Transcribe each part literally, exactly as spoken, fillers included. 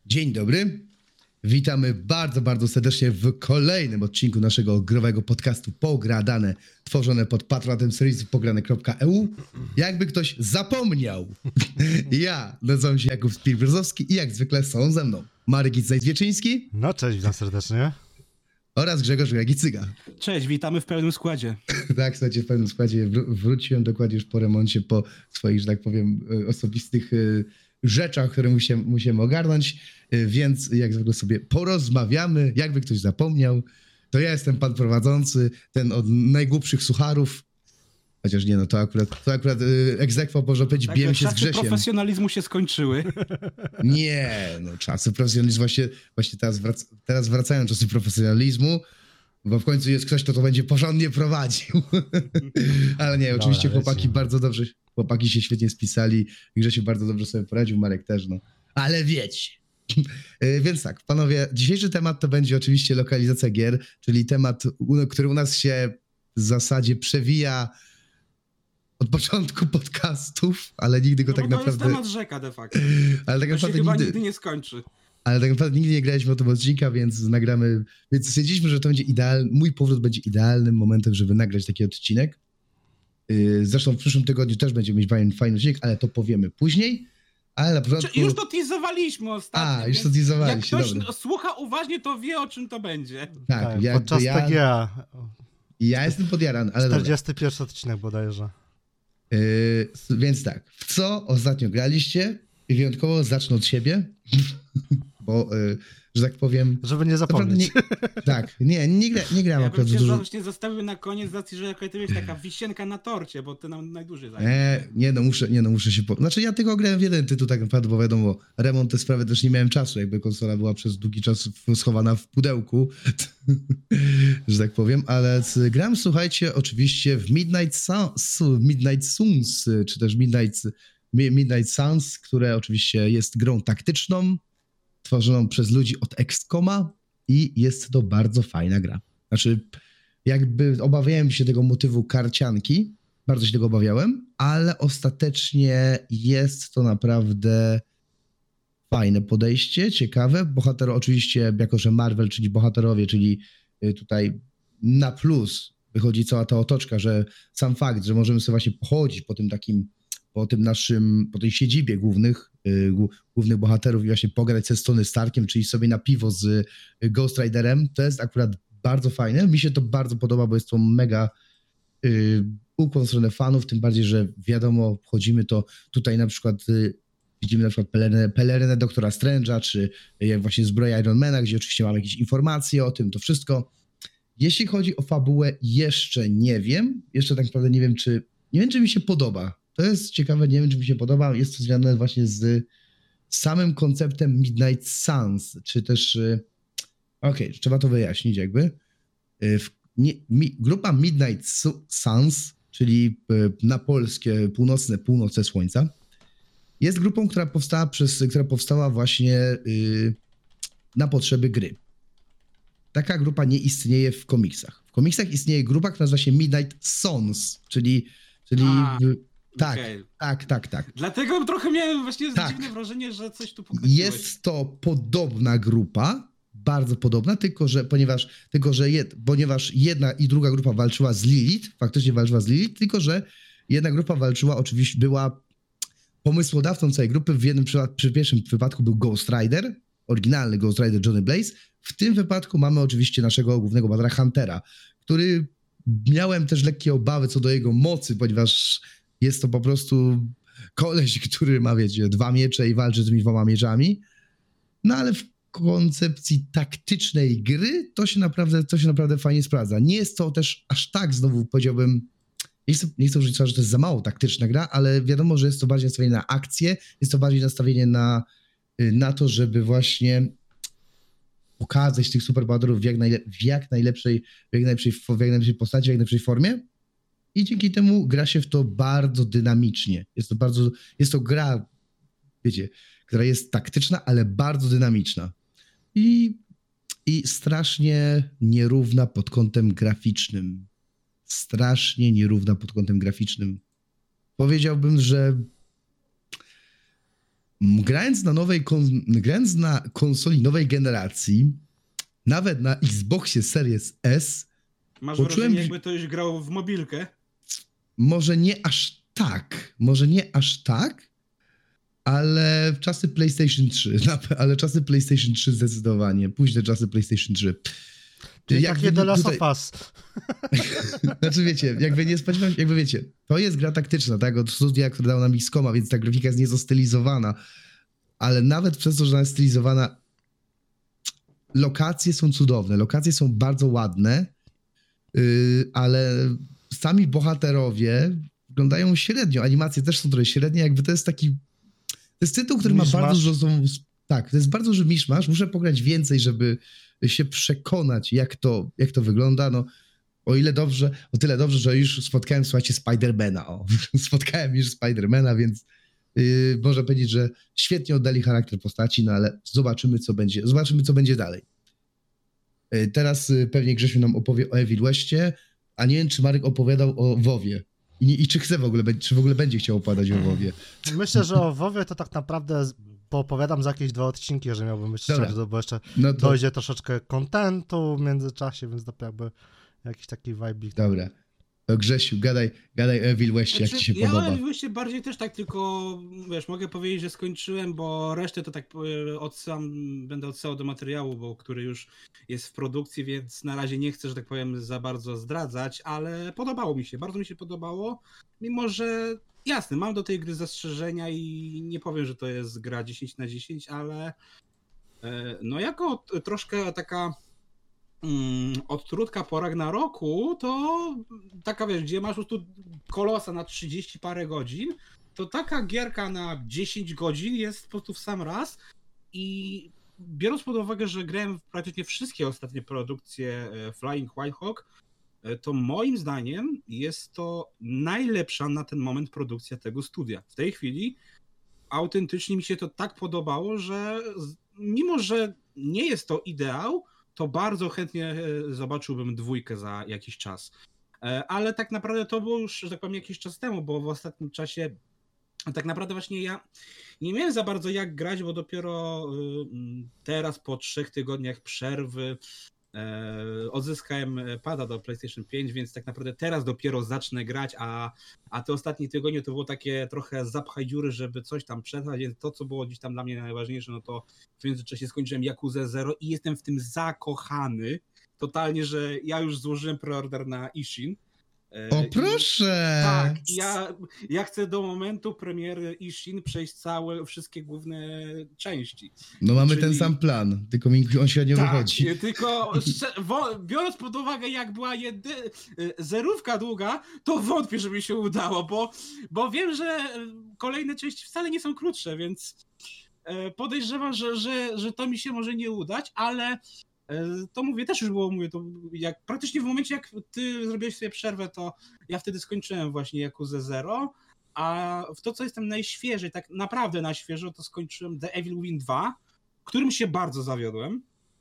Dzień dobry. Witamy bardzo, bardzo serdecznie w kolejnym odcinku naszego growego podcastu Pogradane, tworzone pod patronatem serwisu pograne kropka e u. Jakby ktoś zapomniał, ja nazywam się Jakub Spielbrzozowski i jak zwykle są ze mną Marek Itzaj-Zwieczyński. No cześć, witam serdecznie. Oraz Grzegorz Jagicyga. Cześć, witamy w pełnym składzie. Tak, słuchajcie, w pełnym składzie wró- wróciłem dokładnie już po remoncie, po swoich, że tak powiem, osobistych y, rzeczach, które musiałem, musiałem ogarnąć, y, więc jak zwykle sobie porozmawiamy. Jakby ktoś zapomniał, to ja jestem pan prowadzący, ten od najgłupszych sucharów. Chociaż nie, no to akurat, to akurat y, egzekwo, można powiedzieć, Tak, bijemy się z czasy Grzesiem. profesjonalizmu się skończyły. Nie, no czasy profesjonalizmu, właśnie, właśnie teraz, wrac- teraz wracają czasy profesjonalizmu, bo w końcu jest ktoś, kto to będzie porządnie prowadził. Ale nie, oczywiście Dobra, chłopaki lecimy. bardzo dobrze, chłopaki się świetnie spisali, Grzesiu bardzo dobrze sobie poradził, Marek też, no. Ale wiecie. Y, Więc tak, panowie, dzisiejszy temat to będzie oczywiście lokalizacja gier, czyli temat, u- który u nas się w zasadzie przewija od początku podcastów, ale nigdy go No tak bo to naprawdę... jest temat rzeka de facto. Ale tak To się naprawdę chyba nigdy... nigdy nie skończy. Ale tak naprawdę nigdy nie graliśmy o tym odcinka, więc nagramy. Więc stwierdziliśmy, że to będzie idealny. Mój powrót będzie idealnym momentem, żeby nagrać taki odcinek. Yy, zresztą w przyszłym tygodniu też będziemy mieć fajny, fajny odcinek, ale to powiemy później. Ale na początku. Czy już to teasowaliśmy ostatnio. A, już to więc teasowaliście, Jak ktoś dobra. słucha uważnie, to wie, o czym to będzie. Tak, Tak, ja, podczas ja, T G A. ja jestem podjarany, ale dobra. czterdziesty pierwszy odcinek bodajże. Yy, więc tak, w co ostatnio graliście? I wyjątkowo zacznę od siebie, bo, yy, że tak powiem. Żeby nie naprawdę zapomnieć. Nie, tak, nie, nie, gra, nie grałem Ja bym akurat cię dużo. właśnie zostawił na koniec z racji, że jaka to jest taka wisienka na torcie, bo ty nam najdłużej zajmie. Nie, nie no, muszę, nie no, muszę się... Po... Znaczy ja tylko grałem w jeden tytuł tak naprawdę, bo wiadomo, remont te sprawy też nie miałem czasu, jakby konsola była przez długi czas w- schowana w pudełku, że tak powiem, ale z- gram, słuchajcie, oczywiście w Midnight, Suns, Midnight Suns, czy też Midnight, Mi- Midnight Suns, które oczywiście jest grą taktyczną, tworzoną przez ludzi od Excoma i jest to bardzo fajna gra. Znaczy, jakby obawiałem się tego motywu karcianki, bardzo się tego obawiałem, ale ostatecznie jest to naprawdę fajne podejście, ciekawe. Bohater oczywiście, jako że Marvel, czyli bohaterowie, czyli y, tutaj na plus wychodzi cała ta otoczka, że sam fakt, że możemy sobie właśnie pochodzić po tym takim, po tym naszym, po tej siedzibie głównych, y, głó- głównych bohaterów i właśnie pograć ze Tony Starkiem, czyli sobie na piwo z y, Ghost Riderem, to jest akurat bardzo fajne. Mi się to bardzo podoba, bo jest to mega y, ukłon w stronę fanów, tym bardziej, że wiadomo, wchodzimy to tutaj na przykład, y, widzimy na przykład pelerynę, pelerynę doktora Strange'a, czy jak właśnie zbroję Ironmana, gdzie oczywiście mamy jakieś informacje o tym, to wszystko. Jeśli chodzi o fabułę, jeszcze nie wiem, jeszcze tak naprawdę nie wiem, czy, nie wiem, czy mi się podoba. To jest ciekawe, nie wiem, czy mi się podoba, jest to związane właśnie z samym konceptem Midnight Suns, czy też, y, okej, trzeba to wyjaśnić jakby. Y, w, nie, mi, grupa Midnight Su- Suns, czyli y, na polskie północne północe słońca, jest grupą, która powstała przez, która powstała właśnie y, na potrzeby gry. Taka grupa nie istnieje w komiksach. W komiksach istnieje grupa, która nazywa się Midnight Suns, czyli, czyli A, w, tak, okej. tak, tak, tak. Dlatego trochę miałem właśnie Tak. dziwne wrażenie, że coś tu pokazałeś. Jest to podobna grupa, bardzo podobna, tylko że ponieważ, tylko, że jed, ponieważ jedna i druga grupa walczyła z Lilith, faktycznie walczyła z Lilith, tylko że jedna grupa walczyła, oczywiście była pomysłodawcą całej grupy. W jednym przypa- przy pierwszym wypadku był Ghost Rider, oryginalny Ghost Rider Johnny Blaze. W tym wypadku mamy oczywiście naszego głównego bohatera Huntera, który miałem też lekkie obawy co do jego mocy, ponieważ jest to po prostu koleś, który ma, wiecie, dwa miecze i walczy z tymi dwoma mieczami. No ale w koncepcji taktycznej gry to się naprawdę, to się naprawdę fajnie sprawdza. Nie jest to też aż tak, znowu powiedziałbym, nie chcę, nie chcę użyć słowa, że to jest za mało taktyczna gra, ale wiadomo, że jest to bardziej nastawienie na akcję, jest to bardziej nastawienie na, y, na to, żeby właśnie pokazać tych superbohaterów w jak, najle- w jak najlepszej, w jak najlepszej, w jak najlepszej postaci, w jak najlepszej formie. I dzięki temu gra się w to bardzo dynamicznie. Jest to bardzo, jest to gra, wiecie, która jest taktyczna, ale bardzo dynamiczna. I, i strasznie nierówna pod kątem graficznym. Strasznie nierówna pod kątem graficznym. Powiedziałbym, że grając na nowej, kon- grając na konsoli nowej generacji, nawet na Xboxie Series S, Masz Poczułem, wrażenie, że- jakby to już grał w mobilkę? może nie aż tak, może nie aż tak, ale czasy PlayStation trzy, na- ale czasy PlayStation trzy zdecydowanie, późne czasy PlayStation trzy. Czyli Jakby takie The Last tutaj- of Us. Znaczy wiecie, jakby nie spodziewam się, jakby wiecie, to jest gra taktyczna, tak, od studia, które dało nam X-Koma, więc ta grafika jest nieco stylizowana, ale nawet przez to, że ona jest stylizowana, lokacje są cudowne, lokacje są bardzo ładne, yy, ale sami bohaterowie wyglądają średnio, animacje też są trochę średnie, jakby to jest taki, to jest tytuł, który ma Miszmasz. bardzo dużo, są- tak, to jest bardzo duży miszmasz, muszę pograć więcej, żeby się przekonać, jak to, jak to wygląda, no. O ile dobrze, o tyle dobrze, że już spotkałem, słuchajcie, Spidermana. O, spotkałem już Spidermana, więc yy, można powiedzieć, że świetnie oddali charakter postaci, no ale zobaczymy, co będzie, zobaczymy, co będzie dalej. Yy, teraz yy, pewnie Grzesiu nam opowie o Evil Westie, a nie wiem, czy Marek opowiadał o WoWie. I, nie- i czy chce w ogóle, be- czy w ogóle będzie chciał opowiadać o WoWie. Myślę, że o WoWie to tak naprawdę z- poopowiadam za jakieś dwa odcinki, jeżeli miałbym być Dobra. szczery, bo jeszcze No to, dojdzie troszeczkę kontentu w międzyczasie, więc to jakby jakiś taki vibe. dobra. To Grzesiu, gadaj, gadaj o Evil Westie, jak Znaczy, ci się ja podoba. oczywiście bardziej też tak tylko, wiesz, mogę powiedzieć, że skończyłem, bo resztę to tak e, odsyłam, będę odsyłał do materiału, bo który już jest w produkcji, więc na razie nie chcę, że tak powiem, za bardzo zdradzać, ale podobało mi się, bardzo mi się podobało, mimo że jasne, mam do tej gry zastrzeżenia i nie powiem, że to jest gra dziesięć na dziesięć, ale e, no jako t- troszkę taka mm, odtrutka po Ragnaroku, to taka wiesz, gdzie masz po prostu kolosa na trzydzieści parę godzin, to taka gierka na dziesięć godzin jest po prostu w sam raz i biorąc pod uwagę, że grałem w praktycznie wszystkie ostatnie produkcje e, Flying Wild Hog, e, to moim zdaniem jest to najlepsza na ten moment produkcja tego studia. W tej chwili autentycznie mi się to tak podobało, że z- mimo, że nie jest to ideał, to bardzo chętnie e, zobaczyłbym dwójkę za jakiś czas. E, Ale tak naprawdę to było już, że tak powiem, jakiś czas temu, bo w ostatnim czasie tak naprawdę właśnie ja nie miałem za bardzo jak grać, bo dopiero y, mm, teraz po trzech tygodniach przerwy e, odzyskałem pada do PlayStation pięć, więc tak naprawdę teraz dopiero zacznę grać, a, a te ostatnie tygodnie to było takie trochę zapchaj dziury, żeby coś tam przetrwać, więc to, co było gdzieś tam dla mnie najważniejsze, no to w międzyczasie skończyłem Yakuzę Zero i jestem w tym zakochany totalnie, że ja już złożyłem preorder na Ishin. E, O i- proszę! tak, ja, ja chcę do momentu premiery Ishin przejść całe, wszystkie główne części. No mamy czyli- ten sam plan, tylko mi on średnio Tak, wychodzi. nie, tylko szcze- wo- biorąc pod uwagę, jak była jedy... zerówka długa, to wątpię, żeby mi się udało, bo, bo wiem, że kolejne części wcale nie są krótsze, więc e, podejrzewam, że, że, że to mi się może nie udać, ale e, to mówię, też już było, mówię, to jak praktycznie w momencie, jak ty zrobiłeś sobie przerwę, to ja wtedy skończyłem właśnie Yakuzę Zero, a w to, co jestem najświeżej, tak naprawdę na świeżo, to skończyłem The Evil Within dwa, którym się bardzo zawiodłem.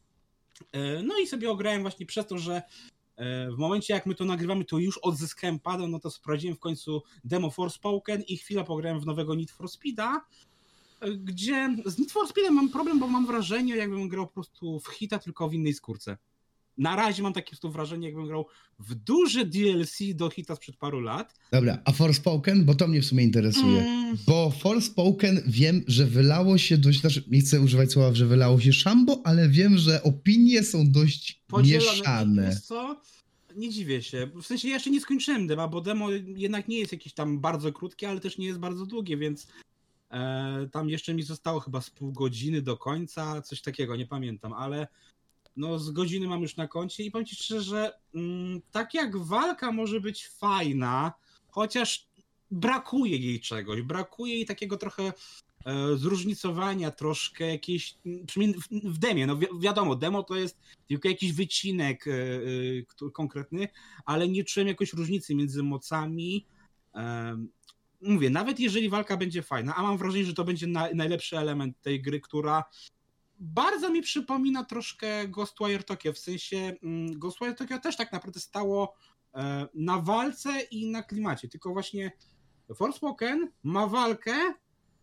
E, No i sobie ograłem właśnie przez to, że e, w momencie jak my to nagrywamy, to już odzyskałem pada, no to sprawdziłem w końcu demo Forspoken i chwilę pograłem w nowego Need for Speeda, e, gdzie z Need for Speedem mam problem, bo mam wrażenie, jakbym grał po prostu w hita, tylko w innej skórce. Na razie mam takie po prostu wrażenie, jakbym grał w duże D L C do hita sprzed paru lat. Dobra, a Forspoken? Bo to mnie w sumie interesuje. Mm, Bo Forspoken wiem, że wylało się dość, znaczy nie chcę używać słowa, że wylało się szambo, ale wiem, że opinie są dość podzielone, mieszane. wiesz co? Nie dziwię się. W sensie ja jeszcze nie skończyłem dema, bo demo jednak nie jest jakieś tam bardzo krótkie, ale też nie jest bardzo długie, więc e, tam jeszcze mi zostało chyba z pół godziny do końca, coś takiego, nie pamiętam, ale no z godziny mam już na koncie i powiem ci szczerze, że mm, tak jak walka może być fajna, chociaż brakuje jej czegoś, brakuje jej takiego trochę e, zróżnicowania, troszkę jakieś, mm, przynajmniej w, w demie, no wi wiadomo, demo to jest tylko jakiś wycinek e, e, który- konkretny, ale nie czułem jakoś różnicy między mocami. E, mówię, nawet jeżeli walka będzie fajna, a mam wrażenie, że to będzie na, najlepszy element tej gry, która bardzo mi przypomina troszkę Ghostwire Tokyo, w sensie mm, Ghostwire Tokyo też tak naprawdę stało e, na walce i na klimacie, tylko właśnie Forspoken ma walkę,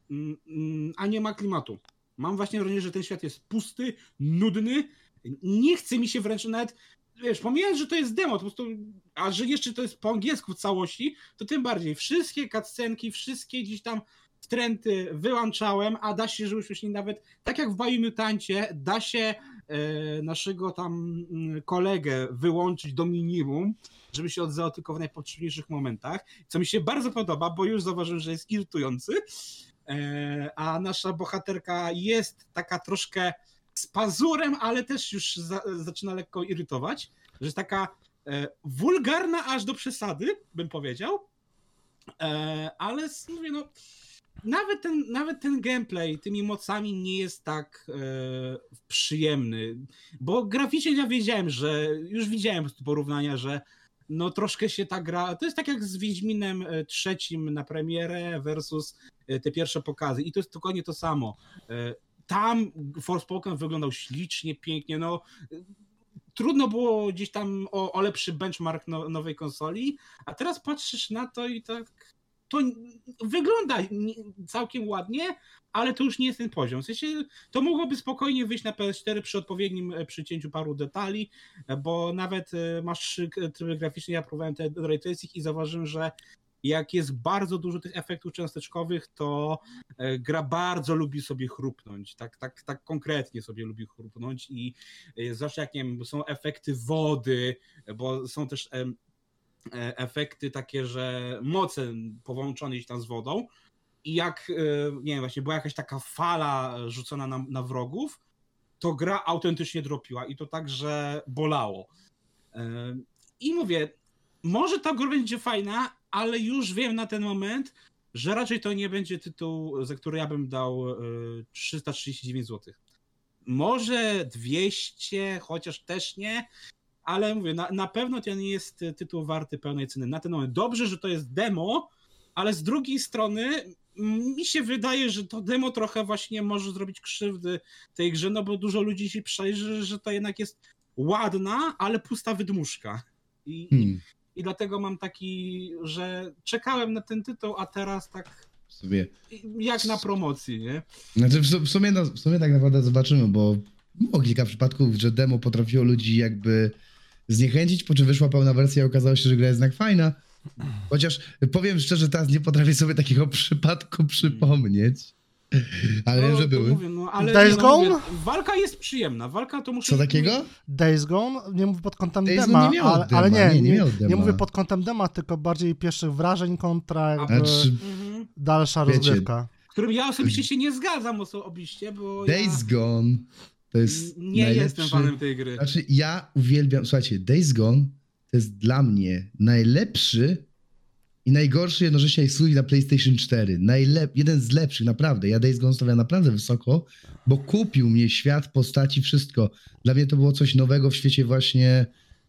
mm, mm, a nie ma klimatu. Mam właśnie wrażenie, że ten świat jest pusty, nudny, nie chce mi się wręcz nawet, wiesz, pomijając, że to jest demo, to po prostu, a że jeszcze to jest po angielsku w całości, to tym bardziej. Wszystkie cutscenki, wszystkie gdzieś tam wtręty wyłączałem, a da się, żebyśmy szli nawet, tak jak w Biomutancie, da się e, naszego tam mm, kolegę wyłączyć do minimum, żeby się odzywał tylko w najpotrzebniejszych momentach, co mi się bardzo podoba, bo już zauważyłem, że jest irytujący, e, a nasza bohaterka jest taka troszkę z pazurem, ale też już za, zaczyna lekko irytować, że jest taka e, wulgarna aż do przesady, bym powiedział, e, ale mówię, no nawet ten, nawet ten gameplay tymi mocami nie jest tak e, przyjemny, bo graficznie ja wiedziałem, że już widziałem porównania, że no troszkę się ta gra, to jest tak jak z Wiedźminem trzecim na premierę versus te pierwsze pokazy i to jest dokładnie to samo. Tam Forspoken wyglądał ślicznie, pięknie, no trudno było gdzieś tam o, o lepszy benchmark no, nowej konsoli, a teraz patrzysz na to i tak to wygląda całkiem ładnie, ale to już nie jest ten poziom. W sensie to mogłoby spokojnie wyjść na P S cztery przy odpowiednim przycięciu paru detali, bo nawet masz trzy tryby graficzne, ja próbowałem te ray tracing i zauważyłem, że jak jest bardzo dużo tych efektów cząsteczkowych, to gra bardzo lubi sobie chrupnąć, tak, tak, tak konkretnie sobie lubi chrupnąć i zwłaszcza jak nie wiem, są efekty wody, bo są też efekty takie, że moce połączone gdzieś tam z wodą i jak, nie wiem, właśnie była jakaś taka fala rzucona na, na wrogów, to gra autentycznie dropiła i to tak, że bolało. I mówię, może ta gra będzie fajna, ale już wiem na ten moment, że raczej to nie będzie tytuł, za który ja bym dał trzysta trzydzieści dziewięć złotych. Może dwieście, chociaż też nie, ale mówię, na, na pewno to nie jest tytuł warty pełnej ceny na ten moment. Dobrze, że to jest demo, ale z drugiej strony mi się wydaje, że to demo trochę właśnie może zrobić krzywdy tej grze, no bo dużo ludzi się przejrzy, że to jednak jest ładna, ale pusta wydmuszka. I, hmm. i, i dlatego mam taki, że czekałem na ten tytuł, a teraz tak sobie jak na promocji, nie? Znaczy w sumie, no, w sumie tak naprawdę zobaczymy, bo było kilka przypadków, że demo potrafiło ludzi jakby zniechęcić, po czym wyszła pełna wersja i okazało się, że gra jest jednak fajna. Chociaż powiem szczerze, teraz nie potrafię sobie takiego przypadku przypomnieć. Ale no, wiem, że były. Mówię, no, ale Days no, Gone? mówię, walka jest przyjemna. Walka to muszę... Co takiego? Days Gone? Nie mówię pod kątem Days dema, Gone nie miało ale, dema, ale nie, nie, nie nie, miał nie, dema. mówię pod kątem dema, tylko bardziej pierwszych wrażeń kontra jakby Znaczy, dalsza wiecie, rozgrywka. Którym ja osobiście się nie zgadzam osobiście, bo Days ja Gone to jest nie najlepszy... jestem fanem tej gry. Znaczy ja uwielbiam, słuchajcie, Days Gone to jest dla mnie najlepszy i najgorszy jednocześnie ekskluzyw na PlayStation cztery. Najlep... Jeden z lepszych, naprawdę. Ja Days Gone stawiam naprawdę wysoko, bo kupił mnie świat, postaci, wszystko. Dla mnie to było coś nowego w świecie właśnie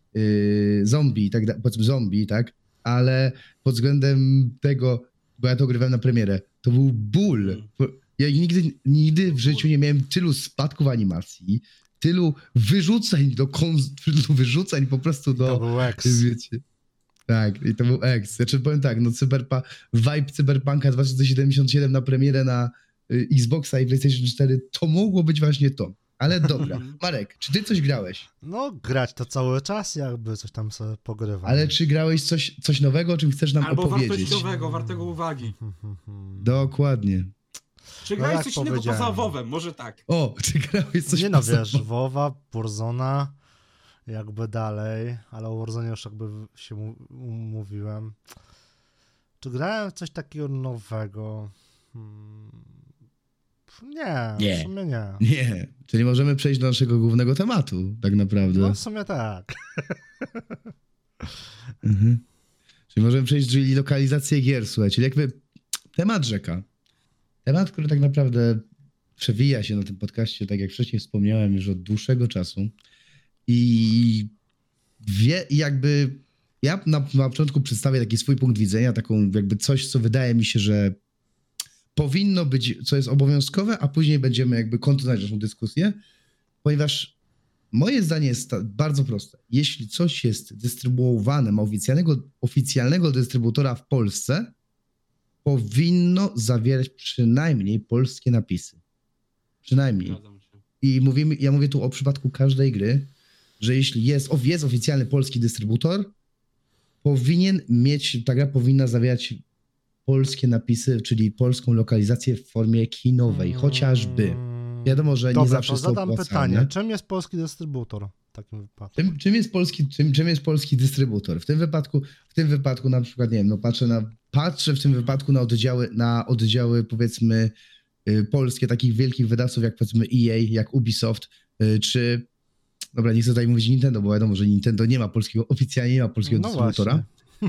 yy, zombie, tak, powiedzmy zombie, tak? Ale pod względem tego, bo ja to ogrywałem na premierę, to był ból. Ja nigdy, nigdy w życiu nie miałem tylu spadków animacji, tylu wyrzuceń do konz... tylu wyrzuceń po prostu do... To był X. Wiecie. Tak, i to był X. Znaczy powiem tak, no cyberpa... vibe Cyberpunka dwa tysiące siedemdziesiąt siedem na premierę na y, Xboxa i PlayStation cztery, to mogło być właśnie to. Ale dobra. Marek, czy ty coś grałeś? No grać to cały czas, jakby coś tam sobie pogrywam. Ale czy grałeś coś, coś nowego, o czym chcesz nam Albo opowiedzieć? wartościowego, wartego uwagi. Dokładnie. Czy No grałeś jak coś innego powiedziałem. poza WoWem? Może tak. O, czy grałeś coś Nie no, poza- wiesz, WoWa, Warzona, jakby dalej, ale o Warzonie już jakby się mu- umówiłem. Czy grałem w coś takiego nowego? Hmm. Nie, Nie. w sumie nie. Nie, czyli możemy przejść do naszego głównego tematu, tak naprawdę. No w sumie tak. Mhm. Czyli możemy przejść, czyli lokalizację gier, słuchajcie, jakby temat rzeka. Temat, który tak naprawdę przewija się na tym podcaście, tak jak wcześniej wspomniałem, już od dłuższego czasu. I wie, jakby ja na, na początku przedstawię taki swój punkt widzenia, taką jakby coś, co wydaje mi się, że powinno być, co jest obowiązkowe, a później będziemy jakby kontynuować naszą dyskusję, ponieważ moje zdanie jest ta, bardzo proste. Jeśli coś jest dystrybuowane, ma oficjalnego, oficjalnego dystrybutora w Polsce, powinno zawierać przynajmniej polskie napisy. Przynajmniej. Zgadzam się. I mówimy, ja mówię tu o przypadku każdej gry, że jeśli jest, o, jest oficjalny polski dystrybutor, powinien mieć, ta gra powinna zawierać polskie napisy, czyli polską lokalizację w formie kinowej, chociażby. Wiadomo, że Dobra, nie zawsze to jest to zadam opłacalne. pytanie, czym jest polski dystrybutor w takim wypadku? Czym, czym, jest polski, czym, czym jest polski dystrybutor? W tym wypadku, w tym wypadku na przykład, nie wiem, no patrzę na, patrzę w tym wypadku na oddziały, na oddziały powiedzmy y, polskie takich wielkich wydawców jak powiedzmy E A, jak Ubisoft, y, czy dobra, nie chcę tutaj mówić Nintendo, bo wiadomo, że Nintendo nie ma polskiego, oficjalnie nie ma polskiego No dystrybutora,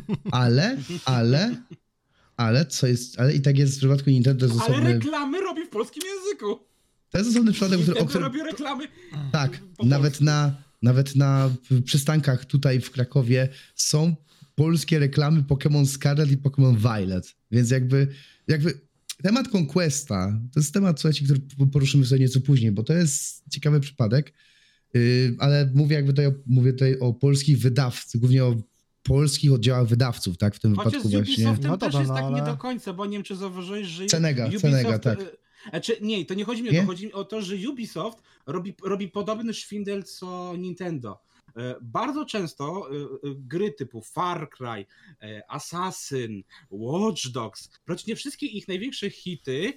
ale, ale, ale co jest, ale i tak jest w przypadku Nintendo, to jest Ale osobny, reklamy robi w polskim języku. to jest osobny przypadek, o którym, o Nintendo którym robi reklamy tak, po nawet polsku. na, nawet na przystankach tutaj w Krakowie są polskie reklamy Pokémon Scarlet i Pokémon Violet, więc jakby, jakby temat Conquesta, to jest temat, słuchajcie, który poruszymy sobie nieco później, bo to jest ciekawy przypadek, yy, ale mówię jakby tutaj, o, mówię tutaj o polskich wydawcach, głównie o polskich oddziałach wydawców, tak, w tym Chociaż wypadku z właśnie. Ubisoftem No też dobra, jest no tak ale- nie do końca, bo nie wiem, czy zauważyłeś, że Cenega, Ubisoft... Cenega, tak. e, Znaczy, nie, to nie chodzi mi o Nie? to, chodzi mi o to, że Ubisoft robi, robi podobny szwindel co Nintendo. E, Bardzo często e, e, gry typu Far Cry, e, Assassin, Watch Dogs, praktycznie wszystkie ich największe hity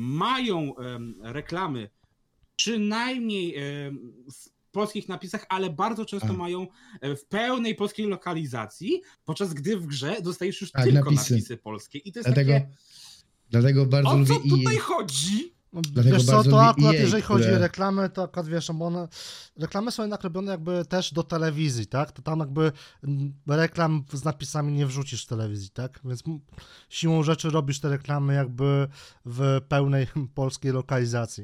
mają em, reklamy przynajmniej em, w polskich napisach, ale bardzo często A. mają e, w pełnej polskiej lokalizacji, podczas gdy w grze dostajesz już Tak, tylko napisy. napisy polskie. I to jest Dlatego, takie, dlatego bardzo o lubię co tutaj E A. chodzi? No, Dlatego wiesz co, bardzo to lubię akurat E A, jeżeli chodzi które- o reklamy, to akurat wiesz, bo one, reklamy są jednak robione jakby też do telewizji, tak? To tam jakby mm, reklam z napisami nie wrzucisz w telewizji, tak? Więc m- siłą rzeczy robisz te reklamy jakby w pełnej polskiej lokalizacji.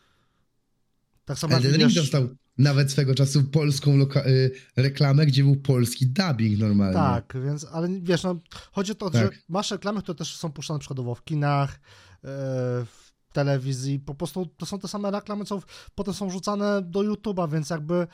Tak samo jak Elden Ring wiesz, dostał nawet swego czasu polską loka- y, reklamę, gdzie był polski dubbing normalnie. tak, więc, ale wiesz, no, chodzi o to, Tak. że masz reklamy, które też są puszczane przykładowo w kinach, e, w telewizji, po prostu to są te same reklamy, co w, potem są wrzucane do YouTube'a, więc jakby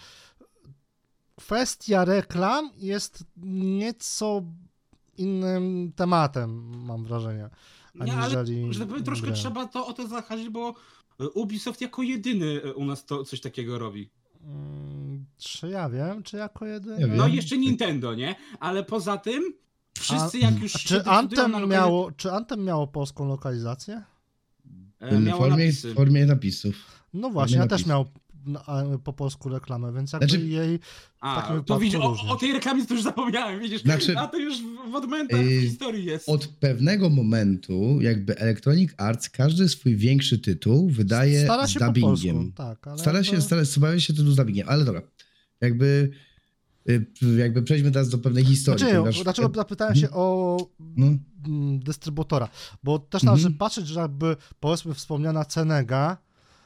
kwestia reklam jest nieco innym tematem, mam wrażenie, Nie, ale aniżeli że tak powiem, troszkę gry. trzeba to o to zahaczyć, bo Ubisoft jako jedyny u nas to coś takiego robi. Mm, Czy ja wiem, czy jako jedyny? Nie wiem. No jeszcze Nintendo, nie? Ale poza tym wszyscy jak już A się czy decydują Anthem na lokalizację- miało, czy Anthem miało polską lokalizację? e, W miało formie, napisy. w formie napisów. No właśnie, ja też napisów. miał na- po polsku reklamę, więc jakby Znaczy- jej A, takim to wypadku widzisz, o, różnie. o tej reklamie to już zapomniałem, widzisz? Znaczy- A to już w, w odmętach Yy, w historii jest. Od pewnego momentu jakby Electronic Arts każdy swój większy tytuł wydaje stara z się po polsku, dubbingiem. tak, ale Stara się, jakby- stara, stara się tytuł z dubbingiem, ale dobra. Jakby, y, jakby przejdźmy teraz do pewnej historii. Znaczy, ponieważ- dlaczego zapytałem się o No, mm, dystrybutora? Bo też Mhm. należy patrzeć, że jakby powiedzmy wspomniana Cenega,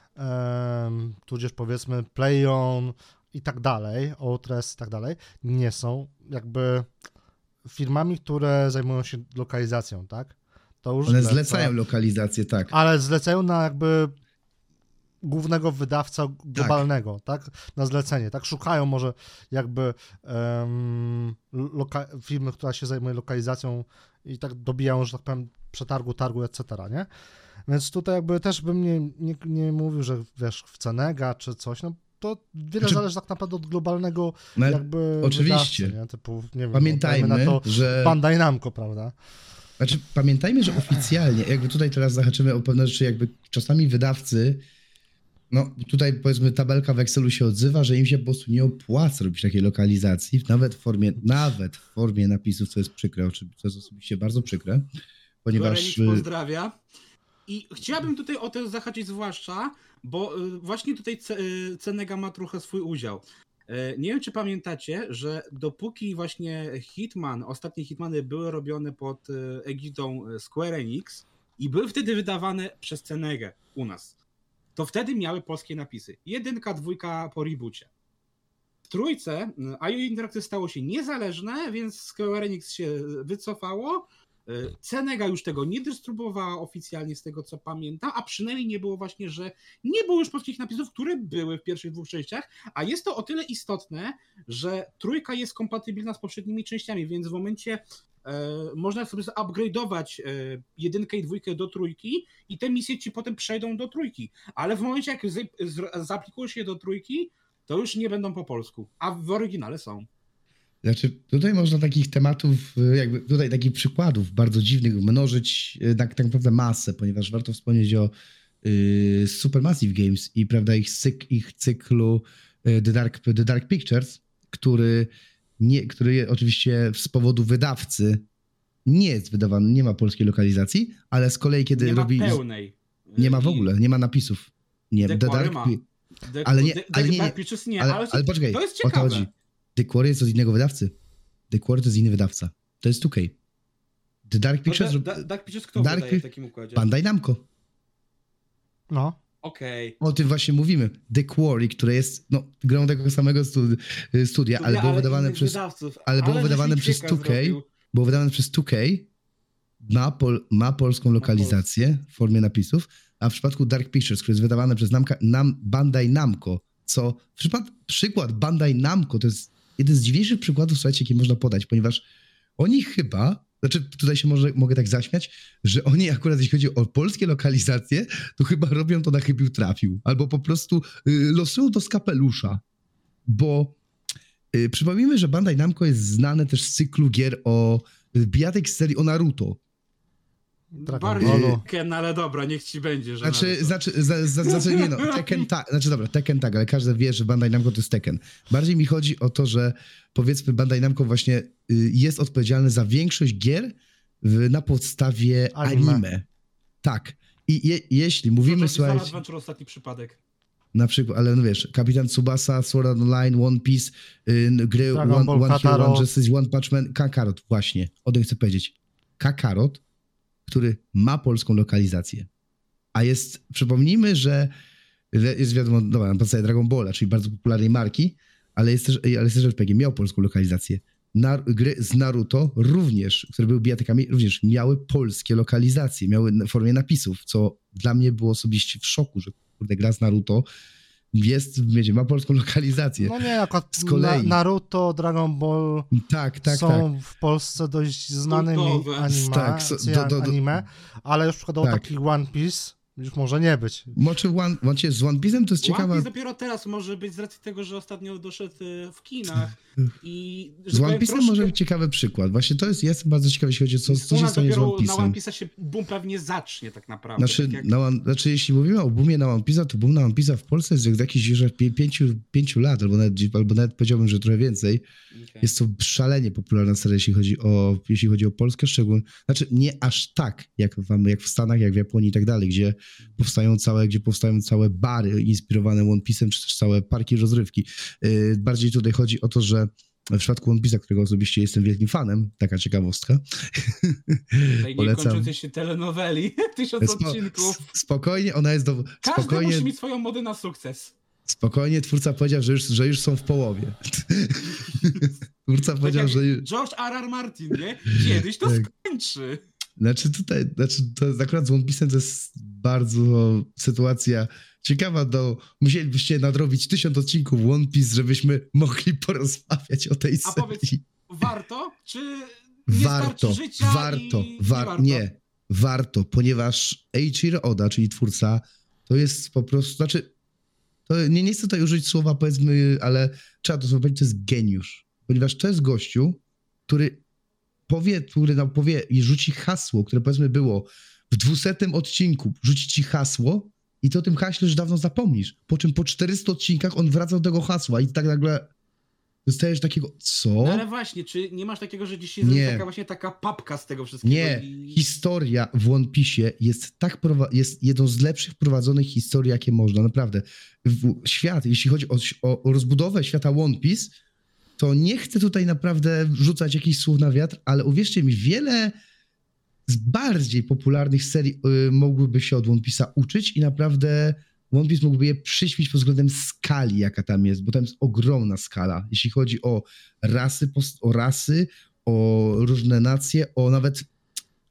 em, tudzież powiedzmy PlayOn i tak dalej, Outrest i tak dalej, nie są jakby firmami, które zajmują się lokalizacją, tak? To już one zleca- zlecają lokalizację, tak. Ale zlecają na jakby głównego wydawca globalnego, tak? Na zlecenie, tak? Szukają może jakby um, loka- firmy, która się zajmuje lokalizacją i tak dobijają, że tak powiem, przetargu, targu, et cetera, nie? Więc tutaj jakby też bym nie, nie, nie mówił, że wiesz, w Cenega czy coś, no to wiele Znaczy- zależy tak naprawdę od globalnego No, ale jakby oczywiście. wydawcy, nie? Typu, nie wiem, Pamiętajmy, no, dajmy na to że... Bandai Namco, prawda? Znaczy, pamiętajmy, że oficjalnie, jakby tutaj teraz zahaczymy o pewne rzeczy, jakby czasami wydawcy, no tutaj powiedzmy tabelka w Excelu się odzywa, że im się po prostu nie opłaca robić takiej lokalizacji, nawet w formie, nawet w formie napisów, co jest przykre, co jest osobiście bardzo przykre, ponieważ... Remix pozdrawia. I chciałabym tutaj o to zahaczyć zwłaszcza, bo y, właśnie tutaj Ce- y, Cenega ma trochę swój udział. Y, Nie wiem, czy pamiętacie, że dopóki właśnie Hitman, ostatnie Hitmany były robione pod y, egidą y, Square Enix i były wtedy wydawane przez Cenegę u nas, to wtedy miały polskie napisy. Jedynka, dwójka po reboocie. W trójce y, I O Interactive stało się niezależne, więc Square Enix się wycofało Cenega już tego nie dystrybuowała oficjalnie z tego, co pamiętam, a przynajmniej nie było właśnie, że nie było już polskich napisów, które były w pierwszych dwóch częściach, a jest to o tyle istotne, że trójka jest kompatybilna z poprzednimi częściami, więc w momencie e, można sobie upgrade'ować e, jedynkę i dwójkę do trójki i te misje ci potem przejdą do trójki, ale w momencie jak z, z, zaaplikujesz je do trójki, to już nie będą po polsku, a w oryginale są. Znaczy, tutaj można takich tematów, jakby tutaj takich przykładów bardzo dziwnych mnożyć tak, tak naprawdę masę, ponieważ warto wspomnieć o y, Supermassive Games i prawda, ich, cyk, ich cyklu y, The, Dark, The Dark Pictures, który, nie, który oczywiście z powodu wydawcy nie jest wydawany, nie ma polskiej lokalizacji, ale z kolei kiedy nie robi... Nie ma pełnej. Nie ma w ogóle, nie ma napisów. Nie, The Dark... ma. The, ale nie, The, ale nie, Dark nie. Pictures nie, ale, ale, ale poczekaj, to jest o to ciekawe. chodzi. The Quarry jest od innego wydawcy. The Quarry to jest inny wydawca. To jest two K. The Dark Pictures... No, da, da, Dark Pictures kto Dark wydaje w takim układzie? Bandai Namco. No. Okej. O tym właśnie mówimy. The Quarry, które jest no, grą tego samego studi- studia, ale było wydawane przez... Wydawców. Ale było żeś wydawane mi przez kieka two K. zrobił. Było wydawane przez two K. Ma, pol, ma polską lokalizację w formie napisów, a w przypadku Dark Pictures, które jest wydawane przez Namka, Nam, Bandai Namco, co w przypad, przykład Bandai Namco to jest jeden z dziwniejszych przykładów, słuchajcie, jakie można podać, ponieważ oni chyba, znaczy tutaj się może, mogę tak zaśmiać, że oni akurat jeśli chodzi o polskie lokalizacje, to chyba robią to na chybił trafił, albo po prostu y, losują to z kapelusza, bo y, przypomnijmy, że Bandai Namco jest znane też z cyklu gier o bijatyk z serii o Naruto. Dragon Bardziej Ballu. Tekken, ale dobra, niech ci będzie, że Znaczy, Naruto. znaczy, za, za, znaczy nie no, Tekken tak, znaczy dobra, Tekken tak, ale każdy wie, że Bandai Namco to jest Tekken. Bardziej mi chodzi o to, że powiedzmy Bandai Namco właśnie y, jest odpowiedzialny za większość gier w, na podstawie Anime. anime. Tak. I je, jeśli mówimy, Jojo's słuchajcie, Bizarre Adventure ostatni przypadek. na przykład, ale no wiesz, Kapitan Tsubasa, Sword Art Online, One Piece, y, gry Dragon One, Ball, One Hero, Kakarot. One Justice, One Punch Man, Kakarot, właśnie, o tym chcę powiedzieć. Kakarot, który ma polską lokalizację. A jest, przypomnijmy, że jest wiadomo, dobra, na podstawie Dragon Balla, czyli bardzo popularnej marki, ale jest też, ale jest też R P G, miał polską lokalizację. Na, gry z Naruto również, które były bijatykami, również miały polskie lokalizacje, miały w formie napisów, co dla mnie było osobiście w szoku, że kurde, gra z Naruto jest, wiecie, ma polską lokalizację. No nie, akurat Z kolei- Na, Naruto, Dragon Ball Tak, tak, są tak. w Polsce dość znanymi Kultowe. anime, Tak, so- do- do- do- anime, ale już przykładowo Tak. taki One Piece już może nie być. Moczy One, znaczy z One Piece'em to jest One ciekawa... Piece dopiero teraz może być z racji tego, że ostatnio doszedł e, w kinach i że Z One powiem, Piece'em troszkę- może być ciekawy przykład. Właśnie to jest, jest bardzo ciekawe, jeśli chodzi o co, co u się nas stanie z dopiero One na One Piece'em. Piece'a się boom pewnie zacznie tak naprawdę. Znaczy, tak jak... na one, znaczy, jeśli mówimy o boomie na One Piece'a, to boom na One Piece'a w Polsce jest z jakichś już pi- pięciu, pięciu lat, albo nawet, albo nawet powiedziałbym, że trochę więcej. Okej. Jest to szalenie popularna seria, jeśli chodzi o, jeśli chodzi o Polskę, szczególnie, znaczy nie aż tak, jak w, jak w Stanach, jak w Japonii i tak dalej, gdzie powstają całe, gdzie powstają całe bary inspirowane One Piece'em, czy też całe parki rozrywki. Yy, bardziej tutaj chodzi o to, że w przypadku One Piece'a, którego osobiście jestem wielkim fanem, taka ciekawostka, Tej polecam. niekończącej się telenoweli, tysiąc Spo, odcinków. spokojnie, ona jest do, Każdy spokojnie, musi mieć swoją modę na sukces. spokojnie, twórca powiedział, że już, że już są w połowie. Twórca Tak powiedział, jak że już... George R R. Martin, nie? Kiedyś to Tak. skończy. Znaczy tutaj, znaczy to jest akurat z One Piece'em to jest bardzo sytuacja ciekawa, do musielibyście nadrobić tysiąc odcinków One Piece, żebyśmy mogli porozmawiać o tej A serii. powiedz, warto? Czy nie Warto, starczy życia warto, i war, nie warto? nie, warto, ponieważ Eiichiro Oda, czyli twórca, to jest po prostu, znaczy, to nie, nie chcę tutaj użyć słowa, powiedzmy, ale trzeba to sobie powiedzieć, to jest geniusz, ponieważ to jest gościu, który powie, który nam powie i rzuci hasło, które powiedzmy było w dwusetym odcinku, rzuci ci hasło i ty o tym haśle już dawno zapomnisz, po czym po czterystu odcinkach on wraca do tego hasła i tak nagle dostajesz takiego, co? No ale właśnie, czy nie masz takiego, że dzisiaj Nie. jest taka właśnie taka papka z tego wszystkiego? Nie, i... historia w One Piece'ie jest tak prowa- jest jedną z lepszych prowadzonych historii, jakie można, naprawdę. W, świat, jeśli chodzi o, o, o rozbudowę świata One Piece, to nie chcę tutaj naprawdę rzucać jakichś słów na wiatr, ale uwierzcie mi, wiele z bardziej popularnych serii y, mogłyby się od One Piece'a uczyć i naprawdę One Piece mógłby je przyćmić pod względem skali, jaka tam jest, bo tam jest ogromna skala, jeśli chodzi o rasy, post- o rasy, o różne nacje, o nawet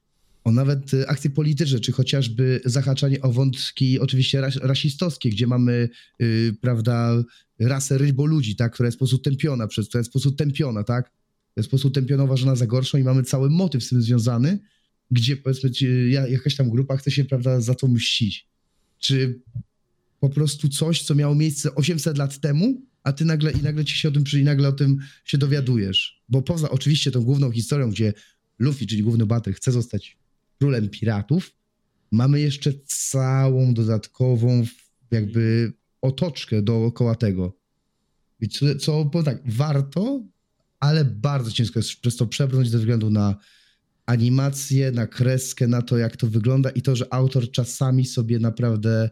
o nawet y, akcje polityczne, czy chociażby zahaczanie o wątki oczywiście ras, rasistowskie, gdzie mamy, y, prawda, rasę ryboludzi, tak, która jest w sposób tępiona, przez, która jest w sposób tępiona, tak, w sposób tępiona uważana za gorszą i mamy cały motyw z tym związany, gdzie powiedzmy ci, ja- jakaś tam grupa chce się, prawda, za to mścić. Czy po prostu coś, co miało miejsce osiemset lat temu, a ty nagle i nagle ci się o tym przy, i nagle o tym się dowiadujesz. Bo poza oczywiście tą główną historią, gdzie Luffy, czyli główny bohater, chce zostać królem piratów, mamy jeszcze całą dodatkową jakby otoczkę dookoła tego. I co, co powiem tak, warto, ale bardzo ciężko jest przez to przebrnąć ze względu na animację, na kreskę, na to, jak to wygląda i to, że autor czasami sobie naprawdę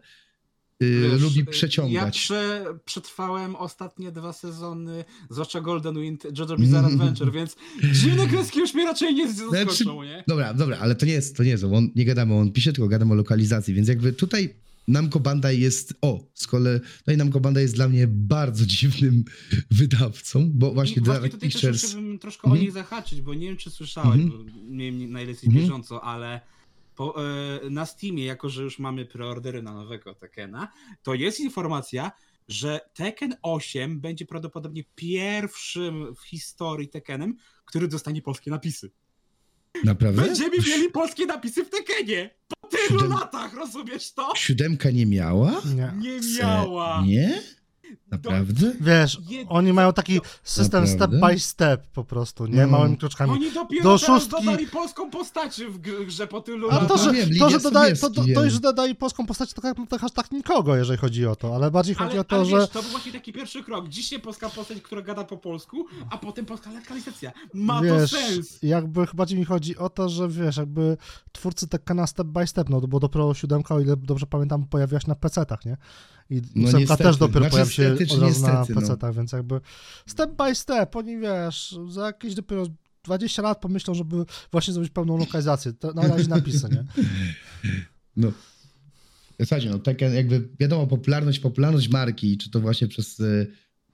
y, Wiesz, lubi Ja przeciągać. prze, przetrwałem ostatnie dwa sezony, zwłaszcza Golden Wind, JoJo Bizarre Adventure, więc dziwne kreski już mnie raczej nie zaskoczą, nie? Dobra, dobra, ale to nie jest, to nie jest, on, nie gadamy o on pisze, tylko gadamy o lokalizacji, więc jakby tutaj Namco Bandai jest, o, z kolei, tutaj Namco Bandai jest dla mnie bardzo dziwnym wydawcą, bo właśnie I właśnie Dark tutaj też Pictures... chciałbym troszkę Mhm. o nich zahaczyć, bo nie wiem, czy słyszałeś, Mhm. bo nie wiem na ile jesteś Mhm. bieżąco, ale po, e, na Steamie, jako że już mamy preordery na nowego Tekena, to jest informacja, że Tekken osiem będzie prawdopodobnie pierwszym w historii Tekkenem, który dostanie polskie napisy. Naprawdę? Będziemy mieli polskie napisy w Tekkenie! Po tylu Siódem- latach, rozumiesz to? Siódemka nie miała? Nie. Nie Se- miała! Nie? Naprawdę? Wiesz, Jed- oni mają taki system step Naprawdę? by step po prostu, nie? No. Małymi kroczkami. Oni dopiero Do teraz szóstki- dodali polską postać w gr- grze po tylu A latach. to, że, wiem, to, Lidia że dodali, to, Sobieski, to, to wiem. już dodali polską postać, to tak, to aż tak nikogo, jeżeli chodzi o to, ale bardziej chodzi Ale, o to, ale że... wiesz, to był właśnie taki pierwszy krok. Dzisiaj polska postać, która gada po polsku, a potem polska lokalizacja. Ma Wiesz, to sens. jakby chyba mi chodzi o to, że wiesz, jakby twórcy Tekkena step by step, no bo dopiero siódemka, o ile dobrze pamiętam, pojawiła się na pecetach, nie? I No ósemka niestety. też dopiero Znaczy pojawi się niestety czy od razu na niestety, no. pecetach, więc jakby step by step, oni wiesz, za jakieś dopiero dwadzieścia lat pomyślą, żeby właśnie zrobić pełną lokalizację, to na razie napisy, nie? No. Słuchajcie, no Tekken jakby wiadomo, popularność, popularność marki, czy to właśnie przez y,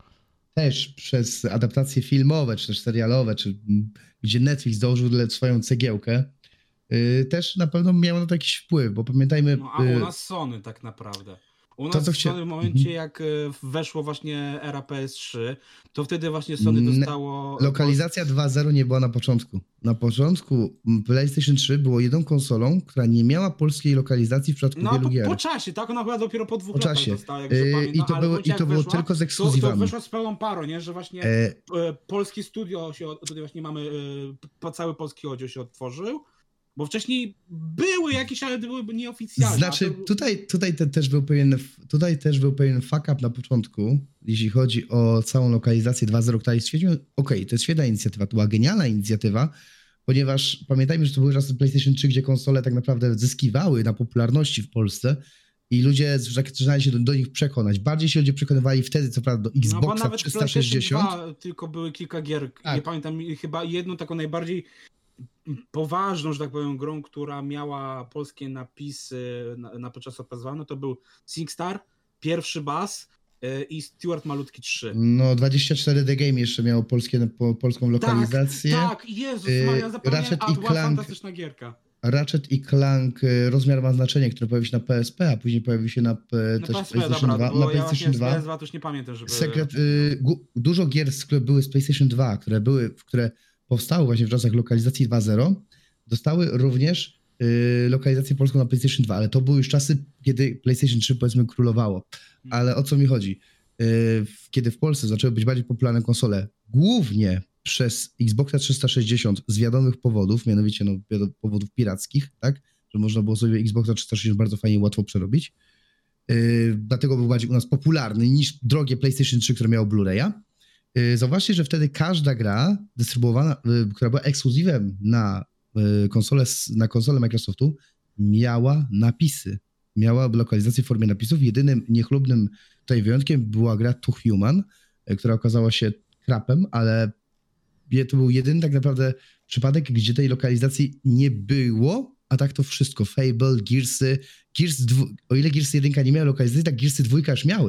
też przez adaptacje filmowe, czy też serialowe, czy mm, gdzie Netflix dołożył le- swoją cegiełkę, y, też na pewno miało na to jakiś wpływ, bo pamiętajmy... No, a u y, nas Sony tak naprawdę. U To, nas co Sony chcia- w momencie, Mhm. jak e, weszło właśnie era P S trzy, to wtedy właśnie Sony Ne- dostało... Lokalizacja dwa zero nie była na początku. Na początku mm, PlayStation trzy było jedną konsolą, która nie miała polskiej lokalizacji w przypadku No wielu po, gier. po czasie, tak? Ona chyba dopiero po dwóch Po latach czasie. dostała, jak Yy, pamiętam, I to, ale było, w momencie, i to jak było weszła, tylko z to, to ekskluzywami. weszło z pełną parą, nie? Że właśnie E, e, polskie studio się, tutaj właśnie mamy, e, po cały polski oddział się otworzył, bo wcześniej były jakieś, ale były nieoficjalne. Znaczy, a to- tutaj, tutaj te, też był pewien, tutaj też był pewien fuck up na początku, jeśli chodzi o całą lokalizację dwa zero, która jest świetna. Okej, to jest świetna inicjatywa, to była genialna inicjatywa, ponieważ pamiętajmy, że to były czasy PlayStation trzy, gdzie konsole tak naprawdę zyskiwały na popularności w Polsce i ludzie zaczynali się do, do nich przekonać. Bardziej się ludzie przekonywali wtedy, co prawda, do No bo Xboxa nawet trzysta PlayStation sześćdziesiąt. dwa tylko były kilka gier, Tak. nie pamiętam, chyba jedną taką najbardziej poważną, że tak powiem, grą, która miała polskie napisy na, na podczas opracowania, to był SingStar, pierwszy Bass y, i Stuart Malutki trzy. No, dwadzieścia cztery D Game jeszcze miało polskie, po, polską lokalizację. Tak, Jezus Y, Maria, zapomniałem, Ratchet a i była Clank. fantastyczna gierka. Ratchet i Clank, y, rozmiar ma znaczenie, które pojawi się na P S P, a później pojawi się na P- Na też P S P, PlayStation dobra, dwa. bo Na ja właśnie PlayStation z dwa. P S dwa to już nie pamiętam, żeby... Sekret, y, gu, dużo gier, z- które były z PlayStation dwa, które były, które powstały właśnie w czasach lokalizacji dwa zero, dostały również y, lokalizację polską na PlayStation dwa, ale to były już czasy, kiedy PlayStation trzy powiedzmy królowało. Ale o co mi chodzi? Y, w- kiedy w Polsce zaczęły być bardziej popularne konsole, głównie przez Xboxa trzysta sześćdziesiąt z wiadomych powodów, mianowicie no, wiado- powodów pirackich, tak? Że można było sobie Xboxa trzysta sześćdziesiąt bardzo fajnie i łatwo przerobić. Yy, dlatego był bardziej u nas popularny niż drogie PlayStation trzy, które miało Blu-raya. Yy, zauważcie, że wtedy każda gra dystrybuowana, yy, która była ekskluzywem na yy, konsolę, s- na konsolę Microsoftu, miała napisy. Miała lokalizację w formie napisów. Jedynym niechlubnym tutaj wyjątkiem była gra To Human, yy, która okazała się krapem, ale je- to był jedyny tak naprawdę przypadek, gdzie tej lokalizacji nie było, a tak to wszystko. Fable, Gearsy, Gears dwu, o ile Gears jeden nie miały lokalizacji, tak Gearsy dwa już miały.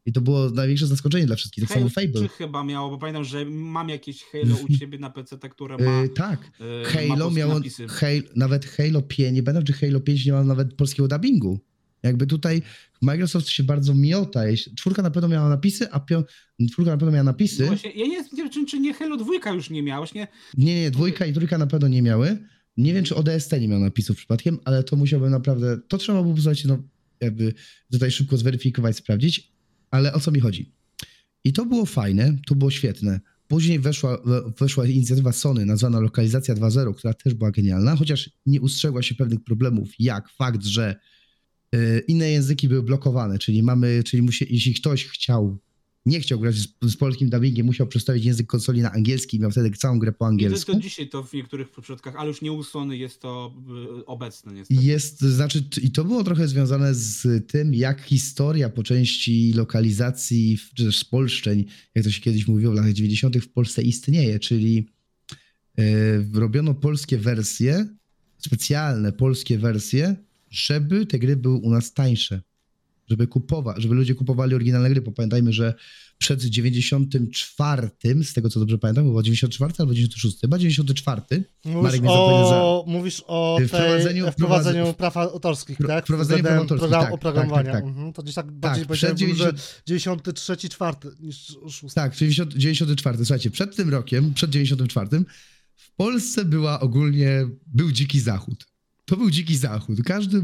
I to było największe zaskoczenie dla wszystkich, tak Halo samo Fable. trzy chyba miało, bo pamiętam, że mam jakieś Halo u ciebie na P C, które ma, Yy, tak, yy, ma Halo polskie miało, napisy. Halo, nawet Halo pięć, nie pamiętam, czy Halo pięć nie ma nawet polskiego dubbingu. Jakby tutaj Microsoft się bardzo miota. jeśli- Czwórka na pewno miała napisy, a pią... czwórka na pewno miała napisy. No właśnie, ja nie wiem, czy, czy nie Halo dwa już nie miałeś, nie? Nie, nie, dwójka i trójka na pewno nie miały. Nie wiem, czy O D S T nie miał napisów przypadkiem, ale to musiałbym naprawdę, to trzeba było, słuchajcie, no jakby tutaj szybko zweryfikować, sprawdzić, ale o co mi chodzi? I to było fajne, to było świetne. Później weszła, we- weszła inicjatywa Sony nazwana Lokalizacja dwa zero, która też była genialna, chociaż nie ustrzegła się pewnych problemów, jak fakt, że y, inne języki były blokowane, czyli mamy, czyli musi, jeśli ktoś chciał, nie chciał grać z, z polskim dubbingiem, musiał przestawić język konsoli na angielski i miał wtedy całą grę po I to, angielsku. to dzisiaj to w niektórych przypadkach, ale już nie u Sony jest to y, obecne niestety. Jest, znaczy, t- i to było trochę związane z tym, jak historia po części lokalizacji, w- czy też spolszczeń, jak to się kiedyś mówiło w latach dziewięćdziesiątych w Polsce istnieje, czyli e, robiono polskie wersje, specjalne polskie wersje, żeby te gry były u nas tańsze, żeby kupować, żeby ludzie kupowali oryginalne gry, bo pamiętajmy, że przed dziewięćdziesiątym czwartym, z tego co dobrze pamiętam, było dziewięćdziesiąty czwarty albo dziewięćdziesiąty szósty, chyba dziewięćdziesiąty czwarty. Mówisz Marek mnie zapewne za- o, mówisz o tej, Wprowadzeniu- wprowadzeniu, wprowadzeniu- praw autorskich, wpro- tak? wprowadzeniu Względem praw autorskich, program- tak, oprogramowania. tak, tak, tak. Mhm, to gdzieś tak bardziej przed powiedziałem, że dziewięćdziesiątym dziewięćdziesiąty trzeci, czwarty niż szósty. Tak, dziewięćdziesiąty, dziewięćdziesiąty czwarty. Słuchajcie, przed tym rokiem, przed dziewięćdziesiątym czwartym w Polsce była ogólnie, był dziki zachód. To był dziki zachód. Każdy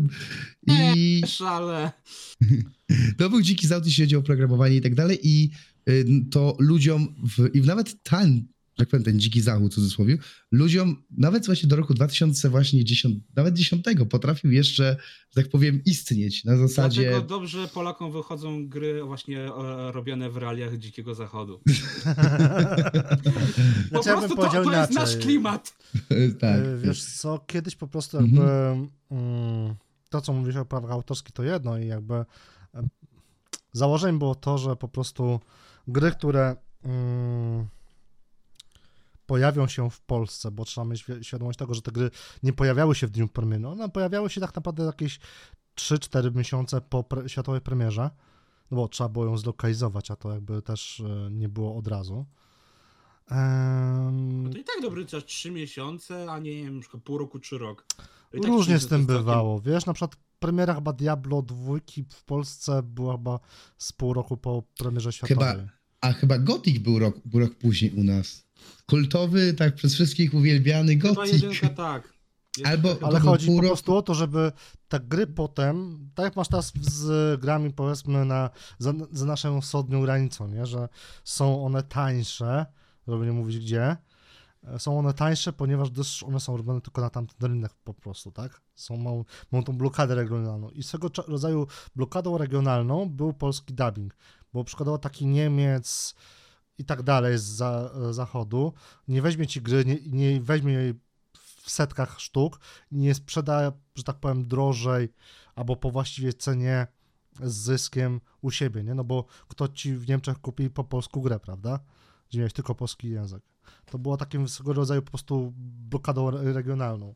i Też, ale to był dziki zachód, jeśli chodzi o programowanie i tak dalej i y, to ludziom, w, i nawet ten, jak powiem, ten dziki zachód w cudzysłowie, ludziom nawet właśnie do roku dwa tysiące właśnie dziesiątego, nawet dziesiątego potrafił jeszcze, że tak powiem, istnieć na zasadzie... dlatego dobrze Polakom wychodzą gry właśnie e, robione w realiach Dzikiego Zachodu. Po Znaczy, ja bym prostu to, powiedział to jest inaczej. nasz klimat. tak. E, Wiesz co, kiedyś po prostu Mhm. jakby mm, to, co mówisz o prawach autorskich, to jedno i jakby em, założeniem było to, że po prostu gry, które mm, pojawią się w Polsce, bo trzeba mieć wi- świadomość tego, że te gry nie pojawiały się w dniu premiery, one pojawiały się tak naprawdę jakieś trzy cztery miesiące po pre- światowej premierze, no bo trzeba było ją zlokalizować, a to jakby też e, nie było od razu. Em, No to i tak dobry czas, trzy miesiące, a nie wiem, na przykład pół roku czy rok. To i tak Różnie trzy z tym miesiące całkiem- bywało, wiesz, na przykład premiera chyba Diablo dwa w Polsce była chyba z pół roku po premierze światowej. Chyba, a chyba Gothic był rok, był rok później u nas. Kultowy, tak przez wszystkich uwielbiany Chyba Gothic. jedynka tak. Jedynka Albo- tak. Ale to był chodzi pół po roku. prostu o to, żeby te gry potem, tak jak masz teraz z grami powiedzmy na, za, za naszą wschodnią granicą, nie, że są one tańsze, żeby nie mówić gdzie, są one tańsze, ponieważ gdyż one są robione tylko na tamten rynek po prostu, tak? Są, mają, mają tą blokadę regionalną i swego cza- rodzaju blokadą regionalną był polski dubbing, bo przykładowo taki Niemiec i tak dalej z za, zachodu nie weźmie ci gry, nie, nie weźmie jej w setkach sztuk, nie sprzeda, że tak powiem, drożej albo po właściwej cenie z zyskiem u siebie, nie? No bo kto ci w Niemczech kupi po polsku grę, prawda? Gdzie miałeś tylko polski język. To było takim swego rodzaju po prostu blokadą re- regionalną.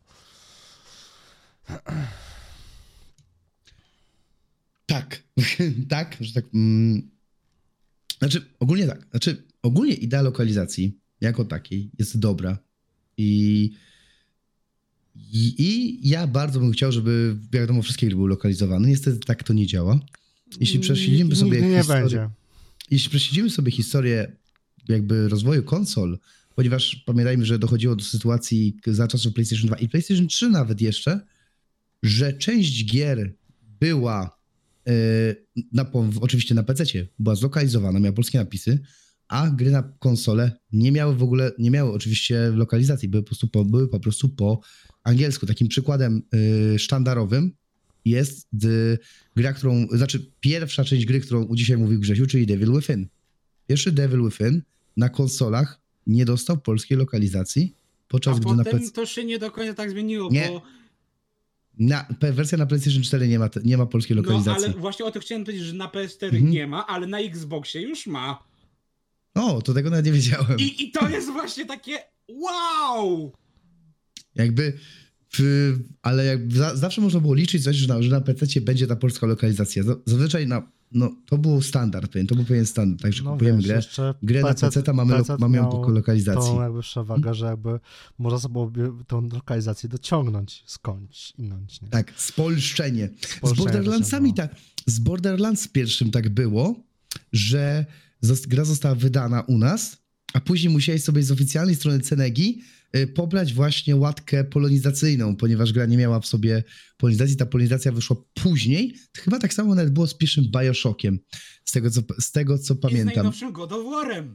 Tak, tak, że tak. Mm, znaczy, ogólnie tak. Znaczy, ogólnie idea lokalizacji jako takiej jest dobra. I, i, i ja bardzo bym chciał, żeby wiadomo, wszystkie gry były lokalizowane. Niestety tak to nie działa. Jeśli prześledzimy Nigdy sobie nie historię, będzie. jeśli prześledzimy sobie historię jakby rozwoju konsol, ponieważ pamiętajmy, że dochodziło do sytuacji za czasów PlayStation dwa i PlayStation trzy nawet jeszcze, że część gier była yy, na, po- oczywiście na pececie, była zlokalizowana, miała polskie napisy, a gry na konsolę nie miały w ogóle, nie miały oczywiście lokalizacji, były po prostu po, były po, prostu po angielsku. Takim przykładem yy, sztandarowym jest yy, gra, którą, znaczy pierwsza część gry, którą dzisiaj mówił Grzesiu, czyli Devil Within. Pierwszy Devil Within na konsolach nie dostał polskiej lokalizacji, podczas A gdy na potem P C... to się nie do końca tak zmieniło, Nie. bo Na, P- wersja na PlayStation cztery nie ma, te- nie ma polskiej no, lokalizacji. ale właśnie o to chciałem powiedzieć, że na P S cztery Mhm. nie ma, ale na Xboxie już ma. O, to tego nawet nie wiedziałem. I, i to jest właśnie takie wow! Jakby, w, ale jakby za, zawsze można było liczyć coś, że na, że na P C będzie ta polska lokalizacja. Z- Zazwyczaj na no to był standard, pewien, to był pewien standard, także No kupujemy wiesz, grę. jeszcze Grę na P C peceta mamy, lo, P C mamy ją miał po lokalizacji. tą jakby przewagę, że jakby można sobie tą lokalizację dociągnąć skądś inąć, nie? Tak, spolszczenie. Z Spolszczenie Borderlandsami też tak, z Borderlands pierwszym tak było, że zos- gra została wydana u nas, a później musiałeś sobie z oficjalnej strony Cenegi y, pobrać właśnie łatkę polonizacyjną, ponieważ gra nie miała w sobie polonizacji, ta polonizacja wyszła później. To chyba tak samo nawet było z pierwszym Bioshockiem, z tego co, z tego, co I z pamiętam. najnowszym God of War'em.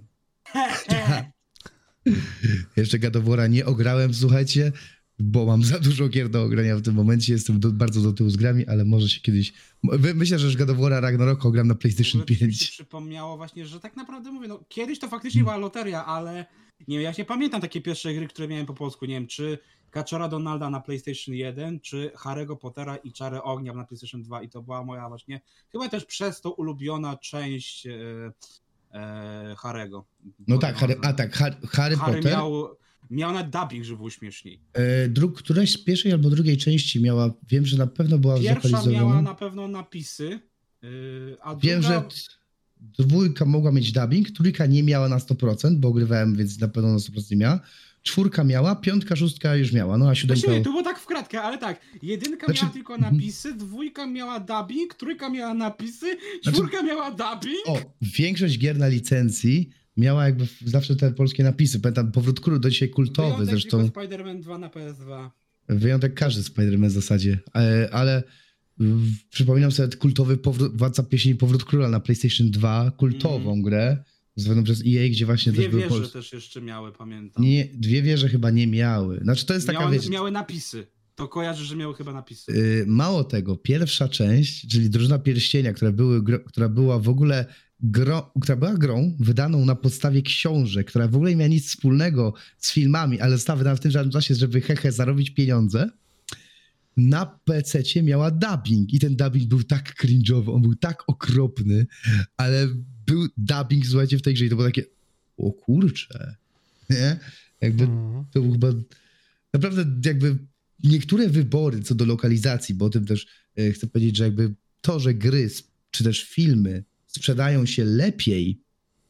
Jeszcze God of War'a nie ograłem, słuchajcie, bo mam za dużo gier do ogrania w tym momencie, jestem do, bardzo do tyłu z grami, ale może się kiedyś... My- Myślę, że już God of War'a Ragnarok ogram na W PlayStation ogóle coś mi się pięć. przypomniało właśnie, że tak naprawdę mówię, no kiedyś to faktycznie była loteria, ale nie wiem, ja się pamiętam takie pierwsze gry, które miałem po polsku, nie wiem, czy Kaczora Donalda na PlayStation jeden, czy Harry'ego Pottera i Czarę Ognia na PlayStation dwa i to była moja właśnie, chyba też przez to ulubiona część e, e, Harry'ego. No tak, Harry, a tak, Harry, Harry Harry Potter. miał, miał na dubbing, żeby było śmieszniej. E, dru, któraś z pierwszej albo drugiej części miała, wiem, że na pewno była Pierwsza zlokalizowana. miała na pewno napisy, yy, a Wiem, druga... że t- dwójka mogła mieć dubbing, trójka nie miała na sto procent, bo ogrywałem, więc na pewno na sto procent nie miała. Czwórka miała, piątka, szóstka już miała, no a siódemka... Właściwie to było tak w kratkę, ale tak, jedynka Znaczy- miała tylko napisy, dwójka miała dubbing, trójka miała napisy, czwórka miała dubbing. O, większość gier na licencji miała jakby w- zawsze te polskie napisy. Pamiętam, Powrót Królu do dzisiaj kultowy, Wyjątek zresztą tylko Spider-Man dwa na P S dwa. wyjątek każdy Spider-Man w zasadzie, ale, ale w- przypominam sobie kultowy powrót, Władca Pieśni Powrót Króla na PlayStation dwa, kultową Mm. grę, zwaną przez E A, gdzie właśnie Dwie też były wieże polskie. też jeszcze miały, pamiętam. Nie, dwie wieże chyba nie miały. Znaczy to jest taka, miały, wiecie, miały napisy. To kojarzę, że miały chyba napisy. yy, mało tego, pierwsza część, czyli Drużyna Pierścienia, która, były, gro, która była w ogóle grą, która była grą wydaną na podstawie książek, która w ogóle nie miała nic wspólnego z filmami, ale została wydana w tym samym czasie, żeby hehe zarobić pieniądze, na pececie miała dubbing i ten dubbing był tak cringe'owy, on był tak okropny, ale był dubbing, słuchajcie, w tej grze i to było takie, o kurcze, nie? Jakby Mhm. to był chyba naprawdę jakby niektóre wybory co do lokalizacji, bo o tym też e, chcę powiedzieć, że jakby to, że gry sp- czy też filmy sprzedają się lepiej,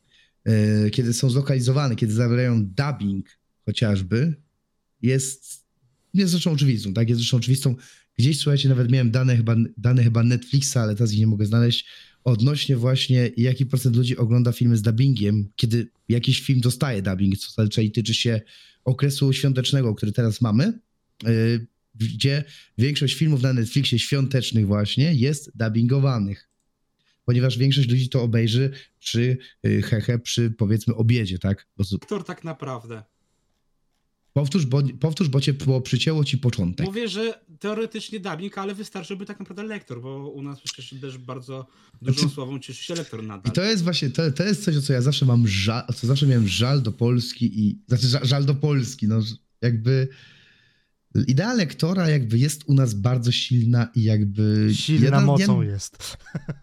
e, kiedy są zlokalizowane, kiedy zawierają dubbing chociażby, jest, jest rzeczą oczywistą, tak? Jest rzeczą oczywistą. Gdzieś, słuchajcie, nawet miałem dane chyba, dane chyba Netflixa, ale teraz ich nie mogę znaleźć, odnośnie właśnie jaki procent ludzi ogląda filmy z dubbingiem, kiedy jakiś film dostaje dubbing, co zazwyczaj tyczy się okresu świątecznego, który teraz mamy, yy, gdzie większość filmów na Netflixie świątecznych właśnie jest dubbingowanych. Ponieważ większość ludzi to obejrzy przy yy, hehe, przy powiedzmy obiedzie, tak? Po prostu Aktor tak naprawdę. powtórz, bo, powtórz, bo cię bo przycięło ci początek. Mówię, że teoretycznie dubbing, ale wystarczyłby tak naprawdę lektor, bo u nas przecież też bardzo dużą Znaczy- sławą cieszy się lektor I nadal. to jest właśnie, to, to jest coś, o co ja zawsze mam żal, o co zawsze miałem żal do Polski i, znaczy żal, żal do Polski, no jakby idea lektora jakby jest u nas bardzo silna i jakby... Silna ja, mocą ja, jest.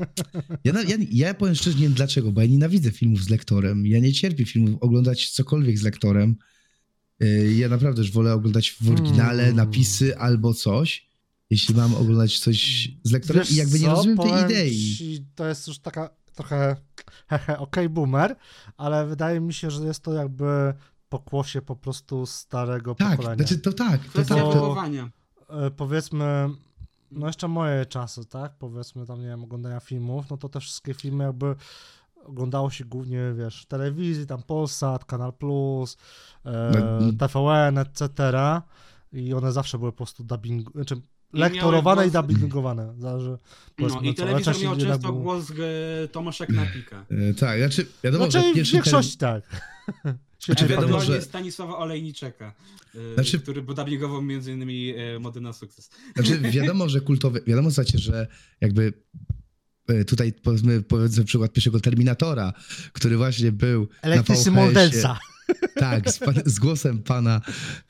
ja, ja, ja powiem szczerze, nie wiem dlaczego, bo ja nienawidzę filmów z lektorem, ja nie cierpię filmów oglądać cokolwiek z lektorem, Yy, ja naprawdę już wolę oglądać w oryginale Hmm. napisy albo coś, jeśli mam oglądać coś z lektorem Wiesz i jakby nie co? rozumiem tej Powiem idei. ci, to jest już taka trochę hehe, okej, boomer, ale wydaje mi się, że jest to jakby pokłosie po prostu starego Tak, pokolenia. znaczy to tak, to Kwestia tak. bo- To, wychowania. E, powiedzmy, no jeszcze moje czasy, tak? Powiedzmy tam, nie wiem, oglądania filmów, no to te wszystkie filmy jakby oglądało się głównie, wiesz, w telewizji, tam Polsat, Kanal Plus, e, No, T V N, et cetera. I one zawsze były po prostu dubbing, znaczy I lektorowane miały i głos- dubbingowane. Zależy, No powiedzmy, i co. telewizor Najczęściej miał jednak często był- głos e, Tomasza Knapika. e, tak, znaczy wiadomo, Znaczy że w pierwszy większości tak. Świetnie Znaczy, wiadomo, pamiętam. Ewentualnie że- Stanisława Olejniczaka, e, Znaczy- który dubbingował między innymi e, Mody na sukces. Znaczy wiadomo, że kultowy, wiadomo słuchajcie, że jakby e, tutaj powiedzmy, powiedzmy przykład pierwszego Terminatora, który właśnie był Elektryczny na V H S-ie. Moldensa. Tak, z, pan, z głosem pana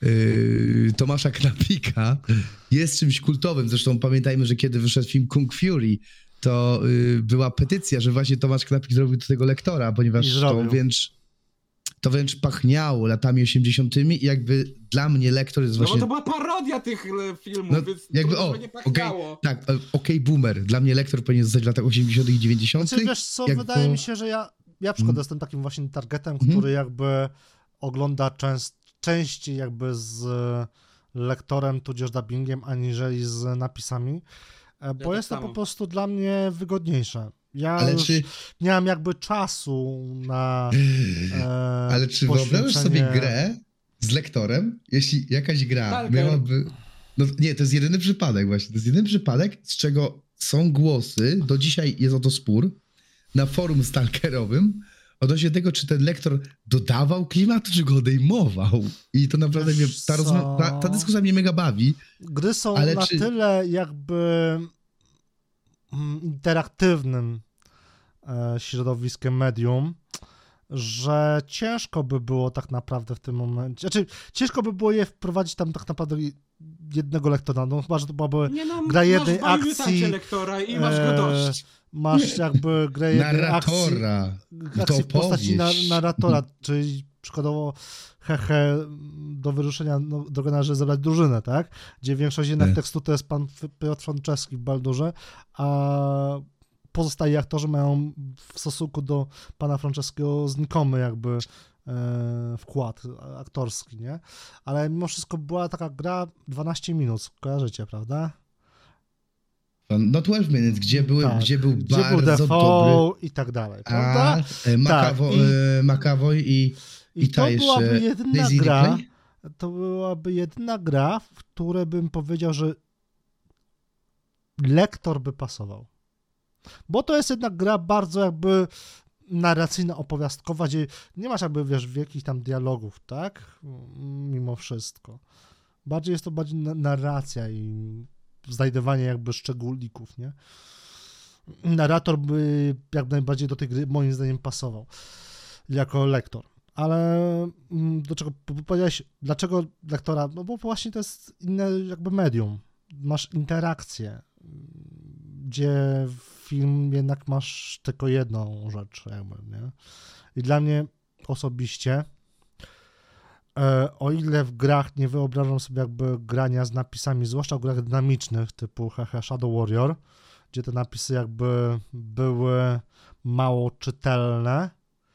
y, Tomasza Knapika jest czymś kultowym. Zresztą pamiętajmy, że kiedy wyszedł film Kung Fury, to y, była petycja, że właśnie Tomasz Knapik zrobił do tego lektora, ponieważ I to zrobił. więc to wręcz pachniało latami osiemdziesiątymi i jakby dla mnie lektor jest No właśnie... bo to była parodia tych e, filmów, No, więc jakby, to o, nie okej, pachniało. tak, okej, okay, boomer. Dla mnie lektor powinien zostać w latach osiemdziesiątych i dziewięćdziesiątych. Znaczy, wiesz co, jak wydaje to- mi się, że ja, ja przykład Mhm. jestem takim właśnie targetem, Mhm. który jakby ogląda częst, częściej jakby z lektorem, tudzież dubbingiem, aniżeli z napisami, e, bo tak jest to samo. po prostu dla mnie wygodniejsze. Ja Ale już czy, nie mam jakby czasu na e, ale czy wyobrażasz sobie poświęcenie- grę z lektorem, jeśli jakaś gra Stalker. miałaby... No nie, to jest jedyny przypadek właśnie. To jest jedyny przypadek, z czego są głosy, do dzisiaj jest o to spór, na forum stalkerowym, odnośnie tego, czy ten lektor dodawał klimatu, czy go odejmował. I to naprawdę mnie, Wiesz ta, rozma- ta, ta co? dyskusja mnie mega bawi. Gry są Ale na czy- tyle jakby mm, interaktywnym e, środowiskiem medium, że ciężko by było tak naprawdę w tym momencie, znaczy ciężko by było je wprowadzić tam tak naprawdę jednego lektora, no chyba, że to byłaby, Nie no, gra masz jednej w Baju akcji, Mutacie lektora i masz go e, dość. masz jakby grę jednej akcji, Narratora. To akcji w postaci na, opowieść. narratora, czyli przykładowo hehe, do wyruszenia no, droga należy zebrać drużynę, tak? Gdzie większość jednak Nie. tekstu to jest pan F- Piotr Franceski w Baldurze, a pozostali aktorzy mają w stosunku do pana Franceskiego znikomy jakby e, wkład aktorski, nie? Ale mimo wszystko była taka gra dwanaście minut, kojarzycie, prawda? No twelve minutes, gdzie, były, Tak. gdzie był Gdzie bardzo był dobry... Defoe i tak dalej, prawda? A, e, Makawo, Tak, i- e, McAvoy i, I, i to ta jeszcze byłaby jedyna Daisy gra, Ridley? to byłaby jedyna gra, w której bym powiedział, że lektor by pasował. Bo to jest jednak gra bardzo jakby narracyjna, opowiastkowa, gdzie nie masz jakby, wiesz, wielkich tam dialogów, tak? Mimo wszystko. Bardziej jest to bardziej na- narracja i znajdywanie jakby szczególików, nie? Narrator by jak najbardziej do tej gry moim zdaniem pasował jako lektor. Ale mm, do czego po- powiedziałeś, dlaczego lektora? No bo właśnie to jest inne jakby medium. Masz interakcję, mm, gdzie film jednak masz tylko jedną rzecz jakby, nie? I dla mnie osobiście, e, o ile w grach nie wyobrażam sobie jakby grania z napisami, zwłaszcza w grach dynamicznych typu haha, Shadow Warrior, gdzie te napisy jakby były mało czytelne,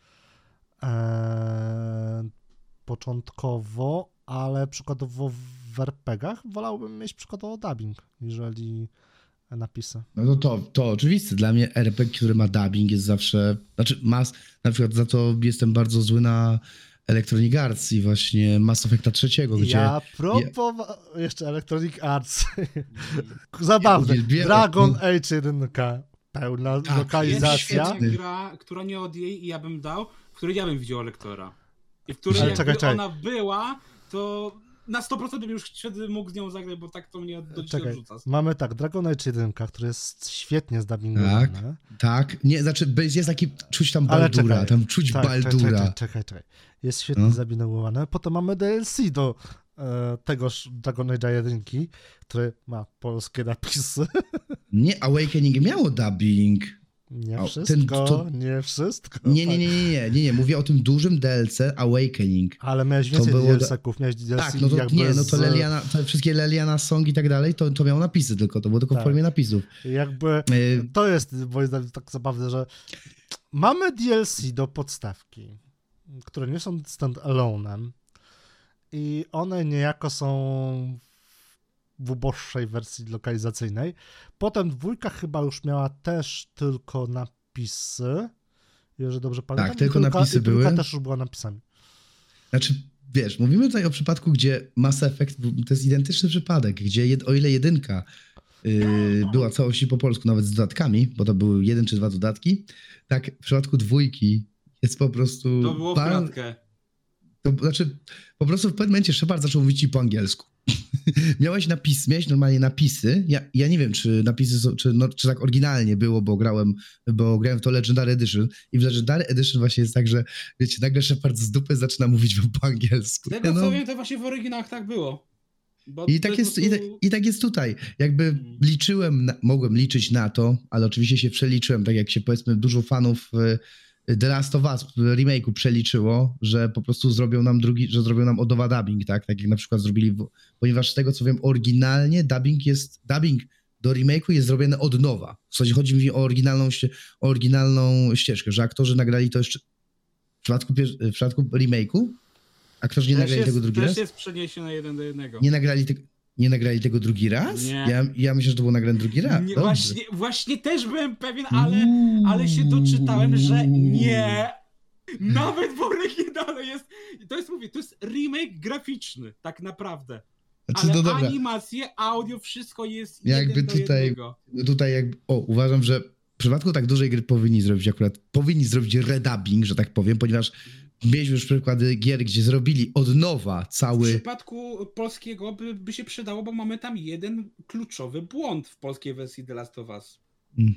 e, początkowo, ale przykładowo w er pe gach wolałbym mieć przykładowo dubbing, jeżeli napisy. No to, to, to oczywiste. Dla mnie er pe gie, który ma dubbing jest zawsze... Znaczy mas, na przykład za to jestem bardzo zły na Electronic Arts i właśnie Mass Effecta trzeciego, gdzie... Ja propowa... jeszcze Electronic Arts. Zabawne. Ja uwielbiam- Dragon Age jeden, pełna Tak, Jest lokalizacja. świetna gra, która nie od jej i ja bym dał, w której ja bym widział lektora. I w której Ale jakby czekaj, czekaj. ona była, to na sto procent bym już wtedy mógł z nią zagrać, bo tak to mnie do dzisiaj Czekaj, odrzuca. mamy tak, Dragon Age jeden, który jest świetnie zdubbingowany. Tak. Tak, nie, znaczy bez- jest taki, czuć tam Ale Baldura, czekaj. tam czuć Tak, czekaj, Baldura. czekaj, czekaj, czekaj. Jest świetnie No. zdubbingowane. Potem mamy D L C do e, tegoż Dragon Age jeden, który ma polskie napisy. Nie, Awakening miało dubbing. Nie O, ten- wszystko, to- nie wszystko. Nie, nie, nie, nie, nie, nie, nie, mówię o tym dużym D L C Awakening. Ale miałeś To więcej było D L da- C-ków, miałeś D L C Tak, no to jakby nie, no to z- Leliana, te wszystkie Leliana Song i tak dalej, to, to miało napisy tylko, to było tylko Tak. w formie napisów. Jakby Y, to jest moim zdaniem tak zabawne, że mamy D L C do podstawki, które nie są stand-alone'em i one niejako są w uboższej wersji lokalizacyjnej. Potem dwójka chyba już miała też tylko napisy, jeżeli dobrze pamiętam. tylko I trójka, napisy i trójka były. też już była napisami. Znaczy, wiesz, mówimy tutaj o przypadku, gdzie Mass Effect to jest identyczny przypadek, gdzie jed, o ile jedynka yy, była całości po polsku, nawet z dodatkami, bo to były jeden czy dwa dodatki, tak w przypadku dwójki jest po prostu... To było w par- kratkę. To znaczy, po prostu w pewnym momencie Shepard zaczął mówić ci po angielsku. miałeś napis, miałeś normalnie napisy. Ja, ja nie wiem, czy napisy są, czy, no, czy tak oryginalnie było, bo grałem, bo grałem w to Legendary Edition i w Legendary Edition właśnie jest tak, że wiecie, nagle Shepard z dupy zaczyna mówić wam po angielsku. Z tego Ja, no, co wiem, to właśnie w oryginałach tak było. Bo I to tak, jest, po i, tak, prostu- I tak jest tutaj. Jakby liczyłem, na, mogłem liczyć na to, ale oczywiście się przeliczyłem, tak jak się powiedzmy dużo fanów y, The Last of Us remake'u przeliczyło, że po prostu zrobią nam drugi, że zrobią nam od nowa dubbing, tak? Tak jak na przykład zrobili, w, ponieważ z tego co wiem, oryginalnie dubbing jest, dubbing do remake'u jest zrobiony od nowa. W sensie chodzi mi o oryginalną, ście, o oryginalną ścieżkę, że aktorzy nagrali to jeszcze w przypadku, w przypadku remake'u, aktorzy nie Też nagrali jest, tego drugi też raz. jest przeniesione jeden do jednego. Nie nagrali, te, nie nagrali tego drugi raz? Nie. Ja, ja myślę, że to było nagrane drugi raz. Nie, Dobrze. właśnie, właśnie też byłem pewien, ale, Uuu. ale się doczytałem, że nie. Nawet w oryginale jest. To jest, mówię, to jest remake graficzny, tak naprawdę. Znaczy, Ale no dobra. animacje, audio, wszystko jest Jakby jeden do tutaj- jednego. Tutaj jakby, o, uważam, że w przypadku tak dużej gry powinni zrobić akurat, powinni zrobić redubbing, że tak powiem, ponieważ mieliśmy już przykłady gier, gdzie zrobili od nowa W cały... przypadku polskiego by, by się przydało, bo mamy tam jeden kluczowy błąd w polskiej wersji The Last of Us. Mm.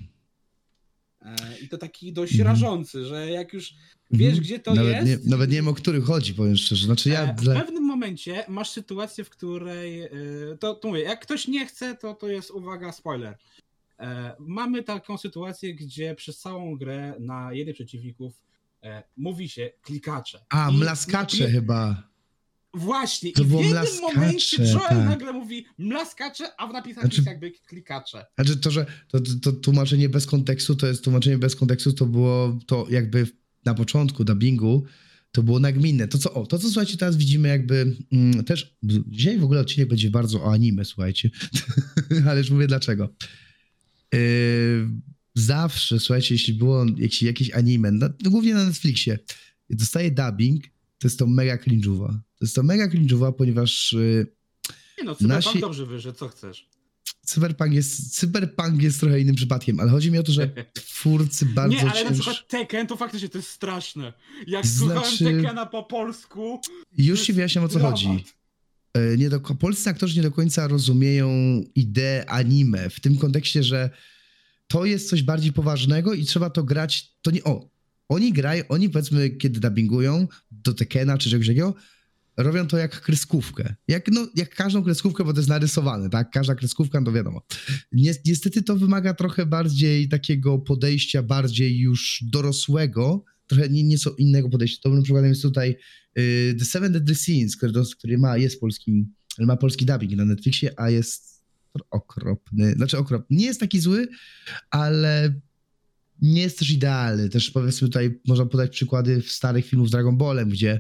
E, I to taki dość Mhm. rażący, że jak już wiesz, Mhm. gdzie to nawet jest... Nie, nawet nie wiem, o których chodzi, powiem szczerze. Znaczy ja... E, W Dla... pewnym momencie masz sytuację, w której, e, to, to mówię, jak ktoś nie chce, to to jest, uwaga, spoiler. E, Mamy taką sytuację, gdzie przez całą grę na jednych przeciwników e, mówi się klikacze. A, I- mlaskacze i- chyba. Właśnie, To i w było jednym mlaskacze, momencie Joel tak. nagle mówi mlaskacze, a w napisach Znaczy- jest jakby klikacze. Znaczy to, że to, to, to tłumaczenie bez kontekstu, to jest tłumaczenie bez kontekstu, to było to jakby na początku dubbingu, to było nagminne. To co, o, to co słuchajcie, teraz widzimy jakby mm, też, dzisiaj w ogóle odcinek będzie bardzo o anime, słuchajcie, ale już mówię dlaczego. Yy, zawsze, słuchajcie, jeśli było jeśli jakieś anime, no, głównie na Netflixie, dostaje dubbing, to jest to mega cringe'owa. To jest to mega cringe'owa, ponieważ yy, Nie no, Cyberpunk Nasi- dobrze wyszedł, co chcesz. Cyberpunk jest, cyberpunk jest trochę innym przypadkiem, ale chodzi mi o to, że twórcy bardzo Nie, ale na cięż... przykład Tekken to faktycznie to jest straszne. Jak Znaczy- słuchałem Tekkena po polsku... Już to ci jest wyjaśniam, o co dramat. chodzi. E, Nie do, polscy aktorzy nie do końca rozumieją ideę anime, w tym kontekście, że to jest coś bardziej poważnego i trzeba to grać, to nie, o, oni grają, oni powiedzmy, kiedy dubbingują do Tekkena czy czegoś takiego, robią to jak kreskówkę. Jak, no, jak każdą kreskówkę, bo to jest narysowane, tak? Każda kreskówka, to wiadomo. Ni- Niestety to wymaga trochę bardziej takiego podejścia, bardziej już dorosłego, trochę nie, nieco innego podejścia. Dobrym przykładem jest tutaj y, The Seven Deadly Sins, który, dos- który ma, jest polskim, ma polski dubbing na Netflixie, a jest okropny. Znaczy okropny. Nie jest taki zły, ale nie jest też idealny. Też powiedzmy tutaj można podać przykłady starych filmów z Dragon Ballem, gdzie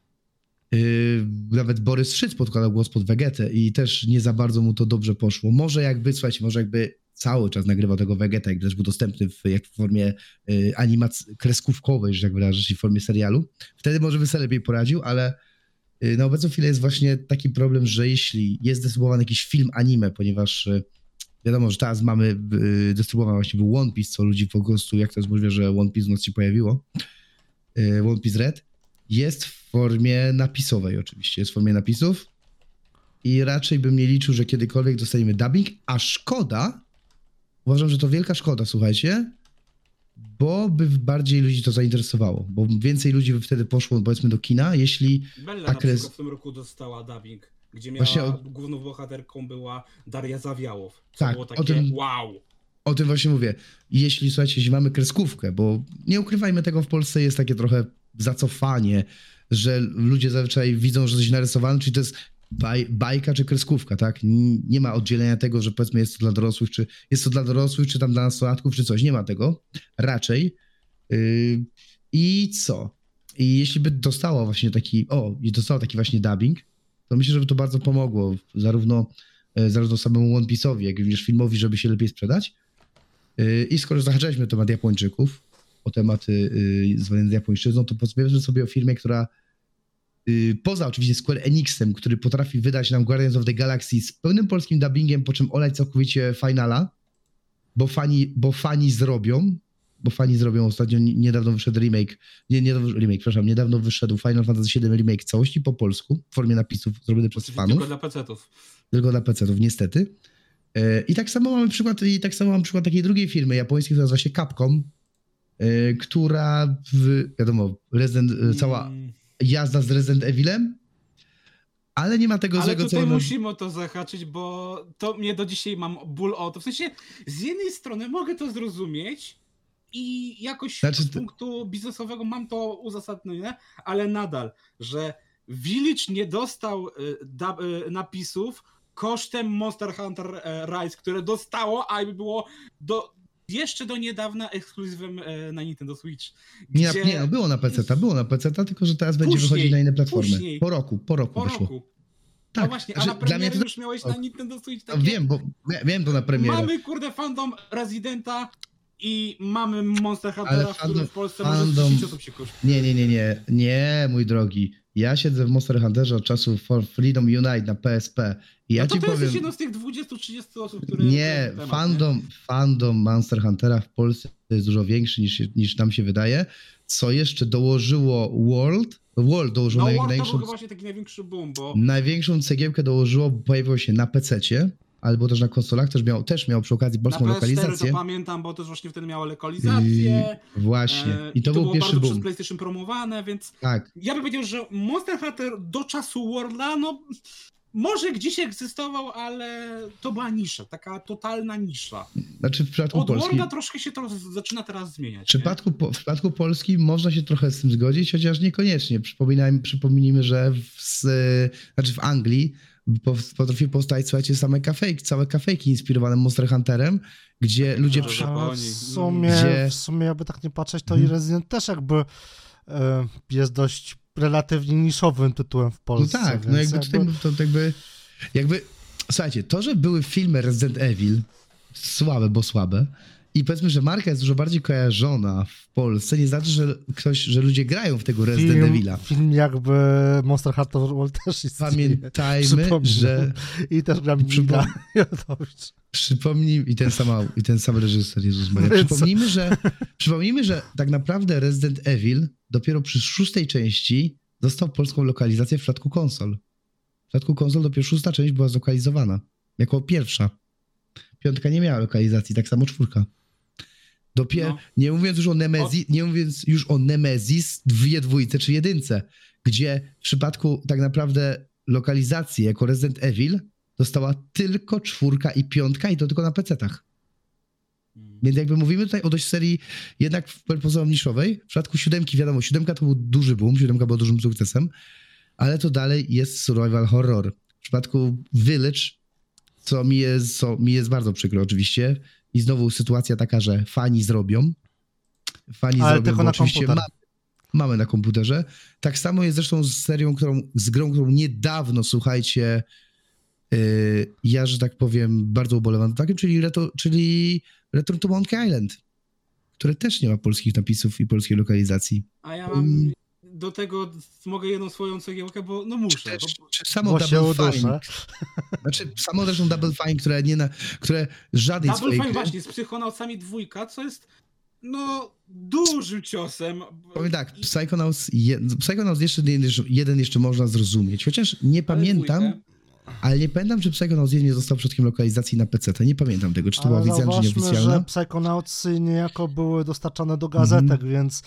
Yy, nawet Borys Szyc podkładał głos pod Vegetę i też nie za bardzo mu to dobrze poszło. Może jakby, słuchajcie, może jakby cały czas nagrywał tego Vegetę, jak też był dostępny w, jak w formie yy, animacji kreskówkowej, że tak wyrażę, czyli w formie serialu. Wtedy może by sobie lepiej poradził, ale yy, na obecną chwilę jest właśnie taki problem, że jeśli jest dystrybuowany jakiś film anime, ponieważ yy, wiadomo, że teraz mamy yy, dystrybuowany właśnie był One Piece, co ludzi po prostu, jak to jest możliwe, że One Piece w nocy się pojawiło, yy, One Piece Red, jest w formie napisowej oczywiście, jest w formie napisów i raczej bym nie liczył, że kiedykolwiek dostaniemy dubbing, a szkoda, uważam, że to wielka szkoda, słuchajcie, bo by bardziej ludzi to zainteresowało, bo więcej ludzi by wtedy poszło, powiedzmy, do kina, jeśli Bella A na kres- przykład w tym roku dostała dubbing, gdzie miała, Właśnie o- główną bohaterką była Daria Zawiałow. Co Tak, było o takie tym- wow. o tym właśnie mówię. Jeśli, słuchajcie, jeśli mamy kreskówkę, bo nie ukrywajmy tego, w Polsce jest takie trochę zacofanie, że ludzie zazwyczaj widzą, że coś narysowane, czyli to jest baj, bajka czy kreskówka, tak? N- Nie ma oddzielenia tego, że powiedzmy jest to dla dorosłych, czy jest to dla dorosłych, czy tam dla nastolatków, czy coś. Nie ma tego. Raczej. Yy, I co? I jeśli by dostała właśnie taki, o, i dostała taki właśnie dubbing, to myślę, że by to bardzo pomogło zarówno, e, zarówno samemu One Piece'owi, jak również filmowi, żeby się lepiej sprzedać. Yy, I skoro zahaczaliśmy o temat Japończyków, o tematy yy, związane z japońszczyzną, to pozwiemy sobie o firmie, która yy, poza oczywiście Square Enixem, który potrafi wydać nam Guardians of the Galaxy z pełnym polskim dubbingiem, po czym olać całkowicie finala, bo fani, bo fani zrobią, bo fani zrobią ostatnio, niedawno wyszedł remake, nie, nie remake, przepraszam, niedawno wyszedł Final Fantasy siedem remake całości po polsku, w formie napisów zrobiony przez Oczywiście fanów. tylko dla pecetów. Tylko dla pecetów, niestety. E, I tak samo mamy przykład, i tak samo mamy przykład takiej drugiej firmy japońskiej, która nazywa się Capcom, e, która w, wiadomo, Resident, e, cała Mm, jazda z Resident Evilem, ale nie ma tego Ale złego, co tutaj ona... musimy o to zahaczyć, bo to mnie do dzisiaj mam ból o to. W sensie, z jednej strony mogę to zrozumieć, i jakoś Znaczy, z to- punktu biznesowego mam to uzasadnione, ale nadal, że Village nie dostał y, da, y, napisów kosztem Monster Hunter y, Rise, które dostało, a było do, jeszcze do niedawna ekskluzywem y, na Nintendo Switch. Nie, gdzie- nie, no było na P C, ta, było na P C, ta, tylko że teraz będzie Później, wychodzić na inne platformy. później. Po roku, po roku Po wyszło. roku. Tak, No właśnie, a znaczy, na dla mnie premierę to- już miałeś na Nintendo Switch No, takie... wiem, bo wiem to na premierę. Mamy kurde fandom Residenta i mamy Monster Huntera, Ale w którym fandom- w Polsce może fandom- dziesięć osób się kosztuje. Nie, nie, nie, nie, nie, mój drogi. Ja siedzę w Monster Hunterze od czasu For Freedom Unite na P S P. I ja No to ci ty powiem... jesteś jedną z tych dwudziestu trzydziestu osób, które... Nie, temat, fandom, fandom Monster Huntera w Polsce jest dużo większy niż, się- niż nam się wydaje. Co jeszcze dołożyło World? World dołożyło No naj, War to największą, był właśnie taki największy boom, bo największą cegiełkę dołożyło, bo pojawiło się na pececie, albo też na konsolach, też miał, też miał przy okazji na polską P S cztery lokalizację. to pamiętam, bo też właśnie wtedy miało lokalizację. I właśnie. e, I to był było pierwszy bardzo boom. przez PlayStation promowane, więc Tak. ja bym powiedział, że Monster Hunter do czasu Worlda, no może gdzieś egzystował, ale to była nisza, taka totalna nisza. Znaczy w przypadku Od Polski. Worlda troszkę się to zaczyna teraz zmieniać. W nie? przypadku, po- w przypadku Polski można się trochę z tym zgodzić, chociaż niekoniecznie. Przypominajmy, przypomnijmy, że w, z, znaczy w Anglii po- potrafiły powstać, słuchajcie, same kafejki, całe kafejki inspirowane Monster Hunterem, gdzie ludzie Dobrze. przy... Ale Japonii. w sumie, Gdzie- w sumie jakby tak nie patrzeć, to Mhm. i Resident też jakby e, jest dość relatywnie niszowym tytułem w No Polsce. tak, no więc jakby tutaj to jakby, jakby, słuchajcie, to, że były filmy Resident Evil, słabe, bo słabe, i powiedzmy, że marka jest dużo bardziej kojarzona w Polsce, nie znaczy, że ktoś, że ludzie grają w tego Resident film, Evila. film jakby Monster Hunter World też istnieje. Pamiętajmy, Przypominam. że I też gram Przypom- Mila Jodowicz. przypomnij, i ten sam, au- i ten sam reżyser, Jezus Maria, Więc- przypomnijmy, że, przypomnijmy, że tak naprawdę Resident Evil dopiero przy szóstej części dostał polską lokalizację w przypadku konsol. W przypadku konsol dopiero szósta część była zlokalizowana, jako pierwsza. Piątka nie miała lokalizacji, tak samo czwórka. Dopiero, No. nie mówiąc już o Nemesis, nie mówiąc już o Nemesis, dwie dwójce czy jedynce, gdzie w przypadku tak naprawdę lokalizacji jako Resident Evil dostała tylko czwórka i piątka i to tylko na pecetach. Więc jakby mówimy tutaj o dość serii jednak w pozorom niszowej. W przypadku siódemki wiadomo, siódemka to był duży boom, siódemka była dużym sukcesem, ale to dalej jest survival horror. W przypadku Village, co mi jest, co mi jest bardzo przykro oczywiście, i znowu sytuacja taka, że fani zrobią. Fani Ale zrobią, tylko bo na oczywiście komputer. ma, mamy na komputerze. Tak samo jest zresztą z serią, którą, z grą, którą niedawno, słuchajcie, yy, ja, że tak powiem, bardzo ubolewam nad takim, czyli, Reto, czyli Return to Monkey Island, które też nie ma polskich napisów i polskiej lokalizacji. A ja mam do tego mogę jedną swoją cegiełkę, bo no muszę. Czy, też, bo- czy samo Bo się Double uduszę. Fine, znaczy samo zresztą Double Fine, które nie na, które żadnej Double swojej Fine gry, właśnie z Psychonautsami dwójka, co jest no dużym ciosem. powiem tak, I- Psychonauts, je, Psychonauts jeszcze, jeszcze, jeden jeszcze można zrozumieć, chociaż nie ale pamiętam, dwójkę. ale nie pamiętam, czy Psychonauts jeden nie został przypadkiem lokalizacji na P C. Nie pamiętam tego, czy to była Ale oficjalna, czy zauważmy, nieoficjalna. że Psychonautsy niejako były dostarczane do gazetek, Mhm. więc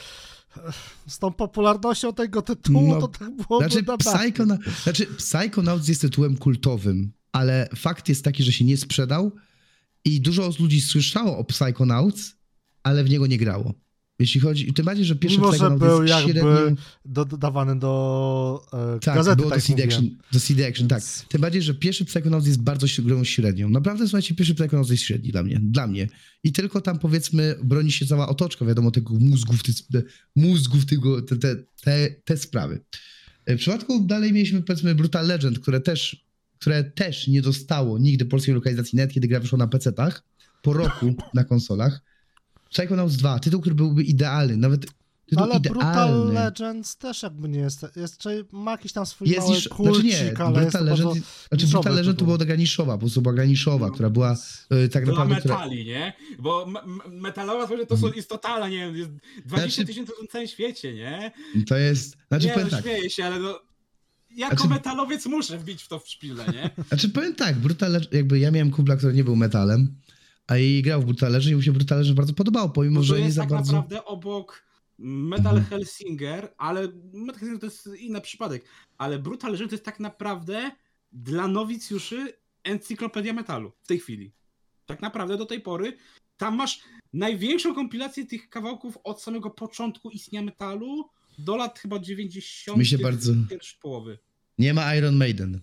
z tą popularnością tego tytułu No, to tak było Znaczy, na Psychona, znaczy, Psychonauts jest tytułem kultowym, ale fakt jest taki, że się nie sprzedał i dużo ludzi słyszało o Psychonauts, ale w niego nie grało. Jeśli chodzi, tym bardziej, że pierwszy Mimo, że Psychonauts był jest jakby średnią... do, dodawany do e, Tak, gazety, było tak do C D jak Action, mówiłem. do C D Action, tak. Więc- Tym bardziej, że pierwszy Psychonauts jest bardzo ś- grą średnią. Naprawdę, słuchajcie, pierwszy Psychonauts jest średni dla mnie, dla mnie. I tylko tam, powiedzmy, broni się cała otoczka, wiadomo, tego mózgów, te, te, mózgów tego, te, te, te, te sprawy. W przypadku dalej mieliśmy, powiedzmy, Brutal Legend, które też, które też nie dostało nigdy polskiej lokalizacji, nawet kiedy gra wyszła na pecetach, po roku na konsolach. Psychonauts dwa, tytuł, który byłby idealny, nawet tytuł Ale Brutal idealny. Legends też jakby nie jest, jest czy ma jakiś tam swój Jest mały niż, kulcik, znaczy nie, ale jest to Brutal Legend, bardzo znaczy niszowy Brutal Legend to tytuł. była taka niszowa, po prostu była gra niszowa, No, która była y, tak Dla naprawdę... Która, metali, nie? Bo me- me- metalowa to, to są, jest totalna, nie wiem, jest dwadzieścia Znaczy- tysięcy na całym świecie, nie? to jest... Znaczy nie, powiem no, tak, śmieję się, ale no jako Znaczy- metalowiec muszę wbić w to w szpilę, nie? znaczy powiem tak, Brutal Legend, jakby ja miałem kumpla, który nie był metalem, a i grał w Brutal Legend i mu się Brutal Legend bardzo podobało, pomimo, Bo to że nie jest za tak bardzo... naprawdę obok Metal Mhm. Hellsinger, ale Metal Hellsinger to jest inny przypadek, ale Brutal Legend to jest tak naprawdę dla nowicjuszy encyklopedia metalu w tej chwili. Tak naprawdę do tej pory tam masz największą kompilację tych kawałków od samego początku istnienia metalu do lat chyba dziewięćdziesiątych Mi się bardzo... pierwszej połowy. Nie ma Iron Maiden.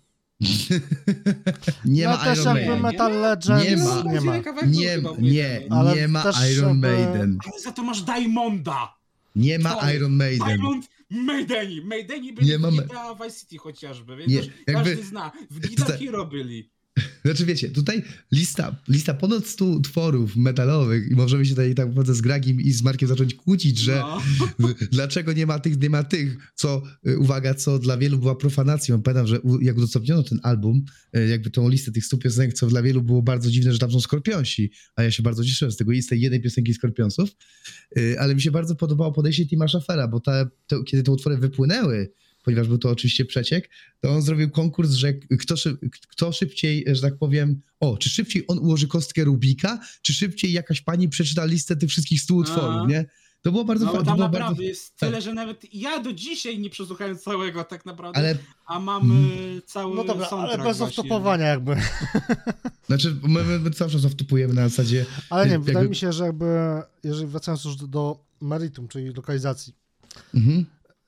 nie no ma też Iron jakby Maiden. Metal Legends Nie ma. nie ma. Nie, nie, Ale nie ma też Iron jakby- Maiden. Ale za to masz Diamonda! Nie ma Stary, Iron Maiden. Diamond Maideni! Maideni byli Nie w ma me- G T A Vice City chociażby, więc Nie, już jakby- każdy zna. W Guitar Tutaj- Hero byli. Znaczy wiecie, tutaj lista, lista ponad stu utworów metalowych i możemy się tutaj tak naprawdę z Gragiem i z Markiem zacząć kłócić, że No. dlaczego nie ma tych, nie ma tych, co, y, uwaga, co dla wielu była profanacją. Pamiętam, że u- jak udostępniono ten album, y, jakby tą listę tych stu piosenek, co dla wielu było bardzo dziwne, że tam są Skorpionsi, a ja się bardzo cieszyłem z tego i z tej jednej piosenki Skorpionsów, y, ale mi się bardzo podobało podejście Tima Schaffera, bo ta, to, kiedy te utwory wypłynęły, ponieważ był to oczywiście przeciek, to on zrobił konkurs, że kto, szy, kto szybciej, że tak powiem, o, czy szybciej on ułoży kostkę Rubika, czy szybciej jakaś pani przeczyta listę tych wszystkich stu utworów, A. nie? To było bardzo No bo fajne. tam to było naprawdę bardzo... jest tyle, że nawet ja do dzisiaj nie przesłuchałem całego tak naprawdę, Ale, a mam y, cały No dobra, ale soundtrack bez właśnie. off-topowania jakby. znaczy, my, my, my cały czas off-topujemy na zasadzie... Ale nie, jakby- wydaje mi się, że jakby, jeżeli wracając już do, do meritum, czyli lokalizacji, Mhm.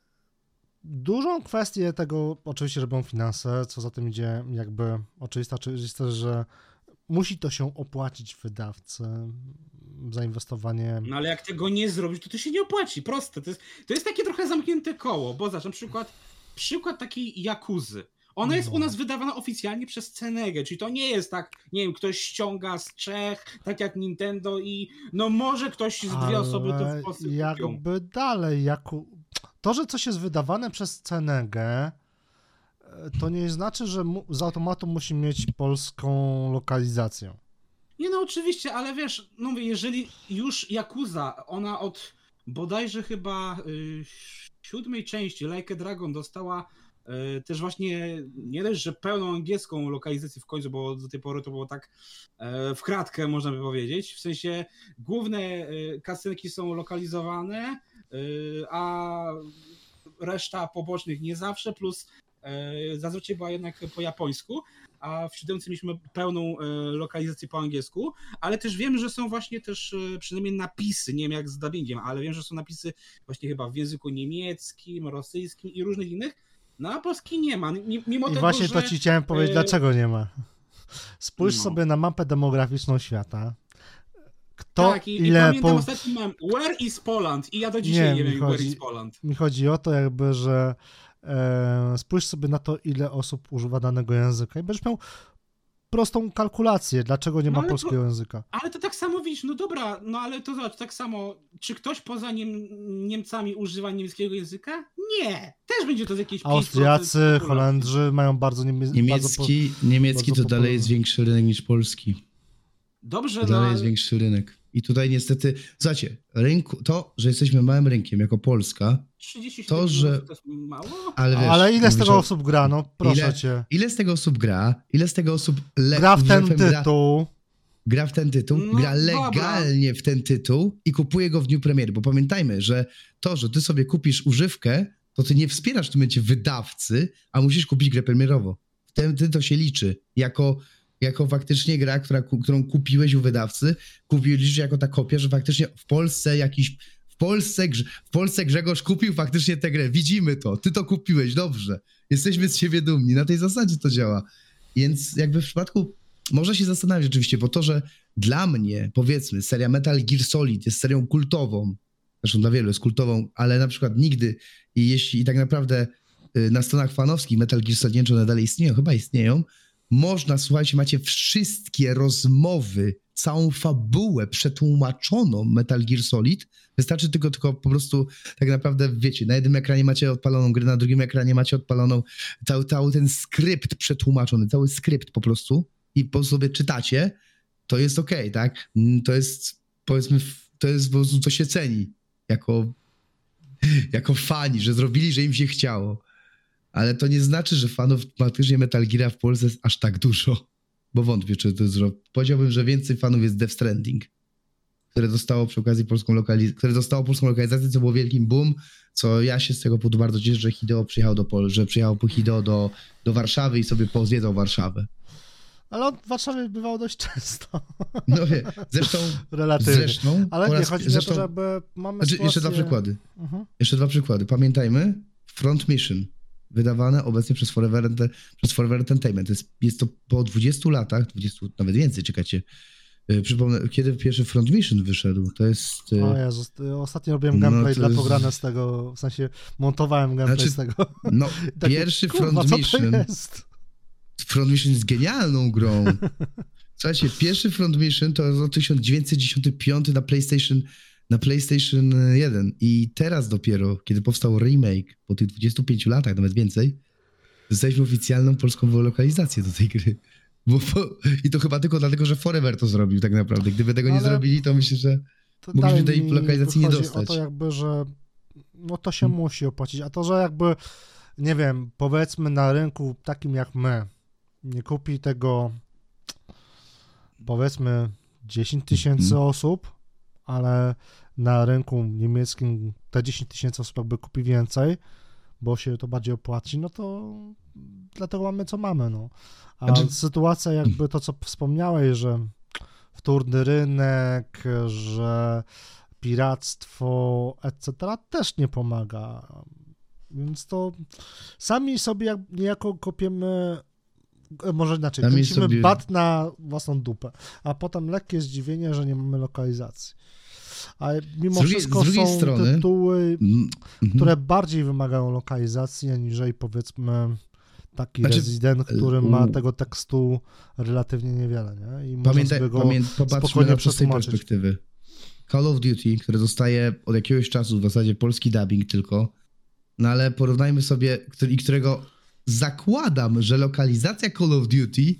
dużą kwestię tego, oczywiście, że będą finanse, co za tym idzie, jakby oczywista, oczywiste, że musi to się opłacić wydawcy, zainwestowanie. No ale jak tego nie zrobisz, to to się nie opłaci, proste. To jest, to jest takie trochę zamknięte koło, bo zobacz, na przykład przykład takiej Jakuzy. Ona jest No. u nas wydawana oficjalnie przez Cenegę, czyli to nie jest tak, nie wiem, ktoś ściąga z Czech, tak jak Nintendo i no może ktoś z dwie Ale osoby to w Polsce kupią. jakby dalej, jako... to, że coś jest wydawane przez Cenegę, to nie znaczy, że mu, z automatu musi mieć polską lokalizację. Nie no oczywiście, ale wiesz, no mówię, jeżeli już Yakuza, ona od bodajże chyba y, siódmej części Like a Dragon dostała y, też właśnie nie dość, że pełną angielską lokalizację w końcu, bo do tej pory to było tak y, w kratkę można by powiedzieć, w sensie główne y, kasynki są lokalizowane, y, a reszta pobocznych nie zawsze, plus y, zazwyczaj była jednak po japońsku, a w siódemce mieliśmy pełną e, lokalizację po angielsku, ale też wiem, że są właśnie też e, przynajmniej napisy, nie wiem jak z dubbingiem, ale wiem, że są napisy właśnie chyba w języku niemieckim, rosyjskim i różnych innych, no a polski nie ma, M- mimo I tego, właśnie że... to ci chciałem powiedzieć, e, dlaczego nie ma. Spójrz No. sobie na mapę demograficzną świata. Kto tak, i, i ile pamiętam po... ostatnio mam Where is Poland? I ja do dzisiaj Nie, nie, mi wiem, Where chodzi- is Poland. Mi chodzi o to jakby, że e, spójrz sobie na to, ile osób używa danego języka i będziesz miał prostą kalkulację, dlaczego nie No ma ale polskiego to- języka. Ale to tak samo widzisz, no dobra, no ale to zobacz, tak samo, czy ktoś poza Niem, Niemcami używa niemieckiego języka? Nie, też będzie to z jakieś pięć procent Austriacy, populacji. Holendrzy mają bardzo, niemie... bardzo po... Niemiecki, niemiecki bardzo to dalej popularny. jest większy rynek niż polski. Dobrze, To no, dalej jest większy rynek. I tutaj niestety, zobaczcie, rynku, to, że jesteśmy małym rynkiem jako Polska, trzydzieści siedem to, że- milionów to jest mało? ale wiesz... Ale ile z mówisz tego o- osób gra? No proszę Ile- cię. Ile z tego osób gra? Ile z tego osób le- Gra w ten gra, tytuł. gra w ten tytuł, No gra dobra. legalnie w ten tytuł i kupuje go w dniu premiery, bo pamiętajmy, że to, że ty sobie kupisz używkę, to ty nie wspierasz w tym momencie wydawcy, a musisz kupić grę premierowo. Wtedy to się liczy jako, jako faktycznie gra, która, ku- którą kupiłeś u wydawcy, kupiłeś liczy jako ta kopia, że faktycznie w Polsce jakiś w Polsce, Grze- w Polsce Grzegorz kupił faktycznie tę grę. Widzimy to. Ty to kupiłeś, dobrze. Jesteśmy z siebie dumni. Na tej zasadzie to działa. Więc jakby w przypadku można się zastanawiać oczywiście, bo to, że dla mnie, powiedzmy, seria Metal Gear Solid jest serią kultową, zresztą dla wielu jest kultową, ale na przykład nigdy i jeśli i tak naprawdę y, na stronach fanowskich Metal Gear Solid, nie wiem, czy one dalej istnieją, chyba istnieją, można, słuchajcie, macie wszystkie rozmowy, całą fabułę przetłumaczoną Metal Gear Solid. Wystarczy tylko, tylko po prostu tak naprawdę, wiecie, na jednym ekranie macie odpaloną grę, na drugim ekranie macie odpaloną cały, cały ten skrypt przetłumaczony, cały skrypt po prostu i po sobie czytacie, to jest okej, tak? Mm, To jest, powiedzmy, f- to jest po prostu, co się ceni jako, jako fani, że zrobili, że im się chciało. Ale to nie znaczy, że fanów faktycznie Metal Geara w Polsce jest aż tak dużo, bo wątpię, czy to jest... Powiedziałbym, że więcej fanów jest Death Stranding, które dostało przy okazji polską lokalizację, które dostało polską lokalizację, co było wielkim boom, co ja się z tego powodu bardzo cieszę, że Hideo przyjechał do Pol, że przyjechał po Hideo do, do Warszawy i sobie pozwiedzał Warszawę. Ale on w Warszawie bywał dość często. No wie, zresztą, Relatywnie. zresztą, Ale po nie, raz- chodzi mi o zresztą, to, żeby mamy znaczy, sytuację... jeszcze dwa przykłady. Mhm. Jeszcze dwa przykłady. Pamiętajmy, Front Mission, wydawane obecnie przez Forever, Ente- przez Forever Entertainment. Jest, jest to po dwudziestu latach, dwudziestu, nawet więcej, czekajcie. Yy, Przypomnę, kiedy pierwszy Front Mission wyszedł, to jest... yy, O Jezus, ostatnio robiłem No gameplay to dla jest- pograne z tego, w sensie montowałem gameplay Znaczy, z tego. No, Takie, pierwszy kurwa, Front co Mission... to jest? Front Mission jest genialną grą. Słuchajcie, pierwszy Front Mission to rok tysiąc dziewięćset dziewięćdziesiąty piąty na PlayStation, na PlayStation jeden i teraz dopiero, kiedy powstał remake, po tych dwudziestu pięciu latach, nawet więcej, dostaliśmy oficjalną polską lokalizację do tej gry. Bo, bo, I to chyba tylko dlatego, że Forever to zrobił tak naprawdę. Gdyby tego nie Ale- zrobili, to myślę, że To mogliśmy dalej tej mi lokalizacji nie wychodzi dostać. o to jakby, że no to się Hmm. musi opłacić, a to, że jakby, nie wiem, powiedzmy na rynku takim jak my, nie kupi tego powiedzmy dziesięć tysięcy Mhm. osób, ale na rynku niemieckim te dziesięć tysięcy osób jakby kupi więcej, bo się to bardziej opłaci, no to dlatego mamy co mamy, no. A Znaczy- sytuacja jakby to, co wspomniałeś, że wtórny rynek, że piractwo, et cetera też nie pomaga. Więc to sami sobie jak, niejako kopiemy, e, może inaczej, Sami kręcimy sobie- bat na własną dupę, a potem lekkie zdziwienie, że nie mamy lokalizacji. A mimo Z drugiej- wszystko z drugiej są strony- tytuły, Mm, mhm. które bardziej wymagają lokalizacji, aniżeli powiedzmy taki Znaczy, Resident, który u- ma tego tekstu relatywnie niewiele, nie? I można Pamiętaj, sobie go pamię, popatrzmy spokojnie na to z tej przetłumaczyć. perspektywy. Call of Duty, które dostaje od jakiegoś czasu w zasadzie polski dubbing tylko, no ale porównajmy sobie, który, i którego zakładam, że lokalizacja Call of Duty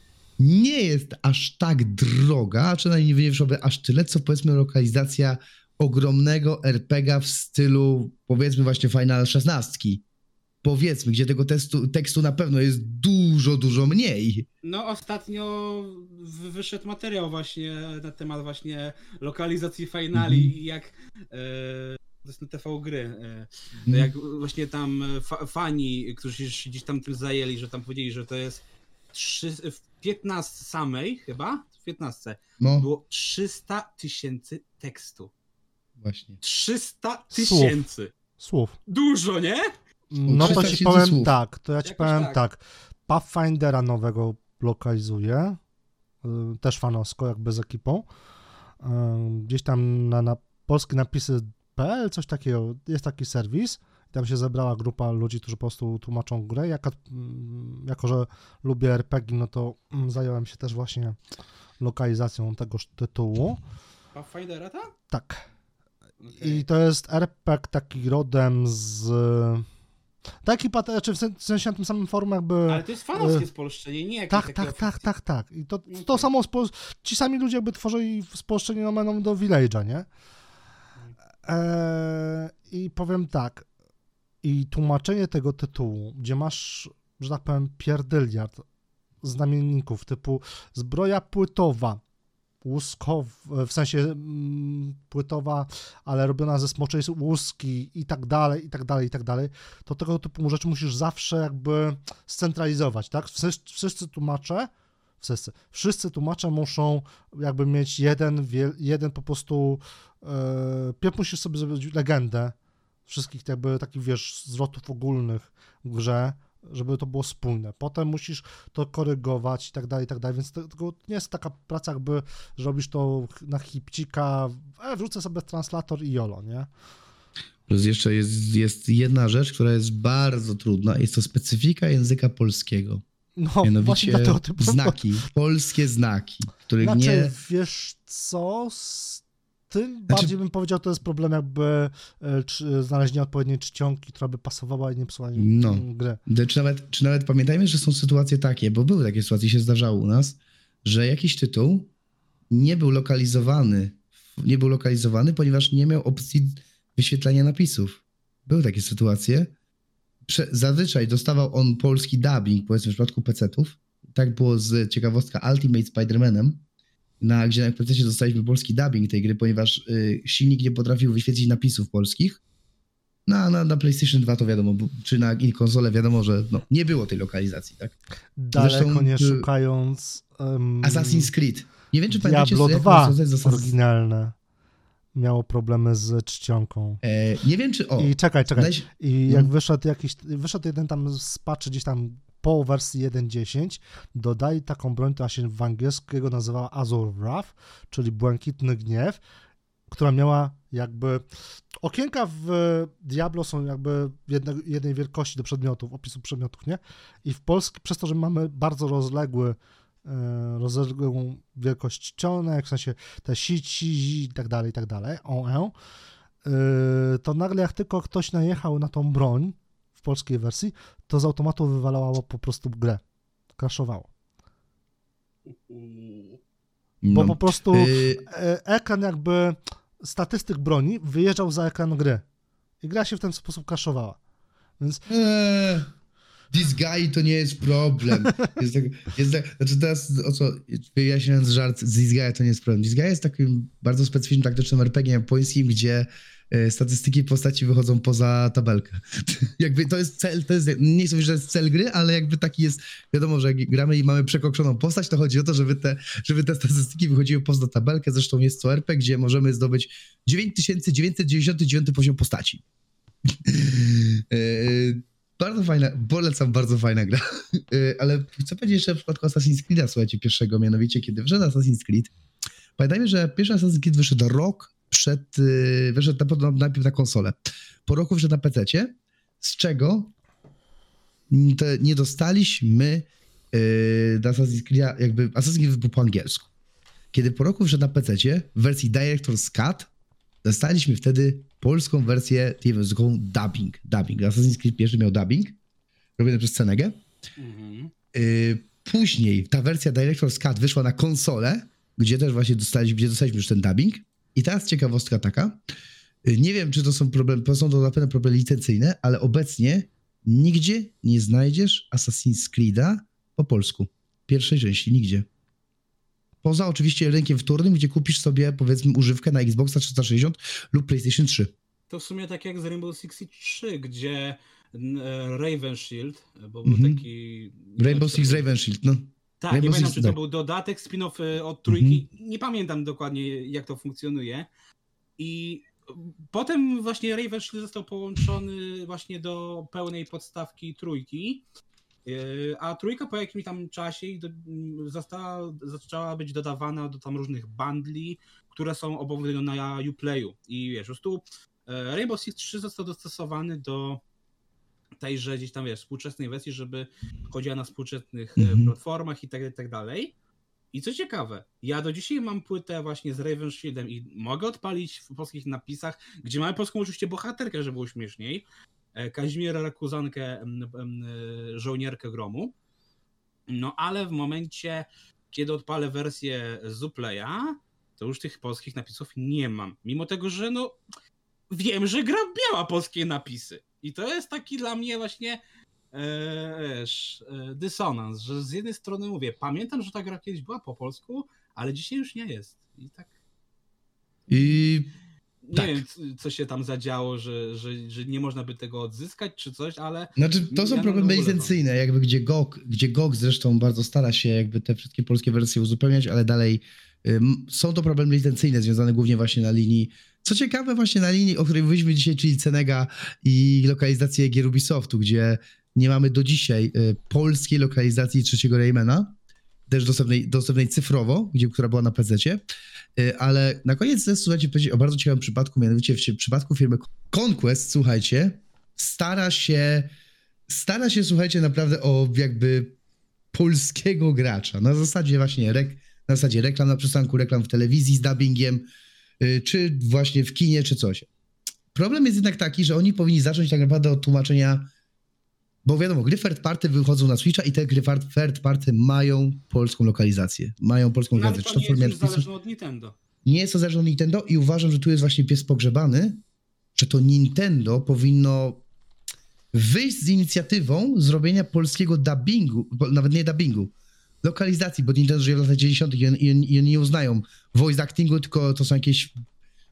nie jest aż tak droga, a przynajmniej nie wyniosłaby aż tyle, co powiedzmy lokalizacja ogromnego er pe gie a w stylu powiedzmy właśnie Final szesnastki. Powiedzmy, gdzie tego tekstu, tekstu na pewno jest dużo, dużo mniej. No ostatnio w- wyszedł materiał właśnie na temat właśnie lokalizacji finali Mhm. i jak e, to jest na te vé gry, e, Mhm. jak właśnie tam fa, fani, którzy się gdzieś tam tym zajęli, że tam powiedzieli, że to jest trzy, w piętnastce samej chyba, w piętnastce No, było trzysta tysięcy tekstu. właśnie. trzysta tysięcy! Słów. Dużo, nie? No to trzysta ci tysięcy powiem słów. tak, to ja ci Jakoś powiem tak. tak. Pathfindera nowego lokalizuję, y, też fanowsko, jakby z ekipą. Y, Gdzieś tam na, na polskie napisy kropka pe el, coś takiego, jest taki serwis. Tam się zebrała grupa ludzi, którzy po prostu tłumaczą grę. Jako, mm, jako że lubię er pe gie, no to mm, zająłem się też właśnie lokalizacją tegoż tytułu. Pathfindera, tak? Tak. Okej. I to jest er pe gie taki rodem z... Taki, pat- czy w sen- w sensie na tym samym forum jakby... Ale to jest fanowskie spolszczenie, nie jakieś Tak, takie tak, tak, oficjalne. tak, tak. I to, Okej. to samo, spo, ci sami ludzie jakby tworzyli spolszczenie nomeną do Village'a, nie? Eee, I powiem tak, i tłumaczenie tego tytułu, gdzie masz, że tak powiem, pierdyliard znamienników typu zbroja płytowa, łuskow, w sensie mm, płytowa, ale robiona ze smoczej łuski i tak dalej, i tak dalej, i tak dalej, to tego typu rzeczy musisz zawsze jakby scentralizować, tak? Wszyscy, wszyscy tłumacze, wszyscy, wszyscy tłumacze muszą jakby mieć jeden, wiel- jeden po prostu, e, pierw musisz sobie zrobić legendę wszystkich jakby takich, wiesz, zwrotów ogólnych w grze, żeby to było spójne. Potem musisz to korygować i tak dalej, i tak dalej, więc to, to nie jest taka praca jakby, że robisz to na chipcika, e, wrzucę sobie translator i jolo, nie? Plus jeszcze jest, jest jedna rzecz, która jest bardzo trudna, jest to specyfika języka polskiego. No, właśnie Mianowicie dlatego ty znaki, polskie znaki, których Znaczy, nie... wiesz co, z tym Znaczy- bardziej bym powiedział, to jest problem jakby e, czy, znalezienia odpowiedniej czcionki, która by pasowała i nie psuła No. gry. Czy nawet, czy nawet pamiętajmy, że są sytuacje takie, bo były takie sytuacje, się zdarzało u nas, że jakiś tytuł nie był lokalizowany, nie był lokalizowany, ponieważ nie miał opcji wyświetlania napisów. Były takie sytuacje. Prze- zazwyczaj dostawał on polski dubbing, powiedzmy w przypadku pecetów. Tak było z ciekawostka Ultimate Spider-Manem, na, gdzie na pececie dostaliśmy polski dubbing tej gry, ponieważ y, silnik nie potrafił wyświetlić napisów polskich. Na, na, na PlayStation dwa to wiadomo, bo- czy na inne konsole wiadomo, że no, nie było tej lokalizacji, tak? Daleko Zresztą, nie y, szukając um, Assassin's Creed. Nie wiem, czy pamiętacie, Diablo jak dwa rozwiązać z Assassin's... oryginalne miało problemy z czcionką. E, nie wiem, czy... O, I czekaj, czekaj. Weź- I no. jak wyszedł jakiś, wyszedł jeden tam z patchy gdzieś tam po wersji jeden dziesięć, dodali taką broń, która się w angielskiego nazywała Azure Wrath, czyli błękitny gniew, która miała jakby... Okienka w Diablo są jakby jedne, jednej wielkości do przedmiotów, opisu przedmiotów, nie? I w Polsce, przez to, że mamy bardzo rozległy e, rozległą wielkość czcionek, w sensie te sici i tak dalej, i tak dalej, o, e, e, to nagle jak tylko ktoś najechał na tą broń w polskiej wersji, to z automatu wywalało po prostu grę. Crashowało. Bo no. po prostu Y, e, ekran jakby statystyk broni wyjeżdżał za ekran gry. I gra się w ten sposób crashowała. Więc Eee, this guy to nie jest problem. Jest tak, jest tak, znaczy teraz o co, wyjaśniając żart, this guy to nie jest problem. This guy jest takim bardzo specyficznym taktycznym er pe gie japońskim, gdzie e, statystyki postaci wychodzą poza tabelkę. Jakby to jest cel, to jest, nie chcę mówić, że jest cel gry, ale jakby taki jest, wiadomo, że jak gramy i mamy przekokszoną postać, to chodzi o to, żeby te, żeby te statystyki wychodziły poza tabelkę. Zresztą jest to er pe, gdzie możemy zdobyć dziewięć tysięcy dziewięćset dziewięćdziesiąty dziewiąty poziom postaci. Yy, bardzo fajna, polecam, bardzo fajna gra. Yy, ale chcę powiedzieć jeszcze w przypadku Assassin's Creed'a, słuchajcie, pierwszego, mianowicie kiedy wyszedł Assassin's Creed, pamiętajmy, że pierwszy Assassin's Creed wyszedł rok przed, yy, wyszedł na, najpierw na konsolę. Po roku wyszedł na pececie, z czego te, nie dostaliśmy yy, do Assassin's Creed'a, jakby Assassin's Creed był po angielsku. Kiedy po roku wyszedł na pececie w wersji Director's Cut, dostaliśmy wtedy polską wersję językową dubbing. Dubbing. Assassin's Creed pierwszy miał dubbing, robiony przez Cenegę. Mhm. Yy, później ta wersja Director's Cut wyszła na konsolę, gdzie też właśnie dostaliśmy, gdzie dostaliśmy już ten dubbing. I teraz ciekawostka taka. Yy, nie wiem, czy to są problemy, to są to na pewno problemy licencyjne, ale obecnie nigdzie nie znajdziesz Assassin's Creed'a po polsku. Pierwszej części, nigdzie. Poza oczywiście rynkiem wtórnym, gdzie kupisz sobie, powiedzmy, używkę na Xboxa trzysta sześćdziesiąt lub PlayStation trzy. To w sumie tak jak z Rainbow Six Siege trzy, gdzie e, Raven Shield, bo był Mhm. taki... Rainbow Six Raven Shield, no. Tak, Rainbow nie pamiętam, Six- czy to tak. był dodatek, spin-off e, od trójki. Nie pamiętam dokładnie, jak to funkcjonuje. I potem właśnie Raven Shield został połączony właśnie do pełnej podstawki trójki. E, A trójka po jakimś tam czasie do- m, została, zaczęła być dodawana do tam różnych bundli, które są obowiązują na Uplayu. I wiesz, po prostu e, Rainbow Six trzy został dostosowany do tejże gdzieś tam, wiesz, współczesnej wersji, żeby chodziła na współczesnych e, Mhm. platformach i tak, i tak dalej. I co ciekawe, ja do dzisiaj mam płytę właśnie z Raven Shieldem i mogę odpalić w polskich napisach, gdzie mamy polską oczywiście bohaterkę, żeby było śmieszniej, e, Kazimierę Rakuzankę, em, em, e, żołnierkę gromu. No ale w momencie, kiedy odpalę wersję z Uplaya, to już tych polskich napisów nie mam. Mimo tego, że no wiem, że gra miała polskie napisy. I to jest taki dla mnie właśnie e, wiesz, e, dysonans, że z jednej strony mówię, pamiętam, że ta gra kiedyś była po polsku, ale dzisiaj już nie jest. I tak I nie Tak. wiem, c- co się tam zadziało, że, że, że nie można by tego odzyskać czy coś, ale znaczy, to są Ja problemy w ogóle to- licencyjne, jakby gdzie G O G, gdzie G O G zresztą bardzo stara się jakby te wszystkie polskie wersje uzupełniać, ale dalej ym, są to problemy licencyjne związane głównie właśnie na linii, co ciekawe właśnie na linii, o której mówiliśmy dzisiaj, czyli Cenega i lokalizację gier Ubisoftu, gdzie nie mamy do dzisiaj y, polskiej lokalizacji trzeciego Raymana, też dostępnej, dostępnej cyfrowo, gdzie, która była na pececie. Y, Ale na koniec chcę, słuchajcie, powiedzieć o bardzo ciekawym przypadku, mianowicie w w przypadku firmy Conquest, słuchajcie, stara się, stara się, słuchajcie, naprawdę o jakby polskiego gracza. Na zasadzie właśnie rek, na zasadzie reklam na przystanku, reklam w telewizji z dubbingiem, y, czy właśnie w kinie, czy coś. Problem jest jednak taki, że oni powinni zacząć tak naprawdę od tłumaczenia, bo wiadomo, gry third party wychodzą na Switcha i te gry far- third party mają polską lokalizację. Mają polską nawet lokalizację. to Czy to w nie formie jest już napisów? zależne od Nintendo. Nie jest to zależne od Nintendo i uważam, że tu jest właśnie pies pogrzebany, że to Nintendo powinno wyjść z inicjatywą zrobienia polskiego dubbingu, bo nawet nie dubbingu, lokalizacji, bo Nintendo żyje w latach dziewięćdziesiątych i, on- i, on- i oni nie uznają voice actingu, tylko to są jakieś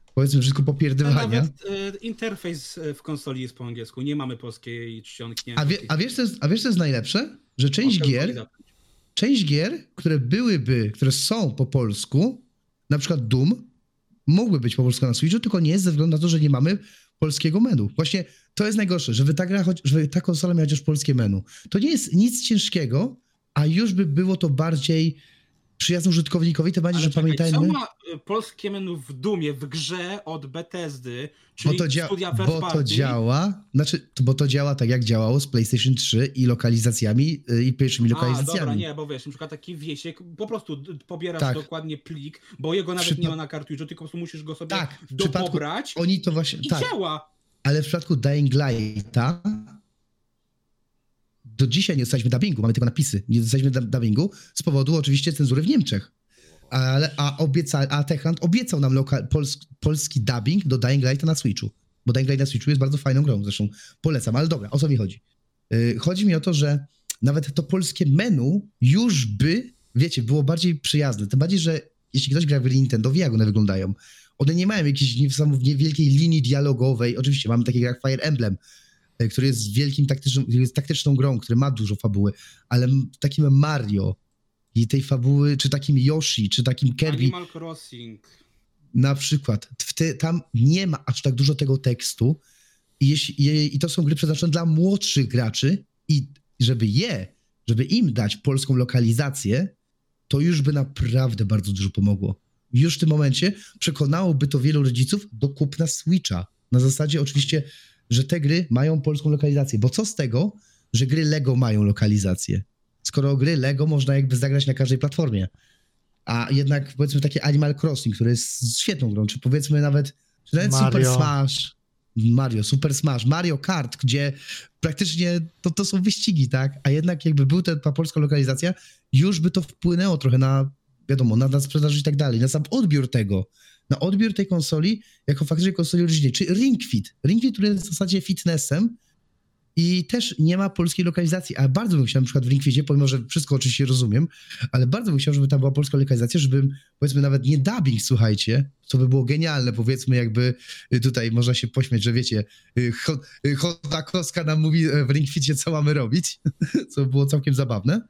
powiedzmy brzydko A popierdywania. nawet e, interfejs e, w konsoli jest po angielsku, nie mamy polskiej czcionki. A, wie, a, wiesz, co jest, a wiesz, co jest najlepsze? Że część gier, część gier, które byłyby, które są po polsku, na przykład Doom, mogły być po polsku na Switchu, tylko nie jest ze względu na to, że nie mamy polskiego menu. Właśnie to jest najgorsze, żeby ta gra, choć, żeby ta konsola miała chociaż polskie menu. To nie jest nic ciężkiego, a już by było to bardziej przyjazne użytkownikowi, tym bardziej, Ale że czekaj, pamiętajmy... co ma e, polskie menu w Dumie, w grze od Bethesdy, czyli Bo to, dzia- studia first bo to party? działa, znaczy, to- bo to działa tak, jak działało z PlayStation trzy i lokalizacjami, y, i pierwszymi A, lokalizacjami. dobra, nie, bo wiesz, na przykład taki Wiesiek, po prostu d- pobierasz Tak. dokładnie plik, bo jego nawet Przypa- nie ma na kartridżu, tylko po prostu musisz go sobie Tak, w przypadku dopobrać oni to właśnie, i tak, działa. ale w przypadku Dying Lighta do dzisiaj nie dostaliśmy dubbingu, mamy tylko napisy, nie dostaliśmy dub- dubbingu z powodu oczywiście cenzury w Niemczech. Ale, a, obieca, a Techland obiecał nam loka, pols, polski dubbing do Dying Lighta na Switchu, bo Dying Light na Switchu jest bardzo fajną grą, zresztą polecam, ale dobra, o co mi chodzi? Yy, chodzi mi o to, że nawet to polskie menu już by, wiecie, było bardziej przyjazne, tym bardziej, że jeśli ktoś gra w Nintendo, wie jak one wyglądają. One nie mają jakiejś niewielkiej linii dialogowej, oczywiście mamy takie jak Fire Emblem, yy, który jest wielkim taktyczną, jest taktyczną grą, który ma dużo fabuły, ale takim Mario i tej fabuły, czy takim Yoshi, czy takim Kirby, Animal Crossing. na przykład, w te, tam nie ma aż tak dużo tego tekstu i, jeśli, i, i to są gry przeznaczone dla młodszych graczy i żeby je, żeby im dać polską lokalizację, to już by naprawdę bardzo dużo pomogło. Już w tym momencie przekonałoby to wielu rodziców do kupna Switcha. Na zasadzie oczywiście, że te gry mają polską lokalizację, bo co z tego, że gry Lego mają lokalizację? Skoro gry Lego można jakby zagrać na każdej platformie. A jednak powiedzmy takie Animal Crossing, które jest świetną grą, czy powiedzmy nawet, czy nawet Mario. Super Smash, Mario, Super Smash, Mario Kart, gdzie praktycznie to, to są wyścigi, tak? A jednak jakby był ten, ta polska lokalizacja, już by to wpłynęło trochę na, wiadomo, na, na sprzedaż i tak dalej, na sam odbiór tego, na odbiór tej konsoli jako faktycznie konsoli oryginalnej, czy Ring Fit. Ring Fit, który jest w zasadzie fitnessem, i też nie ma polskiej lokalizacji, ale bardzo bym chciał na przykład w Ring Fitie, pomimo że wszystko oczywiście rozumiem, ale bardzo bym chciał, żeby tam była polska lokalizacja, żebym, powiedzmy, nawet nie dubbing, słuchajcie, co by było genialne, powiedzmy, jakby tutaj można się pośmiać, że wiecie, Chodakowska nam mówi w Ring Fitie, co mamy robić, co było całkiem zabawne,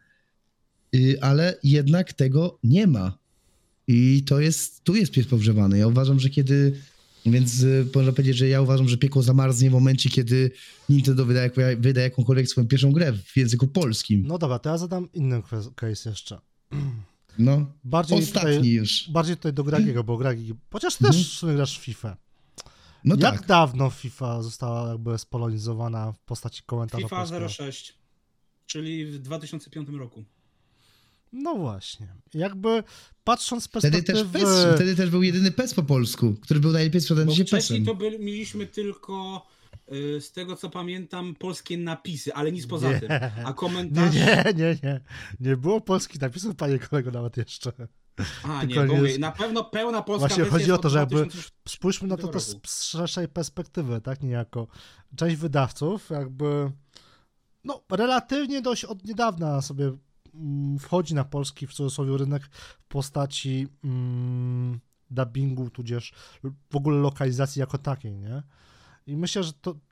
ale jednak tego nie ma. I to jest, tu jest pies pogrzebany. Ja uważam, że kiedy... Więc y, można powiedzieć, że ja uważam, że piekło zamarznie w momencie, kiedy Nintendo wyda, wyda jakąkolwiek swoją pierwszą grę w języku polskim. No dobra, to ja zadam inny case jeszcze. No, Bardziej ostatni tutaj, już. Bardziej tutaj do Gragiego, bo Gragi... Chociaż ty też Mhm. w sumie grasz w FIFA. No Jak tak. dawno FIFA została jakby spolonizowana w postaci komentarza FIFA polskiego? zero sześć, czyli w dwa tysiące piątym roku. No właśnie. Jakby patrząc z Wtedy też, perspektywy... PES, wtedy też był jedyny PES po polsku, który był najlepiej Bo sprzedający się wcześniej PESem. to by, mieliśmy tylko, y, z tego co pamiętam, polskie napisy, ale nic poza Nie. tym. A Nie, komentarze... nie, nie, nie. Nie było polskich napisów, panie kolego, nawet jeszcze. A, Tylko nie, bo nie mówię, jest- na pewno pełna polska Właśnie wersja chodzi jest o to, od że jakby dwa tysiące spójrzmy na to roku. też z szerszej perspektywy, tak, niejako. Część wydawców jakby, no, relatywnie dość od niedawna sobie mm, wchodzi na polski, w cudzysłowie, rynek w postaci mm, dubbingu, tudzież w ogóle lokalizacji jako takiej, nie? I myślę, że to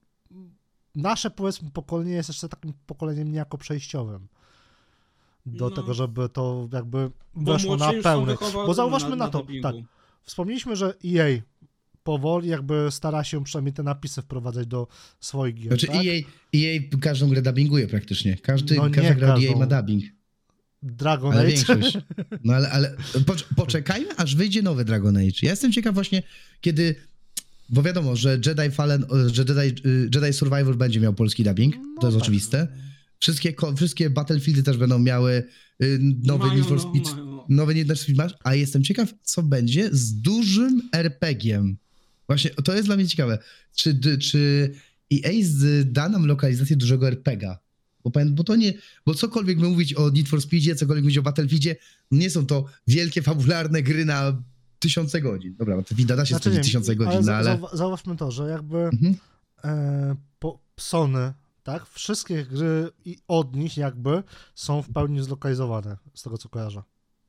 nasze, powiedzmy, pokolenie jest jeszcze takim pokoleniem niejako przejściowym do No. tego, żeby to jakby Bo weszło młodsi na już są pełny. wychowani Bo zauważmy na- na, na to, dubbingu. tak, wspomnieliśmy, że E A powoli jakby stara się przynajmniej te napisy wprowadzać do swoich gier, Znaczy tak? E A, E A każdą grę dubbinguje praktycznie. Każdy, No nie każda gra od E A każdą. ma dubbing. Dragon Ale Age. większość. No ale, ale pocz- poczekajmy, aż wyjdzie nowy Dragon Age. Ja jestem ciekaw właśnie, kiedy... Bo wiadomo, że Jedi Fallen, że Jedi, Jedi Survivor będzie miał polski dubbing. No to jest tak. oczywiste. Wszystkie, ko- wszystkie Battlefieldy też będą miały y, nowy Mają, Need for no, Speed, mają. nowy Need for Speed Max, a jestem ciekaw, co będzie z dużym er pe gie em. Właśnie, to jest dla mnie ciekawe. Czy, d- czy E A z- da nam lokalizację dużego er pe gie a? Bo, pamię- bo to nie, bo cokolwiek my mówić o Need for Speedzie, cokolwiek mówić o Battlefieldzie, nie są to wielkie, fabularne gry na tysiące godzin. Dobra, Battlefielda da się Znaczy, spędzić nie, tysiące godzin, ale, no za- ale... zauwa- zauważmy to, że jakby Mhm. e, po, Sony, tak, wszystkie gry i od nich jakby są w pełni zlokalizowane, z tego co kojarzę.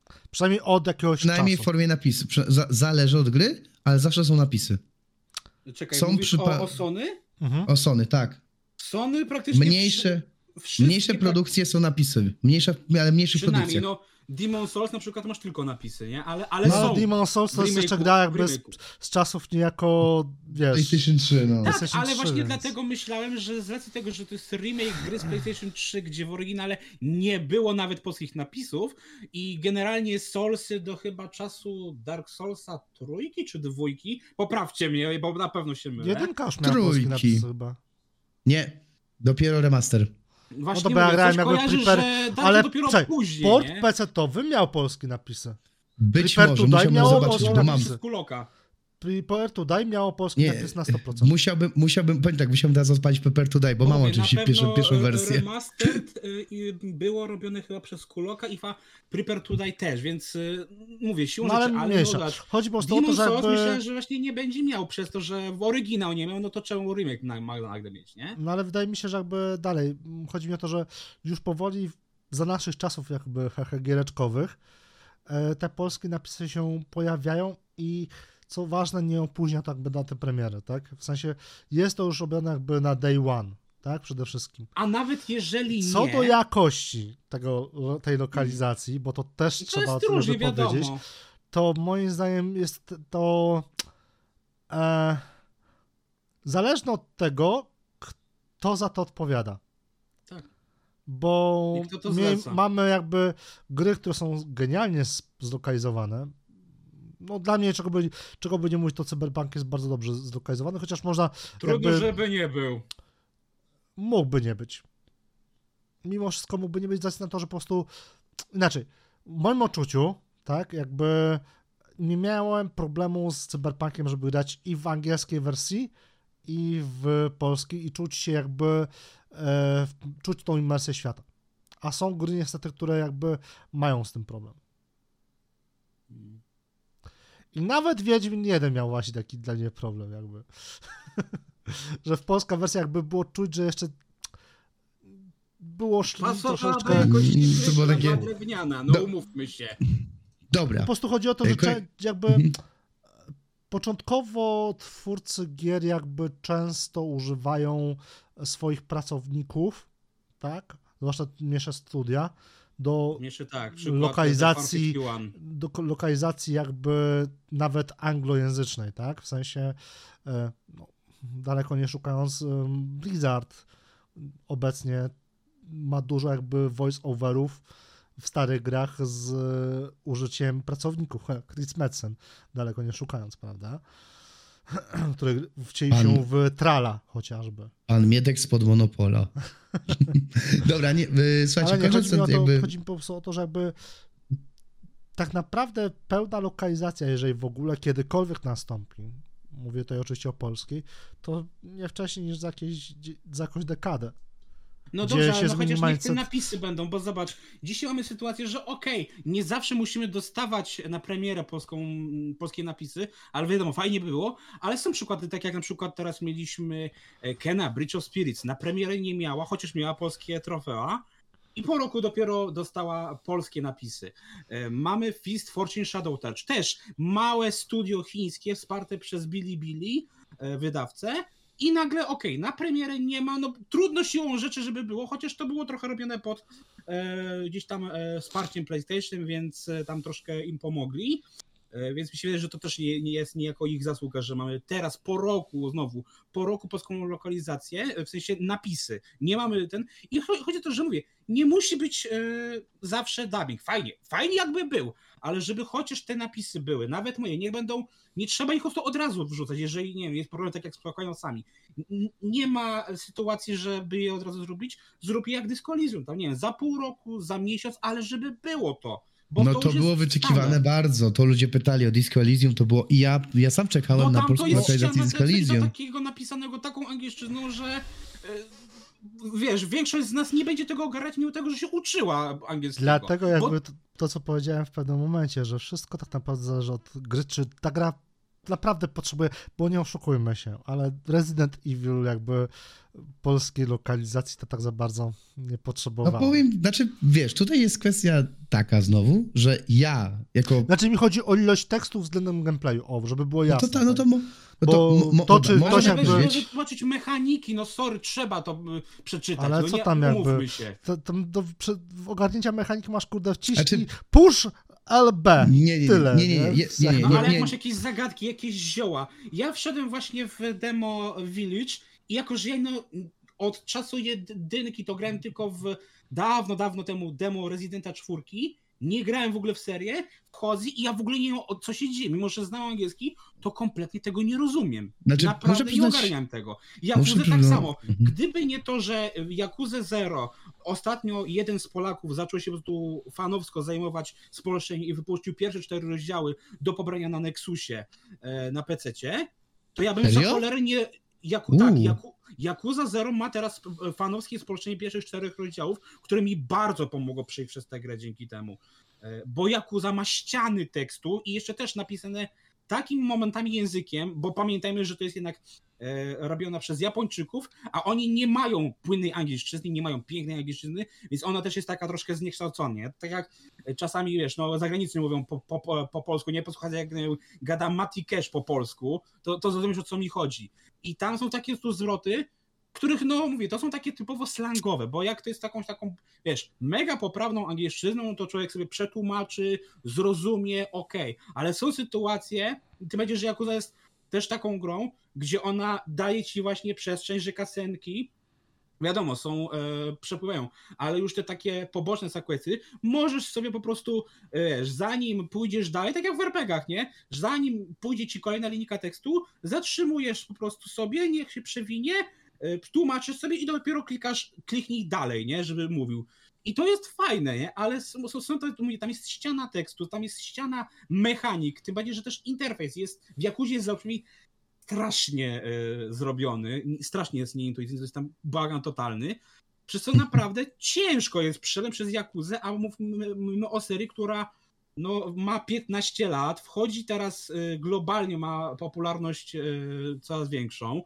Przynajmniej od jakiegoś Przynajmniej w czasu. formie napisu. Prze- za- zależy od gry, ale zawsze są napisy. Czekaj, Są mówisz przypa- o, o Sony? Mhm. O Sony, tak. Sony praktycznie... Mniejsze, wszy- wszystkie mniejsze pra- produkcje są napisy. Mniejsze, ale mniejszych Przynajmniej, produkcjach. no Demon Souls na przykład masz tylko napisy, nie? Ale, ale No są. ale Demon Souls to jest w jeszcze remake'u- gra jakby w z, remake'u. z czasów niejako, wiesz... PlayStation trzy, no. Tak, PlayStation ale trzy, właśnie więc- dlatego myślałem, że z racji tego, że to jest remake gry z PlayStation trzy, gdzie w oryginale nie było nawet polskich napisów i generalnie Soulsy do chyba czasu Dark Soulsa trójki czy dwójki, poprawcie mnie, bo na pewno się mylę. Jedynka już miała Trójki. polski napis chyba. Nie, dopiero remaster. Właśnie No dobra, ja mówię, grałem coś jakby kojarzy, prepare- że dali Ale dopiero czekaj, później, port nie? pecetowy miał polskie napisy. Być Prepare może, to Die musiałbym miało zobaczyć, polskie bo mam. napisy. Z Kuloka. Prepare to Die miało polski Nie, napis na sto procent. musiałbym, musiałbym, powiem tak, musiałbym teraz odpalić Prepare to Die, bo mam Mówię, oczywiście na pierwszą, pewno pierwszą wersję. Remastered y, y, było robione chyba przez Kuloka i fa Prepare to Die też, więc y, mówię, siłą No ale rzeczy, ale mniejsza. no, zobacz, Chodzi po prostu o Demon to, że Souls jakby... myślę, że właśnie nie będzie miał przez to, że w oryginał nie miał, no to czemu remake ma ma nagle mieć, nie? No ale wydaje mi się, że jakby dalej, m, chodzi mi o to, że już powoli za naszych czasów jakby hehe, giereczkowych e, te polskie napisy się pojawiają i co ważne, nie opóźnia to jakby daty premiery, tak? W sensie jest to już robione jakby na day one, tak? Przede wszystkim. A nawet jeżeli Co nie, do jakości tego, tej lokalizacji, bo to też to trzeba o jest tym różnie, jakby powiedzieć, wiadomo. to moim zdaniem jest to e, zależne od tego, kto za to odpowiada. Tak. Bo I kto to my zleca. mamy jakby gry, które są genialnie z- zlokalizowane. No dla mnie, czego by, czego by nie mówić, to Cyberpunk jest bardzo dobrze zlokalizowany, chociaż można Trudno, jakby, żeby nie był. mógłby nie być. Mimo wszystko mógłby nie być z racji na to, że po prostu inaczej, w moim odczuciu, tak, jakby nie miałem problemu z Cyberpunkiem, żeby grać i w angielskiej wersji, i w polskiej i czuć się jakby, e, czuć tą imersję świata. A są gry niestety, które jakby mają z tym problem. I nawet Wiedźmin jeden miał właśnie taki dla mnie problem jakby. Że w polska wersja jakby było czuć, że jeszcze było szli Pasowała do troszeczkę... jakości Mm, to było gry, takie- była drewniana, no Do- umówmy się. Dobra. Po prostu chodzi o to, że Ko- cze- jakby Mhm. początkowo twórcy gier jakby często używają swoich pracowników, tak, zwłaszcza mniejsze studia, do Jeszcze tak, przykład lokalizacji, The Farm pięćdziesiąt jeden. do ko- lokalizacji jakby nawet anglojęzycznej, tak, w sensie e, no, daleko nie szukając, em, Blizzard obecnie ma dużo jakby voice-overów w starych grach z e, użyciem pracowników, Chris Metzen, daleko nie szukając, prawda, który wcieli Pan- się w Trala chociażby. Pan Miedek spod Monopola. Dobra, nie, y, słuchajcie, Ale nie, chodzi kończąc mi, o to, jakby... chodzi mi po prostu o to, że jakby tak naprawdę pełna lokalizacja, jeżeli w ogóle kiedykolwiek nastąpi, mówię tutaj oczywiście o polskiej, to nie wcześniej niż za, jakieś, za jakąś dekadę. No gdzie dobrze, się ale no zmieni chociaż niech te mindset. napisy będą, bo zobacz, dzisiaj mamy sytuację, że okej, nie zawsze musimy dostawać na premierę polską, polskie napisy, ale wiadomo, fajnie by było, ale są przykłady, tak jak na przykład teraz mieliśmy e, Kena, Bridge of Spirits, na premierę nie miała, chociaż miała polskie trofea, i po roku dopiero dostała polskie napisy. E, Mamy Fist Fortune Shadow Touch, też małe studio chińskie wsparte przez Bilibili, e, wydawcę, i nagle, okej, na premierę nie ma, no trudno siłą rzeczy, żeby było, chociaż to było trochę robione pod e, gdzieś tam e, wsparciem PlayStation, więc e, tam troszkę im pomogli. E, więc mi się wydaje, że to też nie, nie jest niejako ich zasługa, że mamy teraz po roku, znowu, po roku polską lokalizację, e, w sensie napisy. Nie mamy ten. I cho- chodzi o to, że mówię, nie musi być e, zawsze dubbing. Fajnie, fajnie jakby był, ale żeby chociaż te napisy były, nawet moje, niech będą. Nie trzeba ich od razu wrzucać, jeżeli nie wiem, jest problem tak jak z sami. N- Nie ma sytuacji, żeby je od razu zrobić. Zrób je jak Disco Elysium, tam nie wiem, za pół roku, za miesiąc, ale żeby było to. Bo No to, to już było jest wyczekiwane standard. bardzo. To ludzie pytali o Disco Elysium, to było... I ja, ja sam czekałem No na tam to polską jest lokalizację ściana Disco tekstu Elysium. takiego napisanego taką angielszczyzną, że e, wiesz, większość z nas nie będzie tego ogarniać mimo tego, że się uczyła angielskiego. Dlatego jakby Bo, to, to, co powiedziałem w pewnym momencie, że wszystko tak naprawdę zależy od gry, czy ta gra naprawdę potrzebuję, bo nie oszukujmy się, ale Resident Evil jakby polskiej lokalizacji to tak za bardzo nie No potrzebowało. powiem, znaczy, wiesz, tutaj jest kwestia taka znowu, że ja jako... Znaczy mi chodzi o ilość tekstów względem gameplayu, o, żeby było No to, jasne. ta, no to, mo, no Bo to, mo, mo, to, czy dobra, ktoś może jakby- Żeby powiedzieć... wytłumaczyć mechaniki, no sorry, trzeba to y, przeczytać. Ale no co nie, tam umówmy jakby- się. To, tam do prze- ogarnięcia mechaniki masz, kurde, wciśnij, Znaczy- push L B, Nie, nie, nie, tyle. nie, nie, nie, nie, nie, nie, No ale nie. jak masz jakieś zagadki, jakieś zioła. Ja wszedłem właśnie w demo Village i jako, że ja no, od czasu jedynki to grałem tylko w dawno, dawno temu demo Residenta czwórki, nie grałem w ogóle w serię, wchodzę i ja w ogóle nie wiem, o co się dzieje. Mimo, że znam angielski, to kompletnie tego nie rozumiem. Znaczy, Naprawdę muszę nie przyznać- ogarniam tego. muszę Jakuzę tak przyznać- samo. Mhm. Gdyby nie to, że Jakuzę Zero ostatnio jeden z Polaków zaczął się po prostu fanowsko zajmować spolszczeniem i wypuścił pierwsze cztery rozdziały do pobrania na Nexusie e, na pececie, to ja bym Serio? za cholerę nie... Jaku, tak, Uuu. Jaku, Yakuza Zero ma teraz e, fanowskie spolszczenie pierwszych czterech rozdziałów, które mi bardzo pomogło przejść przez tę grę dzięki temu. E, Bo Yakuza ma ściany tekstu i jeszcze też napisane takim momentami językiem, bo pamiętajmy, że to jest jednak e, robiona przez Japończyków, a oni nie mają płynnej angielszczyzny, nie mają pięknej angielszczyzny, więc ona też jest taka troszkę zniekształcona. Nie? Tak jak czasami, wiesz, no zagranicy mówią po, po, po, po polsku, nie posłuchaj jak e, gada Mati Cash po polsku, to, to zrozumiesz, o co mi chodzi. I tam są takie tu zwroty, których, no mówię, to są takie typowo slangowe, bo jak to jest takąś taką, wiesz, mega poprawną angielszczyzną, to człowiek sobie przetłumaczy, zrozumie, okej, ale są sytuacje, ty będziesz, że Yakuza jest też taką grą, gdzie ona daje ci właśnie przestrzeń, że kasenki, wiadomo, są, e, przepływają, ale już te takie poboczne sekwencje, możesz sobie po prostu, e, wiesz, zanim pójdziesz dalej, tak jak w er pe gach, nie? Zanim pójdzie ci kolejna linijka tekstu, zatrzymujesz po prostu sobie, niech się przewinie, e, tłumaczysz sobie i dopiero klikasz, kliknij dalej, nie? Żeby mówił. I to jest fajne, nie? Ale są, są, są to, mówię, tam jest ściana tekstu, tam jest ściana mechanik, tym bardziej, że też interfejs jest, w Jakuzie jest załóżmy strasznie y, zrobiony, strasznie jest nieintuicyjny, to jest tam bałagan totalny, przez co naprawdę ciężko jest przeszedłem przez Jakuzę, a mówmy, mówimy o serii, która no, ma piętnaście lat, wchodzi teraz y, globalnie, ma popularność y, coraz większą,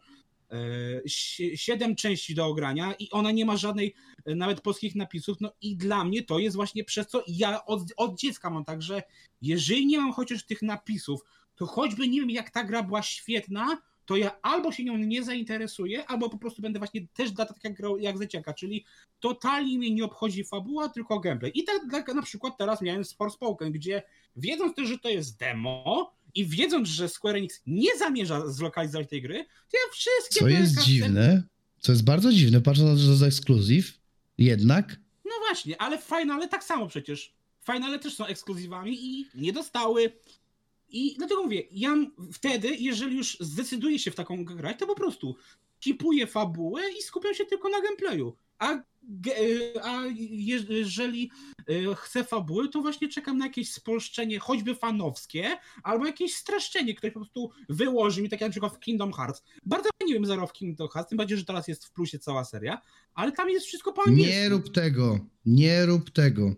y, siedem części do ogrania i ona nie ma żadnej y, nawet polskich napisów, no i dla mnie to jest właśnie przez co ja od, od dziecka mam tak, że jeżeli nie mam chociaż tych napisów, to choćby nie wiem, jak ta gra była świetna, to ja albo się nią nie zainteresuję, albo po prostu będę właśnie też dla tak jak grał jak Zeciaka, czyli totalnie mnie nie obchodzi fabuła, tylko gameplay. I tak, tak na przykład teraz miałem z Forspoken, gdzie wiedząc też, że to jest demo i wiedząc, że Square Enix nie zamierza zlokalizować tej gry, to ja wszystkie... Co jest te- dziwne, co jest bardzo dziwne, patrząc na to, że to jest ekskluzyw, jednak No właśnie, ale w Finale tak samo przecież. Finale też są ekskluzywami i nie dostały. I dlatego mówię, ja wtedy, jeżeli już zdecyduję się w taką grę grać, to po prostu kipuję fabułę i skupiam się tylko na gameplayu. A, a jeżeli chcę fabuły, to właśnie czekam na jakieś spolszczenie, choćby fanowskie, albo jakieś streszczenie, które po prostu wyłoży mi, tak jak na przykład w Kingdom Hearts. Bardzo nie wiem zero w Kingdom Hearts, tym bardziej, że teraz jest w plusie cała seria, ale tam jest wszystko po angielsku. nie rób tego, nie rób tego.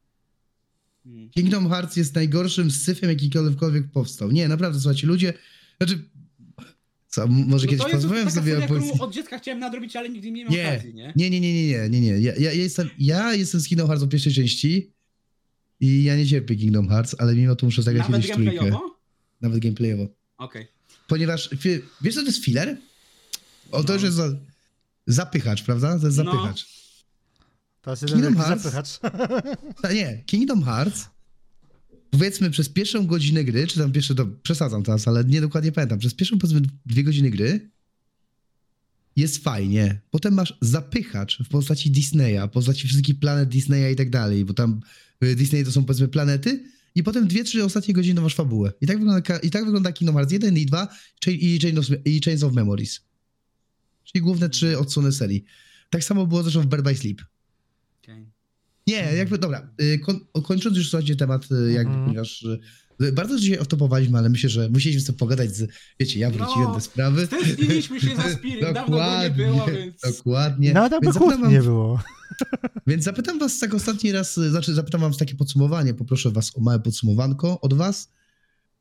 Hmm. Kingdom Hearts jest najgorszym syfem, jakikolwiek powstał. Nie, naprawdę, słuchajcie, ludzie, znaczy, co, m- może No kiedyś to jest pozwolę taka sobie seria, o którą poezji. od dziecka chciałem nadrobić, ale nigdy nie miałem Nie, okazji, nie? nie, nie, nie, nie, nie, nie, nie. Ja, ja, jestem, ja jestem z Kingdom Hearts od pierwszej części i ja nie cierpię Kingdom Hearts, ale mimo to muszę zagrać Nawet kiedyś trójkę. gameplayowo? Nawet gameplayowo. Okej. Ponieważ, wie- wiesz co to jest filler? O, to No. już jest za, zapychacz, prawda? To jest No. zapychacz. To jest jeden Kingdom wielki Hearts? zapychacz. A nie, Kingdom Hearts, powiedzmy przez pierwszą godzinę gry, czy tam pierwsze, to przesadzam teraz, ale nie dokładnie pamiętam, przez pierwszą powiedzmy dwie godziny gry jest fajnie. Potem masz zapychacz w postaci Disneya, w postaci wszystkich planet Disneya i tak dalej, bo tam y, Disney to są powiedzmy planety i potem dwie, trzy ostatnie godziny masz fabułę. I tak wygląda, ka- i tak wygląda Kingdom Hearts jeden i dwa Cha- i Chain of, i Chains of Memories. Czyli główne trzy odsłony serii. Tak samo było zresztą w Bird by Sleep. Okay. Nie, jakby, dobra, y, kon, kończąc już słuchajcie temat, y, jakby, Mhm. ponieważ y, bardzo dzisiaj oftopowaliśmy, ale myślę, że musieliśmy sobie pogadać z, wiecie, ja wróciłem No, do sprawy. Stęskniliśmy się za Spirit, dawno go nie było, więc... Dokładnie. Nawet jakby Więc zapytam, kłótni wam, nie było. więc zapytam was tak ostatni raz, y, znaczy zapytam was takie podsumowanie, poproszę was o małe podsumowanko od was.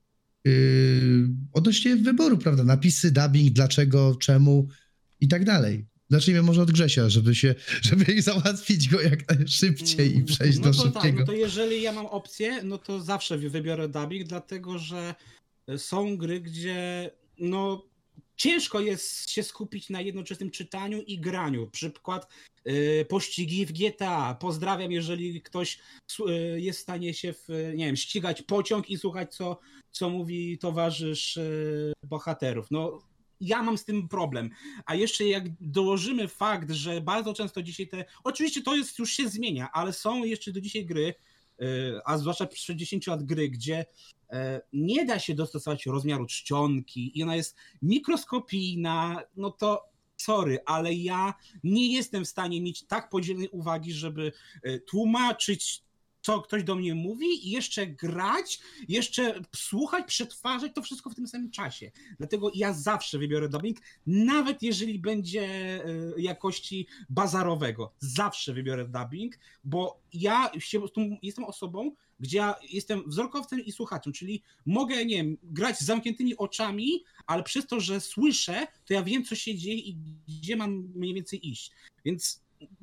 yy, odnośnie wyboru, prawda, napisy, dubbing, dlaczego, czemu i tak dalej. Zacznijmy może od Grzesia, żeby się, żeby załatwić go jak najszybciej i przejść no do to szybkiego. tak, no to jeżeli ja mam opcję, no to zawsze wybiorę dubbing, dlatego że są gry, gdzie no ciężko jest się skupić na jednoczesnym czytaniu i graniu. Przykład yy, pościgi w G T A. Pozdrawiam, jeżeli ktoś yy, jest w stanie się w, nie wiem, ścigać pociąg i słuchać, co, co mówi towarzysz yy, bohaterów. No ja mam z tym problem. A jeszcze jak dołożymy fakt, że bardzo często dzisiaj te... Oczywiście to jest już się zmienia, ale są jeszcze do dzisiaj gry, a zwłaszcza przed dziesięciu lat gry, gdzie nie da się dostosować rozmiaru czcionki i ona jest mikroskopijna, no to sorry, ale ja nie jestem w stanie mieć tak podzielnej uwagi, żeby tłumaczyć, co ktoś do mnie mówi i jeszcze grać, jeszcze słuchać, przetwarzać to wszystko w tym samym czasie. Dlatego ja zawsze wybiorę dubbing, nawet jeżeli będzie jakości bazarowego. Zawsze wybiorę dubbing, bo ja się, jestem osobą, gdzie ja jestem wzrokowcem i słuchaczem, czyli mogę, nie wiem, grać z zamkniętymi oczami, ale przez to, że słyszę, to ja wiem, co się dzieje i gdzie mam mniej więcej iść. Więc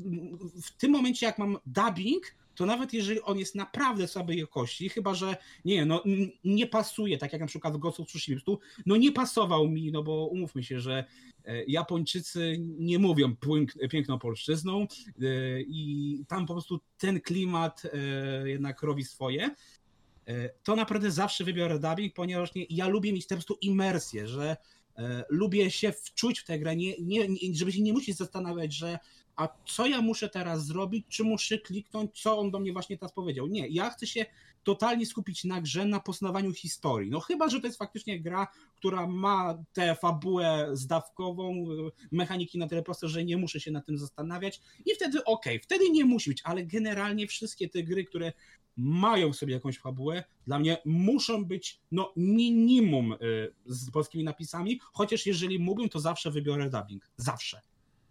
w tym momencie, jak mam dubbing, to nawet jeżeli on jest naprawdę słabej jakości, chyba że nie no nie pasuje, tak jak na przykład w Ghost of Tsushima, no nie pasował mi, no bo umówmy się, że Japończycy nie mówią piękną polszczyzną i tam po prostu ten klimat jednak robi swoje, to naprawdę zawsze wybiorę dubbing, ponieważ nie, ja lubię mieć po prostu imersję, że lubię się wczuć w tę grę, nie, nie, żeby się nie musieć zastanawiać, że a co ja muszę teraz zrobić, czy muszę kliknąć, co on do mnie właśnie teraz powiedział. Nie, ja chcę się totalnie skupić na grze, na poznawaniu historii. No chyba, że to jest faktycznie gra, która ma tę fabułę zdawkową, mechaniki na tyle proste, że nie muszę się nad tym zastanawiać i wtedy okej, okay, wtedy nie musi być, ale generalnie wszystkie te gry, które mają w sobie jakąś fabułę, dla mnie muszą być no minimum z polskimi napisami, chociaż jeżeli mógłbym, to zawsze wybiorę dubbing. Zawsze.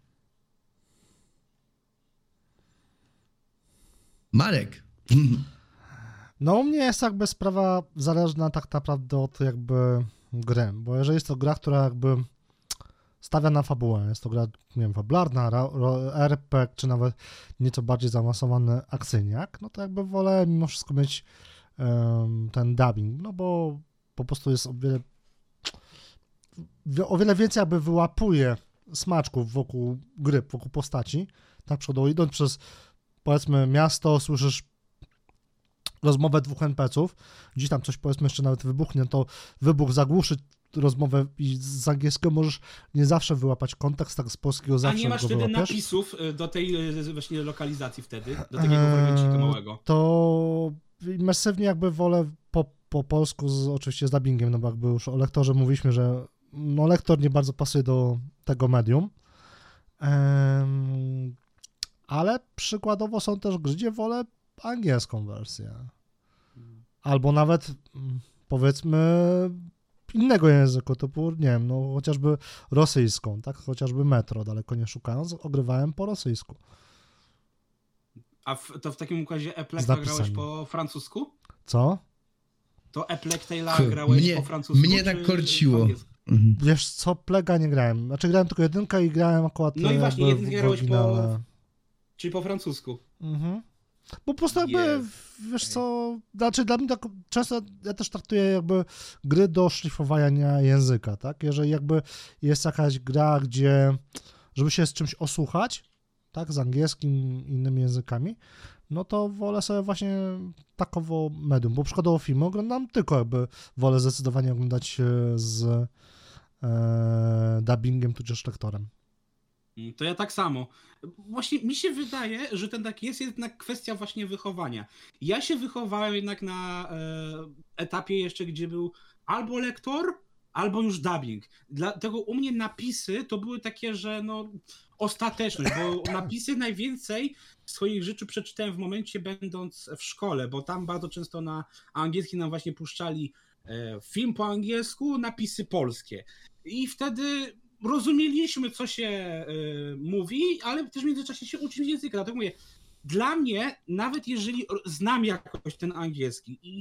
Marek. No u mnie jest jakby sprawa zależna tak naprawdę od jakby gry, bo jeżeli jest to gra, która jakby stawia na fabułę, jest to gra, nie wiem, fabularna, R P G, czy nawet nieco bardziej zaawansowany akcyjniak, no to jakby wolę mimo wszystko mieć um, ten dubbing, no bo po prostu jest o wiele o wiele więcej jakby wyłapuje smaczków wokół gry, wokół postaci, tak przodu, idąc przez powiedzmy miasto, słyszysz rozmowę dwóch en pe ce ów, gdzieś tam coś powiedzmy jeszcze nawet wybuchnie, to wybuch zagłuszy rozmowę i z angielskiego możesz nie zawsze wyłapać kontekst, tak z polskiego zawsze A nie masz wtedy wyłapiesz. napisów do tej właśnie lokalizacji wtedy, do takiego fragmencika małego? To imersywnie jakby wolę po, po polsku, z, oczywiście z dubbingiem, no bo jakby już o lektorze mówiliśmy, że no lektor nie bardzo pasuje do tego medium. Um, ale przykładowo są też gry, gdzie wolę angielską wersję. Albo nawet powiedzmy innego języka, typu, nie wiem, no chociażby rosyjską, tak? Chociażby Metro, daleko nie szukając, ogrywałem po rosyjsku. A w, to w takim układzie Eplecta grałeś po francusku? Co? To Eplectaila grałeś mnie, po francusku? Mnie tak korciło. Mhm. Wiesz co, Plega nie grałem. Znaczy grałem tylko jedynkę i grałem akurat... No i właśnie, jedynkę grałeś po... Czyli po francusku. Mhm. Bo po prostu jakby, yes. wiesz co, znaczy dla mnie tak często ja też traktuję jakby gry do szlifowania języka, tak? Jeżeli jakby jest jakaś gra, gdzie, żeby się z czymś osłuchać, tak, z angielskim i innymi językami, no to wolę sobie właśnie takowo medium, bo przykładowo filmy oglądam tylko jakby wolę zdecydowanie oglądać z e, dubbingiem tudzież lektorem. To ja tak samo. Właśnie mi się wydaje, że ten tak jest jednak kwestia właśnie wychowania. Ja się wychowałem jednak na e, etapie jeszcze, gdzie był albo lektor, albo już dubbing. Dlatego u mnie napisy to były takie, że no ostateczność, bo napisy najwięcej w swoich życiu przeczytałem w momencie będąc w szkole, bo tam bardzo często na angielski nam właśnie puszczali e, film po angielsku, napisy polskie. I wtedy rozumieliśmy, co się y, mówi, ale też w międzyczasie się uczymy języka. Dlatego mówię, dla mnie, nawet jeżeli znam jakoś ten angielski i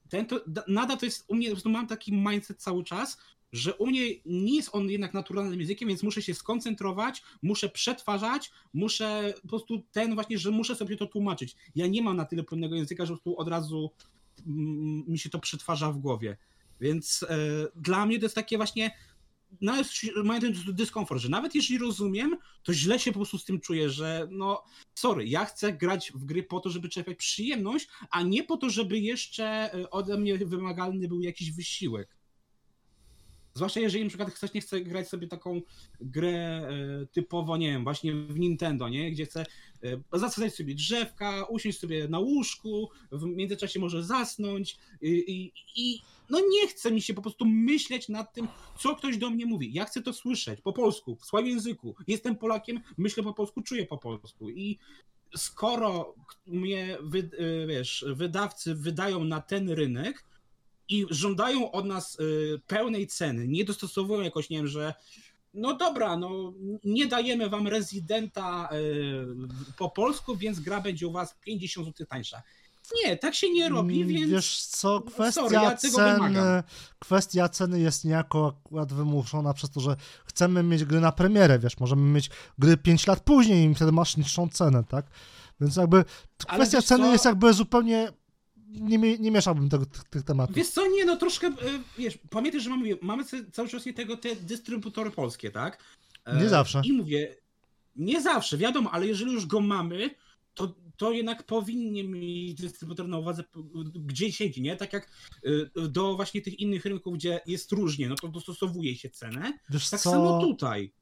ten to, nadal to jest u mnie, po prostu mam taki mindset cały czas, że u mnie nie jest on jednak naturalnym językiem, więc muszę się skoncentrować, muszę przetwarzać, muszę po prostu ten właśnie, że muszę sobie to tłumaczyć. Ja nie mam na tyle płynnego języka, że po prostu od razu mm, mi się to przetwarza w głowie. Więc e, dla mnie to jest takie właśnie, nawet mają ten dyskomfort, że nawet jeżeli rozumiem, to źle się po prostu z tym czuję, że no sorry, ja chcę grać w gry po to, żeby czerpać przyjemność, a nie po to, żeby jeszcze ode mnie wymagalny był jakiś wysiłek. Zwłaszcza jeżeli na przykład ktoś nie chce grać sobie taką grę typowo, nie wiem, właśnie w Nintendo, nie? Gdzie chce zasadzać sobie drzewka, usiąść sobie na łóżku, w międzyczasie może zasnąć i, i, i no nie chce mi się po prostu myśleć nad tym, co ktoś do mnie mówi. Ja chcę to słyszeć po polsku, w swoim języku. Jestem Polakiem, myślę po polsku, czuję po polsku i skoro mnie, wy, wiesz, wydawcy wydają na ten rynek, i żądają od nas y, pełnej ceny, nie dostosowują jakoś, nie wiem, że no dobra, no nie dajemy wam rezydenta y, po polsku, więc gra będzie u was pięćdziesiąt złotych tańsza. Nie, tak się nie robi, więc... Wiesz co, kwestia, sorry, ja tego ceny, wymagam. kwestia ceny jest niejako akurat wymuszona przez to, że chcemy mieć gry na premierę, wiesz, możemy mieć gry pięć lat później i wtedy masz niższą cenę, tak? Więc jakby kwestia wiesz ceny co? jest jakby zupełnie... Nie, mi- nie mieszałbym tego, tych, tych tematów. Wiesz co, nie no, troszkę, y, wiesz, pamiętaj, że mamy, mamy cały czas nie tego te dystrybutory polskie, tak? E, Nie zawsze. I mówię, nie zawsze, wiadomo, ale jeżeli już go mamy, to, to jednak powinien mieć dystrybutor na uwadze, gdzie siedzi, nie? Tak jak y, do właśnie tych innych rynków, gdzie jest różnie, no to dostosowuje się cenę. Wiesz Tak co? samo tutaj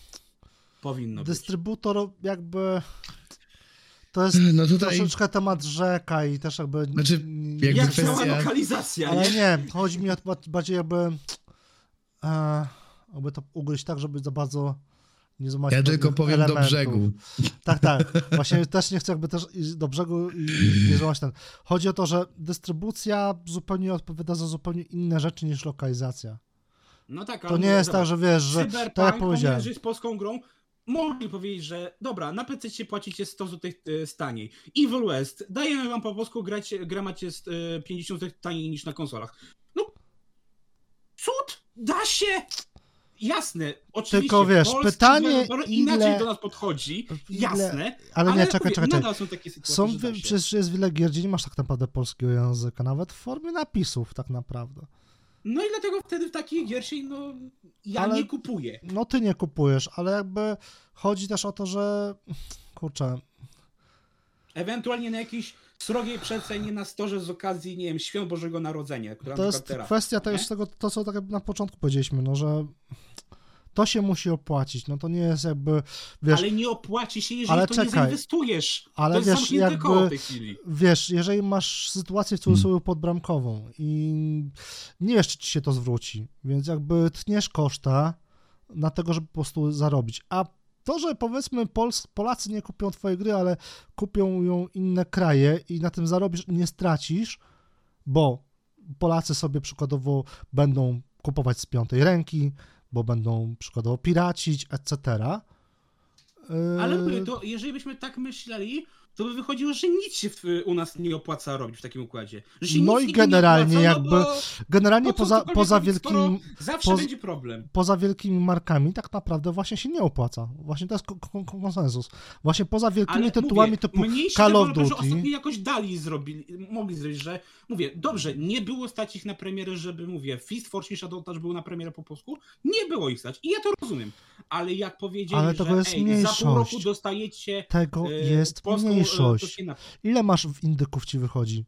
powinno być. Dystrybutor jakby... To jest No tutaj- troszeczkę temat rzeka i też jakby... Znaczy, jakby Jak kwestia- cała lokalizacja, Ale nie? nie, chodzi mi o to bardziej jakby... E, jakby to ugryźć tak, żeby za bardzo nie złamać Ja tylko pewnych powiem do elementów. brzegu. Tak, tak. Właśnie też nie chcę jakby też iść do brzegu i nie złamać ten. Chodzi o to, że dystrybucja zupełnie odpowiada za zupełnie inne rzeczy niż lokalizacja. No tak, To ale nie mówię, jest zobacz, tak, że wiesz, że Cyberpunk, tak jak pomimo, powiedziałem. że jest polską grą, mogli powiedzieć, że dobra, na P C płacicie sto złotych taniej. Evil West, dajemy wam po polsku grać, gra macie y, pięćdziesiąt złotych taniej niż na konsolach. No, cud, da się! Jasne, oczywiście. Tylko wiesz, polski pytanie, deweloper ile- inaczej do nas podchodzi, ile- jasne, ale nie, czekaj, mówię, czekaj, czekaj. nadal są takie sytuacje, Są, że da się. przecież jest wiele gier, gdzie nie masz tak naprawdę polskiego języka, nawet w formie napisów tak naprawdę. No i dlatego wtedy w takiej gier się, no, ja Ale- nie kupuję. No ty nie kupujesz, ale jakby chodzi też o to, że kurczę, Ewentualnie na jakiejś srogiej przecenie na storze z okazji, nie wiem, Świąt Bożego Narodzenia. Która to na jest przykład teraz, kwestia też nie? tego, to co tak jakby na początku powiedzieliśmy, no że to się musi opłacić, no to nie jest jakby, wiesz, Ale nie opłaci się, jeżeli Ale to nie czekaj. zainwestujesz. Ale to jest wiesz, zamknięte jakby- koło w tej chwili. wiesz, jeżeli masz sytuację w cudzysłowie podbramkową i nie wiesz, czy ci się to zwróci, więc jakby tniesz koszta na tego, żeby po prostu zarobić, a to, że powiedzmy Pols- Polacy nie kupią twojej gry, ale kupią ją inne kraje i na tym zarobisz i nie stracisz, bo Polacy sobie przykładowo będą kupować z piątej ręki, bo będą przykładowo piracić, et cetera. Ale Yy, mówię, to jeżeli byśmy tak myśleli, to by wychodziło, że nic się w, u nas nie opłaca robić w takim układzie. Że się No nic i nigdy nie generalnie opłaca, jakby- No bo Generalnie po co poza, cokolwiek poza robić, skoro wielkimi Zawsze poz- będzie problem. poza wielkimi markami tak naprawdę właśnie się nie opłaca. Właśnie to jest ko- ko- konsensus. Właśnie poza wielkimi Ale tytułami mówię, typu mniejsi Call of deweloperzy Duty. ostatnio jakoś dali, zrobili, mogli zrobić, że mówię, dobrze, nie było stać ich na premierę, żeby, mówię, Fist Fortune Shadow Touch był na premierę po polsku, nie było ich stać i ja to rozumiem, ale jak powiedzieli, Ale tego że jest ej, za pół mniejszość. roku dostajecie Tego e, jest polską, e, mniejszość. to się na... Ile masz w indyków ci wychodzi?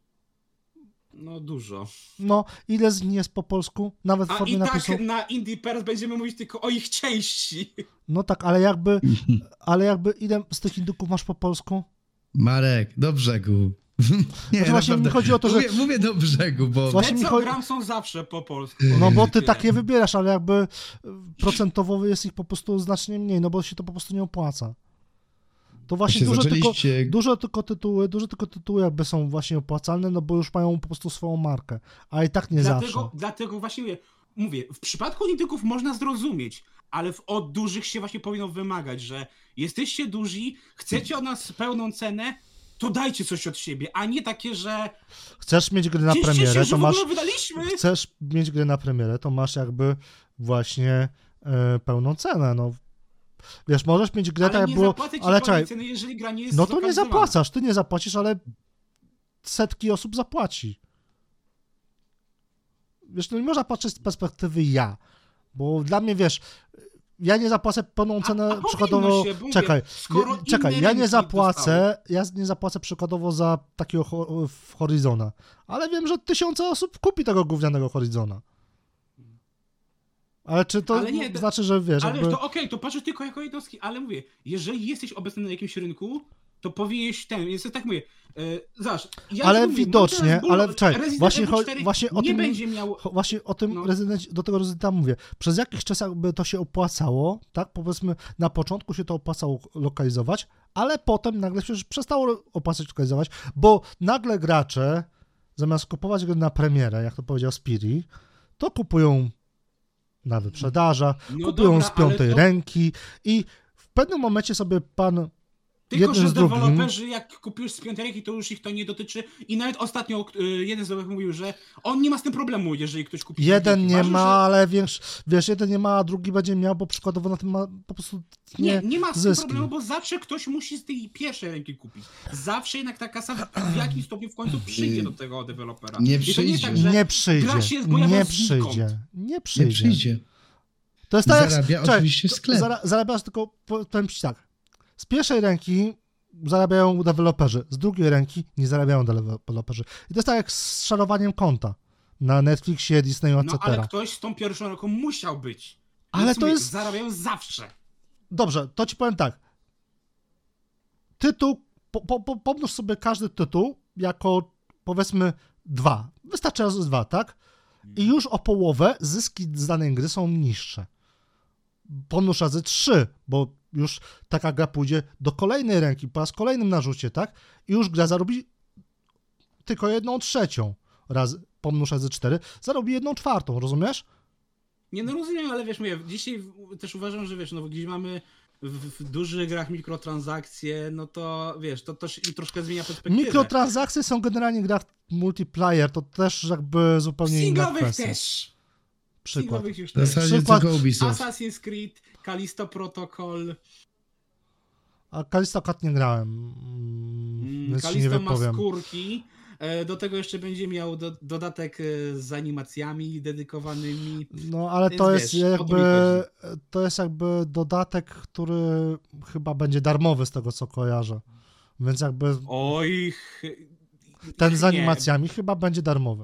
No dużo. No, ile z nich jest po polsku? Nawet w A formie i napisu? tak na Indie Pers będziemy mówić tylko o ich części. No tak, ale jakby, ale jakby ile z tych indyków masz po polsku? Marek, do brzegu. Nie, Znaczy właśnie mi naprawdę. chodzi o to, że- Mówię, mówię do brzegu, bo... Właśnie Te, mi co chodzi- gram, są zawsze po polsku. No bo ty Tyle. takie wybierasz, ale jakby y, procentowo jest ich po prostu znacznie mniej, no bo się to po prostu nie opłaca. To właśnie Właśnie duże tylko, zaczęliście... duże tylko tytuły, duże tylko tytuły jakby są właśnie opłacalne, no bo już mają po prostu swoją markę, a i tak nie Dlatego, zawsze. dlatego właśnie mówię, mówię, w przypadku indyków można zrozumieć, ale w, od dużych się właśnie powinno wymagać, że jesteście duzi, chcecie od nas pełną cenę, to dajcie coś od siebie, a nie takie, że Chcesz mieć gry na cieszcie premierę, się, że to w masz... ogóle wydaliśmy. Chcesz mieć gry na premierę, to masz jakby właśnie e, pełną cenę, no. Wiesz, możesz mieć grę Ale tak jak nie było, zapłacę ci ale pełnej czekaj, ceny, jeżeli gra nie jest no to nie zlokalizowana. zapłacasz, ty nie zapłacisz, ale setki osób zapłaci. Wiesz, no nie można patrzeć z perspektywy ja, bo dla mnie, wiesz, ja nie zapłacę pełną cenę a powinno przykładowo, się, bo mówię, czekaj, skoro ja, czekaj, inne ja rynki nie zapłacę, dostały. ja nie zapłacę przykładowo za takiego ho- w Horizona, ale wiem, że tysiące osób kupi tego gównianego Horizona. Ale czy to Ale nie, to- znaczy, że wiesz, Ale jakby... to okej, to patrzysz tylko jako jednostki, ale mówię, jeżeli jesteś obecny na jakimś rynku, to powinieneś ten, więc tak mówię, yy, zobacz, ja Ale mówię, widocznie, mam teraz ból, ale czekaj, Resident właśnie Evil cho- cztery właśnie o nie tym- będzie miał, Cho- Właśnie o tym No. rezydencie, do tego rezydenta mówię. Przez jakiś czas jakby to się opłacało, tak? Powiedzmy, na początku się to opłacało lokalizować, ale potem nagle się już przestało opłacać lokalizować, bo nagle gracze, zamiast kupować gry na premierę, jak to powiedział Spiri, to kupują na wyprzedażach, No kupują dobra, z piątej ale to- ręki i w pewnym momencie sobie pan tylko jeden że z drugim... deweloperzy jak kupisz z piątej ręki, to już ich to nie dotyczy i nawet ostatnio yy, jeden z deweloperów mówił, że on nie ma z tym problemu, jeżeli ktoś kupi z Jeden piątej nie ręki. ma, Ważne, że- ale wiesz, wiesz, jeden nie ma, a drugi będzie miał, bo przykładowo na tym ma po prostu Nie, nie, nie ma z tym zyski. problemu, bo zawsze ktoś musi z tej pierwszej ręki kupić. Zawsze jednak ta kasa w, w jakimś stopniu w końcu przyjdzie do tego dewelopera. Nie I to nie przyjdzie. jest tak, że Nie przyjdzie, gra się pojawia nie znikąd. przyjdzie, nie Nie przyjdzie. przyjdzie. To jest tak, Zarabia jak, czekaj, oczywiście to sklep. Zara, zarabiasz tylko, po- powiem ci tak, z pierwszej ręki zarabiają deweloperzy, z drugiej ręki nie zarabiają deweloperzy. I to jest tak jak z szarowaniem konta na Netflixie, Disneyu, No et cetera. ale ktoś z tą pierwszą ręką musiał być. Ale Więc to mówię, jest- Zarabiają zawsze. Dobrze, to ci powiem tak. Tytuł, po, po, po, pomnóż sobie każdy tytuł jako, powiedzmy, dwa. Wystarczy razy dwa, tak? I już o połowę zyski z danej gry są niższe. Pomnóż razy trzy, bo już taka gra pójdzie do kolejnej ręki, po raz kolejnym narzucie, tak? I już gra zarobi tylko jedną trzecią. Razy, pomnóż razy cztery, zarobi jedną czwartą, rozumiesz? Nie no rozumiem, ale wiesz, mówię, dzisiaj w- też uważam, że wiesz, no gdzieś mamy w, w dużych grach mikrotransakcje, no to wiesz, to też i troszkę zmienia perspektywę. Mikrotransakcje są generalnie w grach multiplayer, to też jakby zupełnie inna Singlowych kwestia. też. Przykład. Singlowych już W też. zasadzie Przykład- tylko Ubisoft. Assassin's Creed, Callisto Protocol, A Callisto Cut nie grałem, mm, mm, więc ci nie Callisto ma wypowiem. skórki. E, Do tego jeszcze będzie miał do, dodatek e, z animacjami dedykowanymi. No ale Więc to wiesz, jest o to mi jakby chodzi. to jest jakby dodatek, który chyba będzie darmowy z tego co kojarzę. Więc jakby Oj, ch- ten z nie, animacjami chyba będzie darmowy.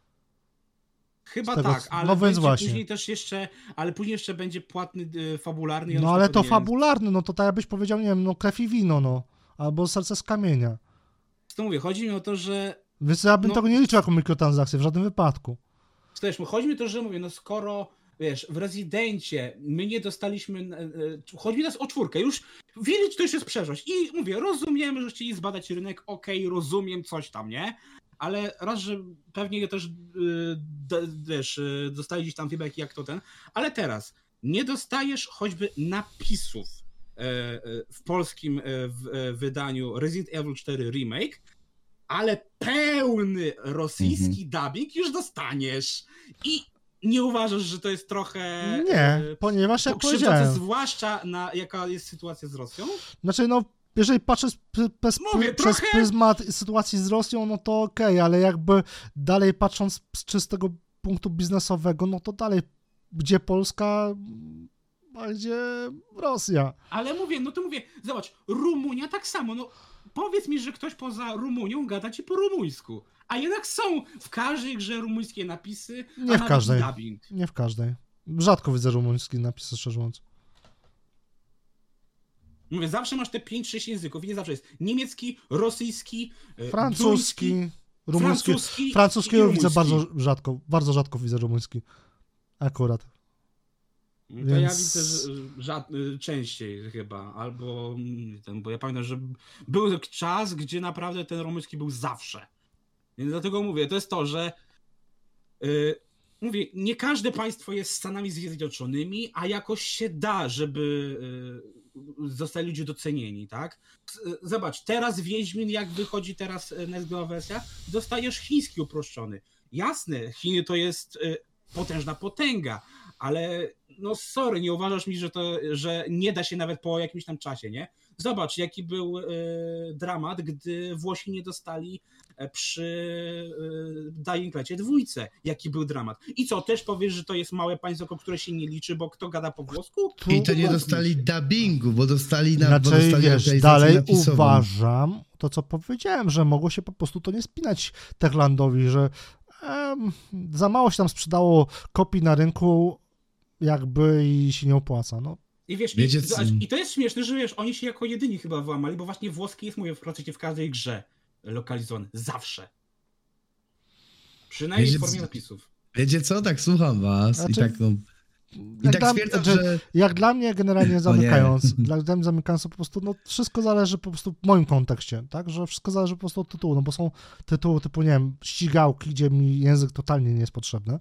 Chyba z tego tak, co- ale no więc będzie właśnie. później też jeszcze, ale później jeszcze będzie płatny, e, fabularny. i on No już ale na to pewno nie- fabularny, no to tak jakbyś powiedział, nie wiem, no krew i wino, no. Albo serce z kamienia. To mówię, chodzi mi o to, że Więc ja bym No. tego nie liczył jako mikrotransakcję w żadnym wypadku. Wiesz, chodzi mi o to, że mówię, no skoro, wiesz, w Rezydencie my nie dostaliśmy, e, e, chodzi mi teraz o czwórkę, już Village to już jest przeszłość i mówię, rozumiem, że chcieli zbadać rynek, okej, rozumiem coś tam, nie? Ale raz, że pewnie też, e, d- wiesz, e, dostali gdzieś tam feedback jak to ten, ale teraz nie dostajesz choćby napisów e, e, w polskim e, w, e, wydaniu Resident Evil cztery Remake, ale pełny rosyjski dubbing już dostaniesz. I nie uważasz, że to jest trochę Nie, e, ponieważ jak pokrzywdzące, powiedziałem, zwłaszcza na jaka jest sytuacja z Rosją? znaczy no, jeżeli patrzę z, pry- pers- Mówię, przez trochę- pryzmat sytuacji z Rosją, no to okej, ale jakby dalej patrząc z czystego punktu biznesowego, no to dalej, gdzie Polska, a gdzie Rosja. Ale mówię, no to mówię, zobacz, Rumunia tak samo, no powiedz mi, że ktoś poza Rumunią gada ci po rumuńsku, a jednak są w każdej grze rumuńskie napisy, Nie a w nawet każdej. dubbing. Nie w każdej. Rzadko widzę rumuński napisy, szczerze mówiąc. Mówię, zawsze masz te pięć sześć języków i nie zawsze jest niemiecki, rosyjski, e, Francuski, duński, rumuński. francuski i Francuskiego widzę rumuński. bardzo rzadko, bardzo rzadko widzę rumuński. Akurat. To ja Więc- widzę że, żad, y, częściej chyba, albo mm, ten, bo ja pamiętam, że był taki czas, gdzie naprawdę ten rumuński był zawsze. Więc dlatego mówię, to jest to, że y, mówię, nie każde państwo jest Stanami Zjednoczonymi, a jakoś się da, żeby y, zostali ludzie docenieni, tak? Zobacz, teraz Wiedźmin, jak wychodzi teraz next-genowa wersja, dostajesz chiński uproszczony. Jasne, Chiny to jest potężna potęga, ale no sorry, nie uważasz mi, że to, że nie da się nawet po jakimś tam czasie, nie? Zobacz, jaki był y, dramat, gdy Włosi nie dostali przy y, Dying Lightie dwójce. Jaki był dramat. I co, też powiesz, że to jest małe państwo, które się nie liczy, bo kto gada po włosku? I to nie dostali dubbingu, bo dostali na Znaczy, bo dostali wiesz, dalej napisową. uważam to, co powiedziałem, że mogło się po prostu to nie spinać Techlandowi, że em, za mało się tam sprzedało kopii na rynku, jakby i się nie opłaca. No. I wiesz, Wiecie, i, co- i to jest śmieszne, że wiesz, oni się jako jedyni chyba włamali, bo właśnie włoski jest, mówię, w procencie w każdej grze lokalizowany. Zawsze. Przynajmniej Wiecie, w formie co- napisów. Wiecie co, tak słucham was Znaczy, i tak no, i Jak tak dla, stwierdzam, że, że jak dla mnie generalnie zamykając, dla, dla mnie zamykając to po prostu, no wszystko zależy po prostu w moim kontekście, tak, że wszystko zależy po prostu od tytułu, no bo są tytuły typu, nie wiem, ścigałki, gdzie mi język totalnie nie jest potrzebny,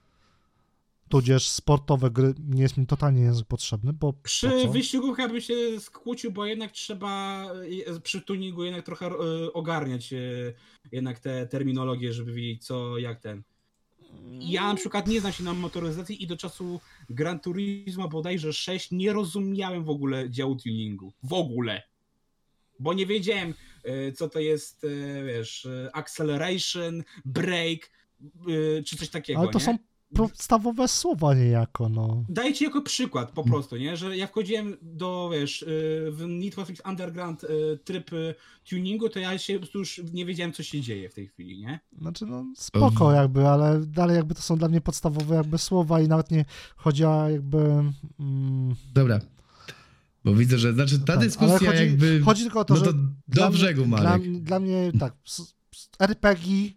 tudzież sportowe gry nie jest mi totalnie język potrzebny, bo Przy po co? wyścigu chyba bym się skłócił, bo jednak trzeba e, przy tuningu jednak trochę e, ogarniać e, jednak te terminologie, żeby wiedzieć co, jak ten. Ja na przykład nie znam się na motoryzacji i do czasu Gran Turismo bodajże sześć nie rozumiałem w ogóle działu tuningu. W ogóle. Bo nie wiedziałem, e, co to jest, e, wiesz, e, acceleration, brake, e, czy coś takiego, Ale to nie? są podstawowe słowa niejako, no. Daję ci jako przykład po prostu, nie? Że ja wchodziłem do, wiesz, w Need for Speed Underground tryb tuningu, to ja się po prostu już nie wiedziałem, co się dzieje w tej chwili, nie? Znaczy, no spoko jakby, ale dalej jakby to są dla mnie podstawowe jakby słowa i nawet nie chodzi o jakby... Mm, dobra. Bo widzę, że znaczy ta tak, ale dyskusja chodzi, jakby chodzi tylko o to, no to że do dla brzegu, mnie, Marek. Dla, dla mnie tak, s- s- er pe gie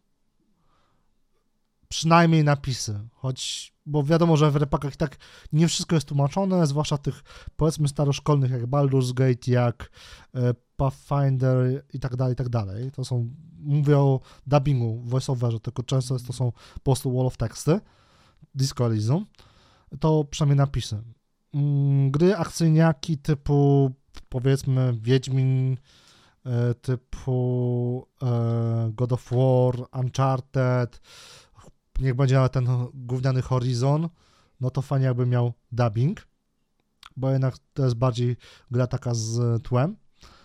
przynajmniej napisy, choć, bo wiadomo, że w er pe gie i tak nie wszystko jest tłumaczone, zwłaszcza tych powiedzmy staroszkolnych jak Baldur's Gate, jak e, Pathfinder i tak dalej, i tak dalej. To są, mówię o dubbingu, voiceoverze, tylko często jest, to są po prostu wall of teksty, Disco Elysium, to przynajmniej napisy. Mm, Gry akcyjniaki typu powiedzmy Wiedźmin, e, typu e, God of War, Uncharted, niech będzie nawet ten gówniany Horizon, no to fajnie jakby miał dubbing, bo jednak to jest bardziej gra taka z tłem.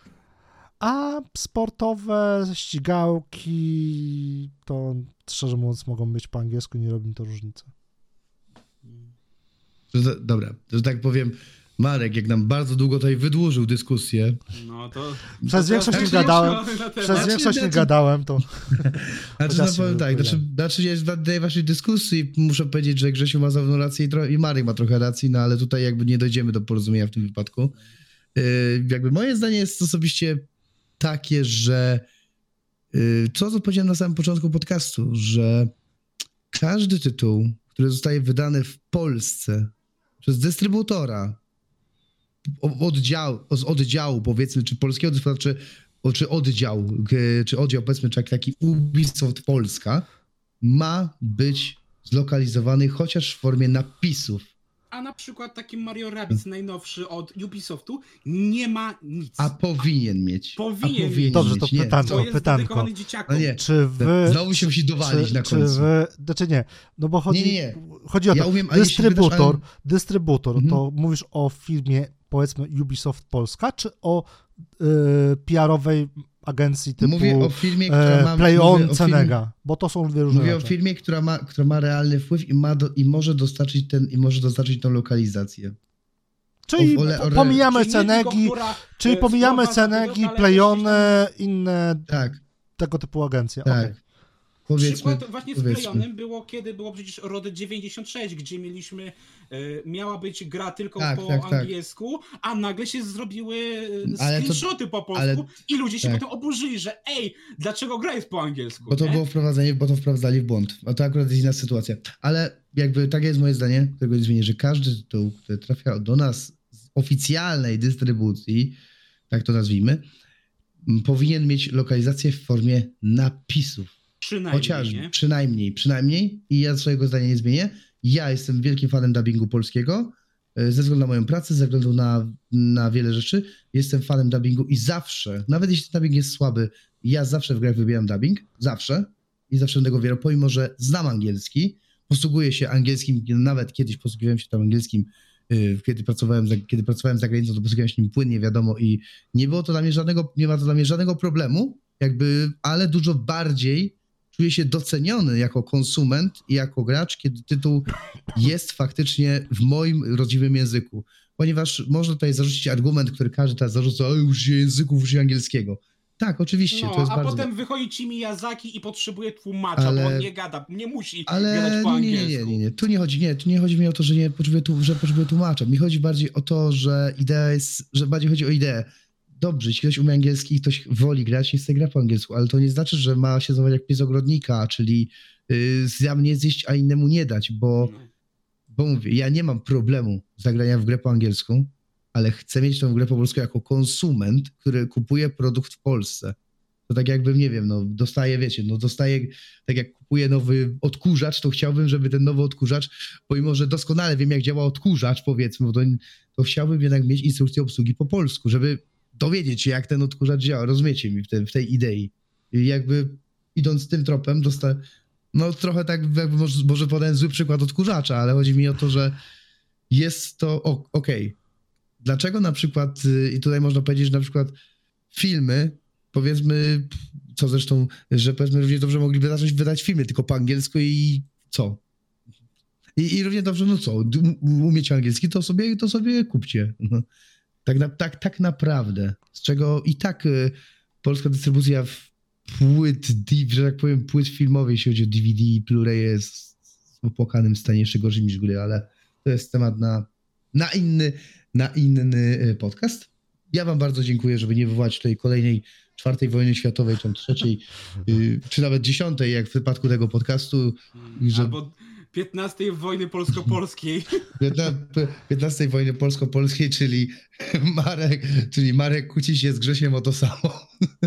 A sportowe ścigałki to szczerze mówiąc mogą być po angielsku, nie robi mi to różnicy. Że- Dobra, że tak powiem, Marek, jak nam bardzo długo tutaj wydłużył dyskusję, No to... Przez to większość teraz nie gadałem, na temat. Przez Znaczy, większość nie znaczy- gadałem, to Znaczy, Chociaż no się powiem tak, znaczy, wypowiedziałem. znaczy jest w tej waszej dyskusji, muszę powiedzieć, że Grzesiu ma zarówno rację i, tro- i Marek ma trochę racji, no ale tutaj jakby nie dojdziemy do porozumienia w tym wypadku. Yy, jakby moje zdanie jest osobiście takie, że yy, to, co powiedziałem na samym początku podcastu, że każdy tytuł, który zostaje wydany w Polsce przez dystrybutora, o- oddział, z oddziału powiedzmy, czy polskiego dystrybutora, czy o, czy oddział, g- czy oddział, powiedzmy, czy jak taki Ubisoft Polska, ma być zlokalizowany chociaż w formie napisów. A na przykład taki Mario Rabbids najnowszy od Ubisoftu nie ma nic. A powinien mieć. Powinien a powinien mieć. Dobrze, mieć. to Nie. pytanko. To jest pytanko. dedykowany dzieciakom. No nie, czy wy... znowu się musi dowalić czy, na czy końcu. wy, znaczy nie, no bo chodzi, Nie, nie, nie. chodzi o Ja to, umiem, ale jeśli dystrybutor, pytasz, dystrybutor, Mhm. to mówisz o firmie, powiedzmy, Ubisoft Polska, czy o y, P R-owej agencji typu Mówię o firmie, która e, ma... Play mówię On, o firmie- Cenega, bo to są dwie różne Mówię o rzeczy. firmie, która ma, która ma realny wpływ i, ma do, i może dostarczyć ten, i może dostarczyć tą lokalizację. Czyli o- ole- po- o- pomijamy Czyli nie tylko, Cenegi, która, czyli e, pomijamy sprowadza Cenegi, produkt, ale Play też Ony, gdzieś tam- inne Tak, tego typu agencje. tak. Okej. Powiedzmy, Przykład właśnie z powiedzmy. Playonem było, kiedy było przecież R O D dziewięćdziesiąt sześć, gdzie mieliśmy, e, miała być gra tylko Tak, po tak, tak. angielsku, a nagle się zrobiły e, Ale to- screenshoty po polsku ale- i ludzie się tak. potem oburzyli, że ej, dlaczego gra jest po angielsku, Bo to nie? było wprowadzenie, bo to wprowadzali w błąd. A to akurat jest inna sytuacja. Ale jakby takie jest moje zdanie, którego nie zmienię, że każdy tytuł, który trafia do nas z oficjalnej dystrybucji, tak to nazwijmy, m, powinien mieć lokalizację w formie napisów. Przynajmniej, Chociaż nie? przynajmniej, przynajmniej i ja swojego zdania nie zmienię. Ja jestem wielkim fanem dubbingu polskiego. ze względu na moją pracę, ze względu na, na wiele rzeczy. Jestem fanem dubbingu i zawsze, nawet jeśli dubbing jest słaby, ja zawsze w grach wybieram dubbing, zawsze i zawsze będę go wybierał, pomimo że znam angielski, posługuję się angielskim, nawet kiedyś posługiwałem się tam angielskim, kiedy pracowałem, za, kiedy pracowałem za granicą, to posługiwałem się nim płynnie, wiadomo, i nie było to dla mnie żadnego, nie ma to dla mnie żadnego problemu, jakby, ale dużo bardziej czuję się doceniony jako konsument i jako gracz, kiedy tytuł jest faktycznie w moim rodzimym języku. Ponieważ można tutaj zarzucić argument, który każdy teraz zarzuca, o, użyj się języków, użyj angielskiego. Tak, oczywiście, No, to jest a bardzo... potem wychodzi ci Miyazaki i potrzebuje tłumacza, Ale- bo on nie gada, nie musi Ale gadać po nie, nie, angielsku. nie, nie, nie, tu nie chodzi, nie, tu nie chodzi mi o to, że nie potrzebuję, tu, że potrzebuję tłumacza. Mi chodzi bardziej o to, że idea jest, że bardziej chodzi o ideę. Dobrze, jeśli ktoś umie angielski i ktoś woli grać, niech sobie gra po angielsku, ale to nie znaczy, że ma się zachować jak pies ogrodnika, czyli yy, za mnie zjeść, a innemu nie dać, bo, No. bo mówię, ja nie mam problemu zagrania w grę po angielsku, ale chcę mieć tą grę po polsku jako konsument, który kupuje produkt w Polsce. To tak jakbym, nie wiem, no dostaję, wiecie, no dostaję, tak jak kupuję nowy odkurzacz, to chciałbym, żeby ten nowy odkurzacz, pomimo że doskonale wiem, jak działa odkurzacz, powiedzmy, to, to chciałbym jednak mieć instrukcję obsługi po polsku, żeby dowiedzieć się, jak ten odkurzacz działa, rozumiecie mi w, te, w tej idei. I jakby idąc tym tropem, dosta... no trochę tak, jakby może, może podałem zły przykład odkurzacza, ale chodzi mi o to, że jest to o- okej. Okay. Dlaczego na przykład, y, i tutaj można powiedzieć, że na przykład filmy, powiedzmy, co zresztą, że powiedzmy równie dobrze mogliby zacząć wydać filmy tylko po angielsku i co? I, i równie dobrze, no co, um- umiecie angielski, to sobie, to sobie kupcie. No. Tak, na, tak, tak naprawdę. Z czego i tak y, polska dystrybucja w płyt, div, że tak powiem, płyt filmowych, jeśli chodzi o D V D i Blu-ray jest w opłakanym stanie, jeszcze gorzej niż gry, ale to jest temat na, na, inny, na inny y, podcast. Ja wam bardzo dziękuję, żeby nie wywołać tutaj kolejnej czwartej wojny światowej, czy trzeciej, y, czy nawet dziesiątej, jak w przypadku tego podcastu. Że... Albo piętnastej wojny polsko-polskiej. piętnastej wojny polsko-polskiej, czyli Marek, czyli Marek kłóci się z Grzesiem o to samo.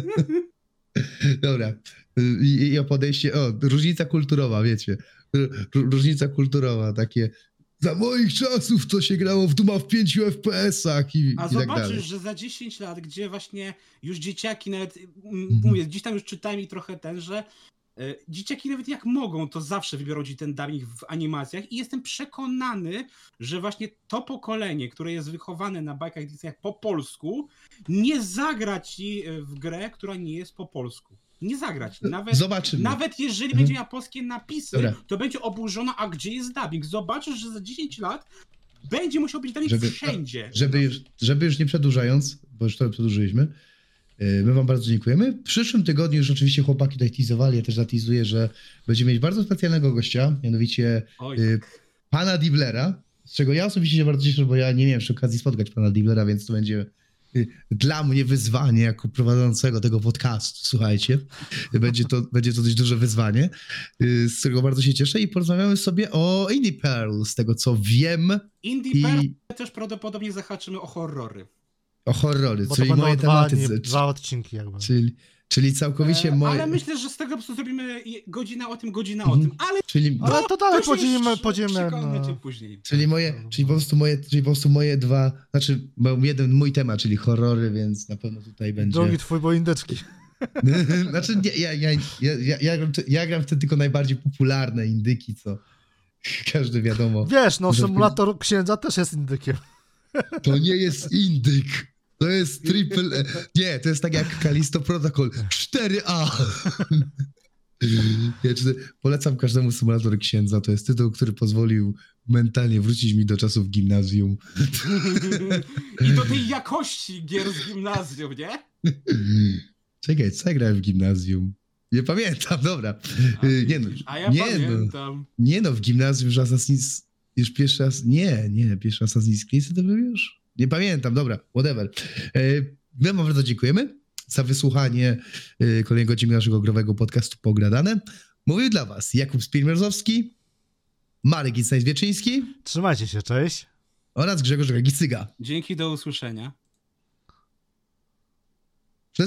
Dobra. I, i o podejście, o, różnica kulturowa, wiecie. R- różnica kulturowa, takie za moich czasów to się grało w Duma w pięciu F P S-ach i, A i tak dalej. zobaczysz, że za dziesięć lat, gdzie właśnie już dzieciaki nawet, mm, Mhm. mówię, gdzieś tam już czytałem i trochę ten, że e, dzieciaki nawet jak mogą, to zawsze wybiorą ci ten dubbing w animacjach i jestem przekonany, że właśnie to pokolenie, które jest wychowane na bajkach Disneya po polsku, nie zagra ci e, w grę, która nie jest po polsku. Nie zagrać. Nawet, Zobaczymy. nawet jeżeli Mhm. będzie miała polskie napisy, Dobra. to będzie oburzona, a gdzie jest dubbing? Zobaczysz, że za dziesięć lat będzie musiał być dubbing Żeby- wszędzie. Żeby już, żeby już nie przedłużając, bo już trochę przedłużyliśmy, yy, my wam bardzo dziękujemy. W przyszłym tygodniu już oczywiście chłopaki tutaj teasowali, ja też zatizuję, że będziemy mieć bardzo specjalnego gościa, mianowicie Oj, yy, pana Diblera, z czego ja osobiście się bardzo cieszę, bo ja nie miałem jeszcze okazji spotkać pana Diblera, więc to będzie y, dla mnie wyzwanie jako prowadzącego tego podcastu, słuchajcie. Będzie to, będzie to dość duże wyzwanie, y, z którego bardzo się cieszę i porozmawiamy sobie o Indie Pearl, z tego co wiem, Indie i Pearl też prawdopodobnie zahaczymy o horrory. o horrory, Bo to czyli będą moje dwa, tematy, nie, c- dwa odcinki jakby. czyli, czyli całkowicie E, moje... Ale myślę, że z tego po prostu zrobimy je- godzina o tym, godzina Mhm. o tym. Ale Czyli, Ale to dalej już podzielimy, już podzielimy przekonamy na... cię później. czyli moje, czyli po prostu moje, czyli po prostu moje dwa, znaczy mam jeden mój temat, czyli horrory, więc na pewno tutaj będzie... Drugi twój, bo indyczki. Znaczy, nie, ja, ja, ja, ja, ja, gram, ja gram w te tylko najbardziej popularne indyki, co każdy wiadomo. Wiesz, no że- symulator księdza też jest indykiem. To nie jest indyk. To jest triple E. Nie, to jest tak jak Kalisto Protocol. cztery A. Ja czy- polecam każdemu symulator księdza. To jest tytuł, który pozwolił mentalnie wrócić mi do czasów gimnazjum. I do tej jakości gier z gimnazjum, nie? Czekaj, co ja grałem w gimnazjum? Nie pamiętam, dobra. A, Y, nie no, widzisz, A ja nie no. pamiętam. Nie no, w gimnazjum już Assassin's... Już pierwszy raz... Nie, nie, pierwszy Assassin's Creed to był już? Nie pamiętam, dobra, whatever. E, My wam bardzo dziękujemy za wysłuchanie e, kolejnego odcinka naszego growego podcastu Pogradane. Mówił dla was Jakub Spirmerzowski, Marek Icnajs-Wieczyński Trzymajcie się, cześć. oraz Grzegorz Gicyga. Dzięki, do usłyszenia.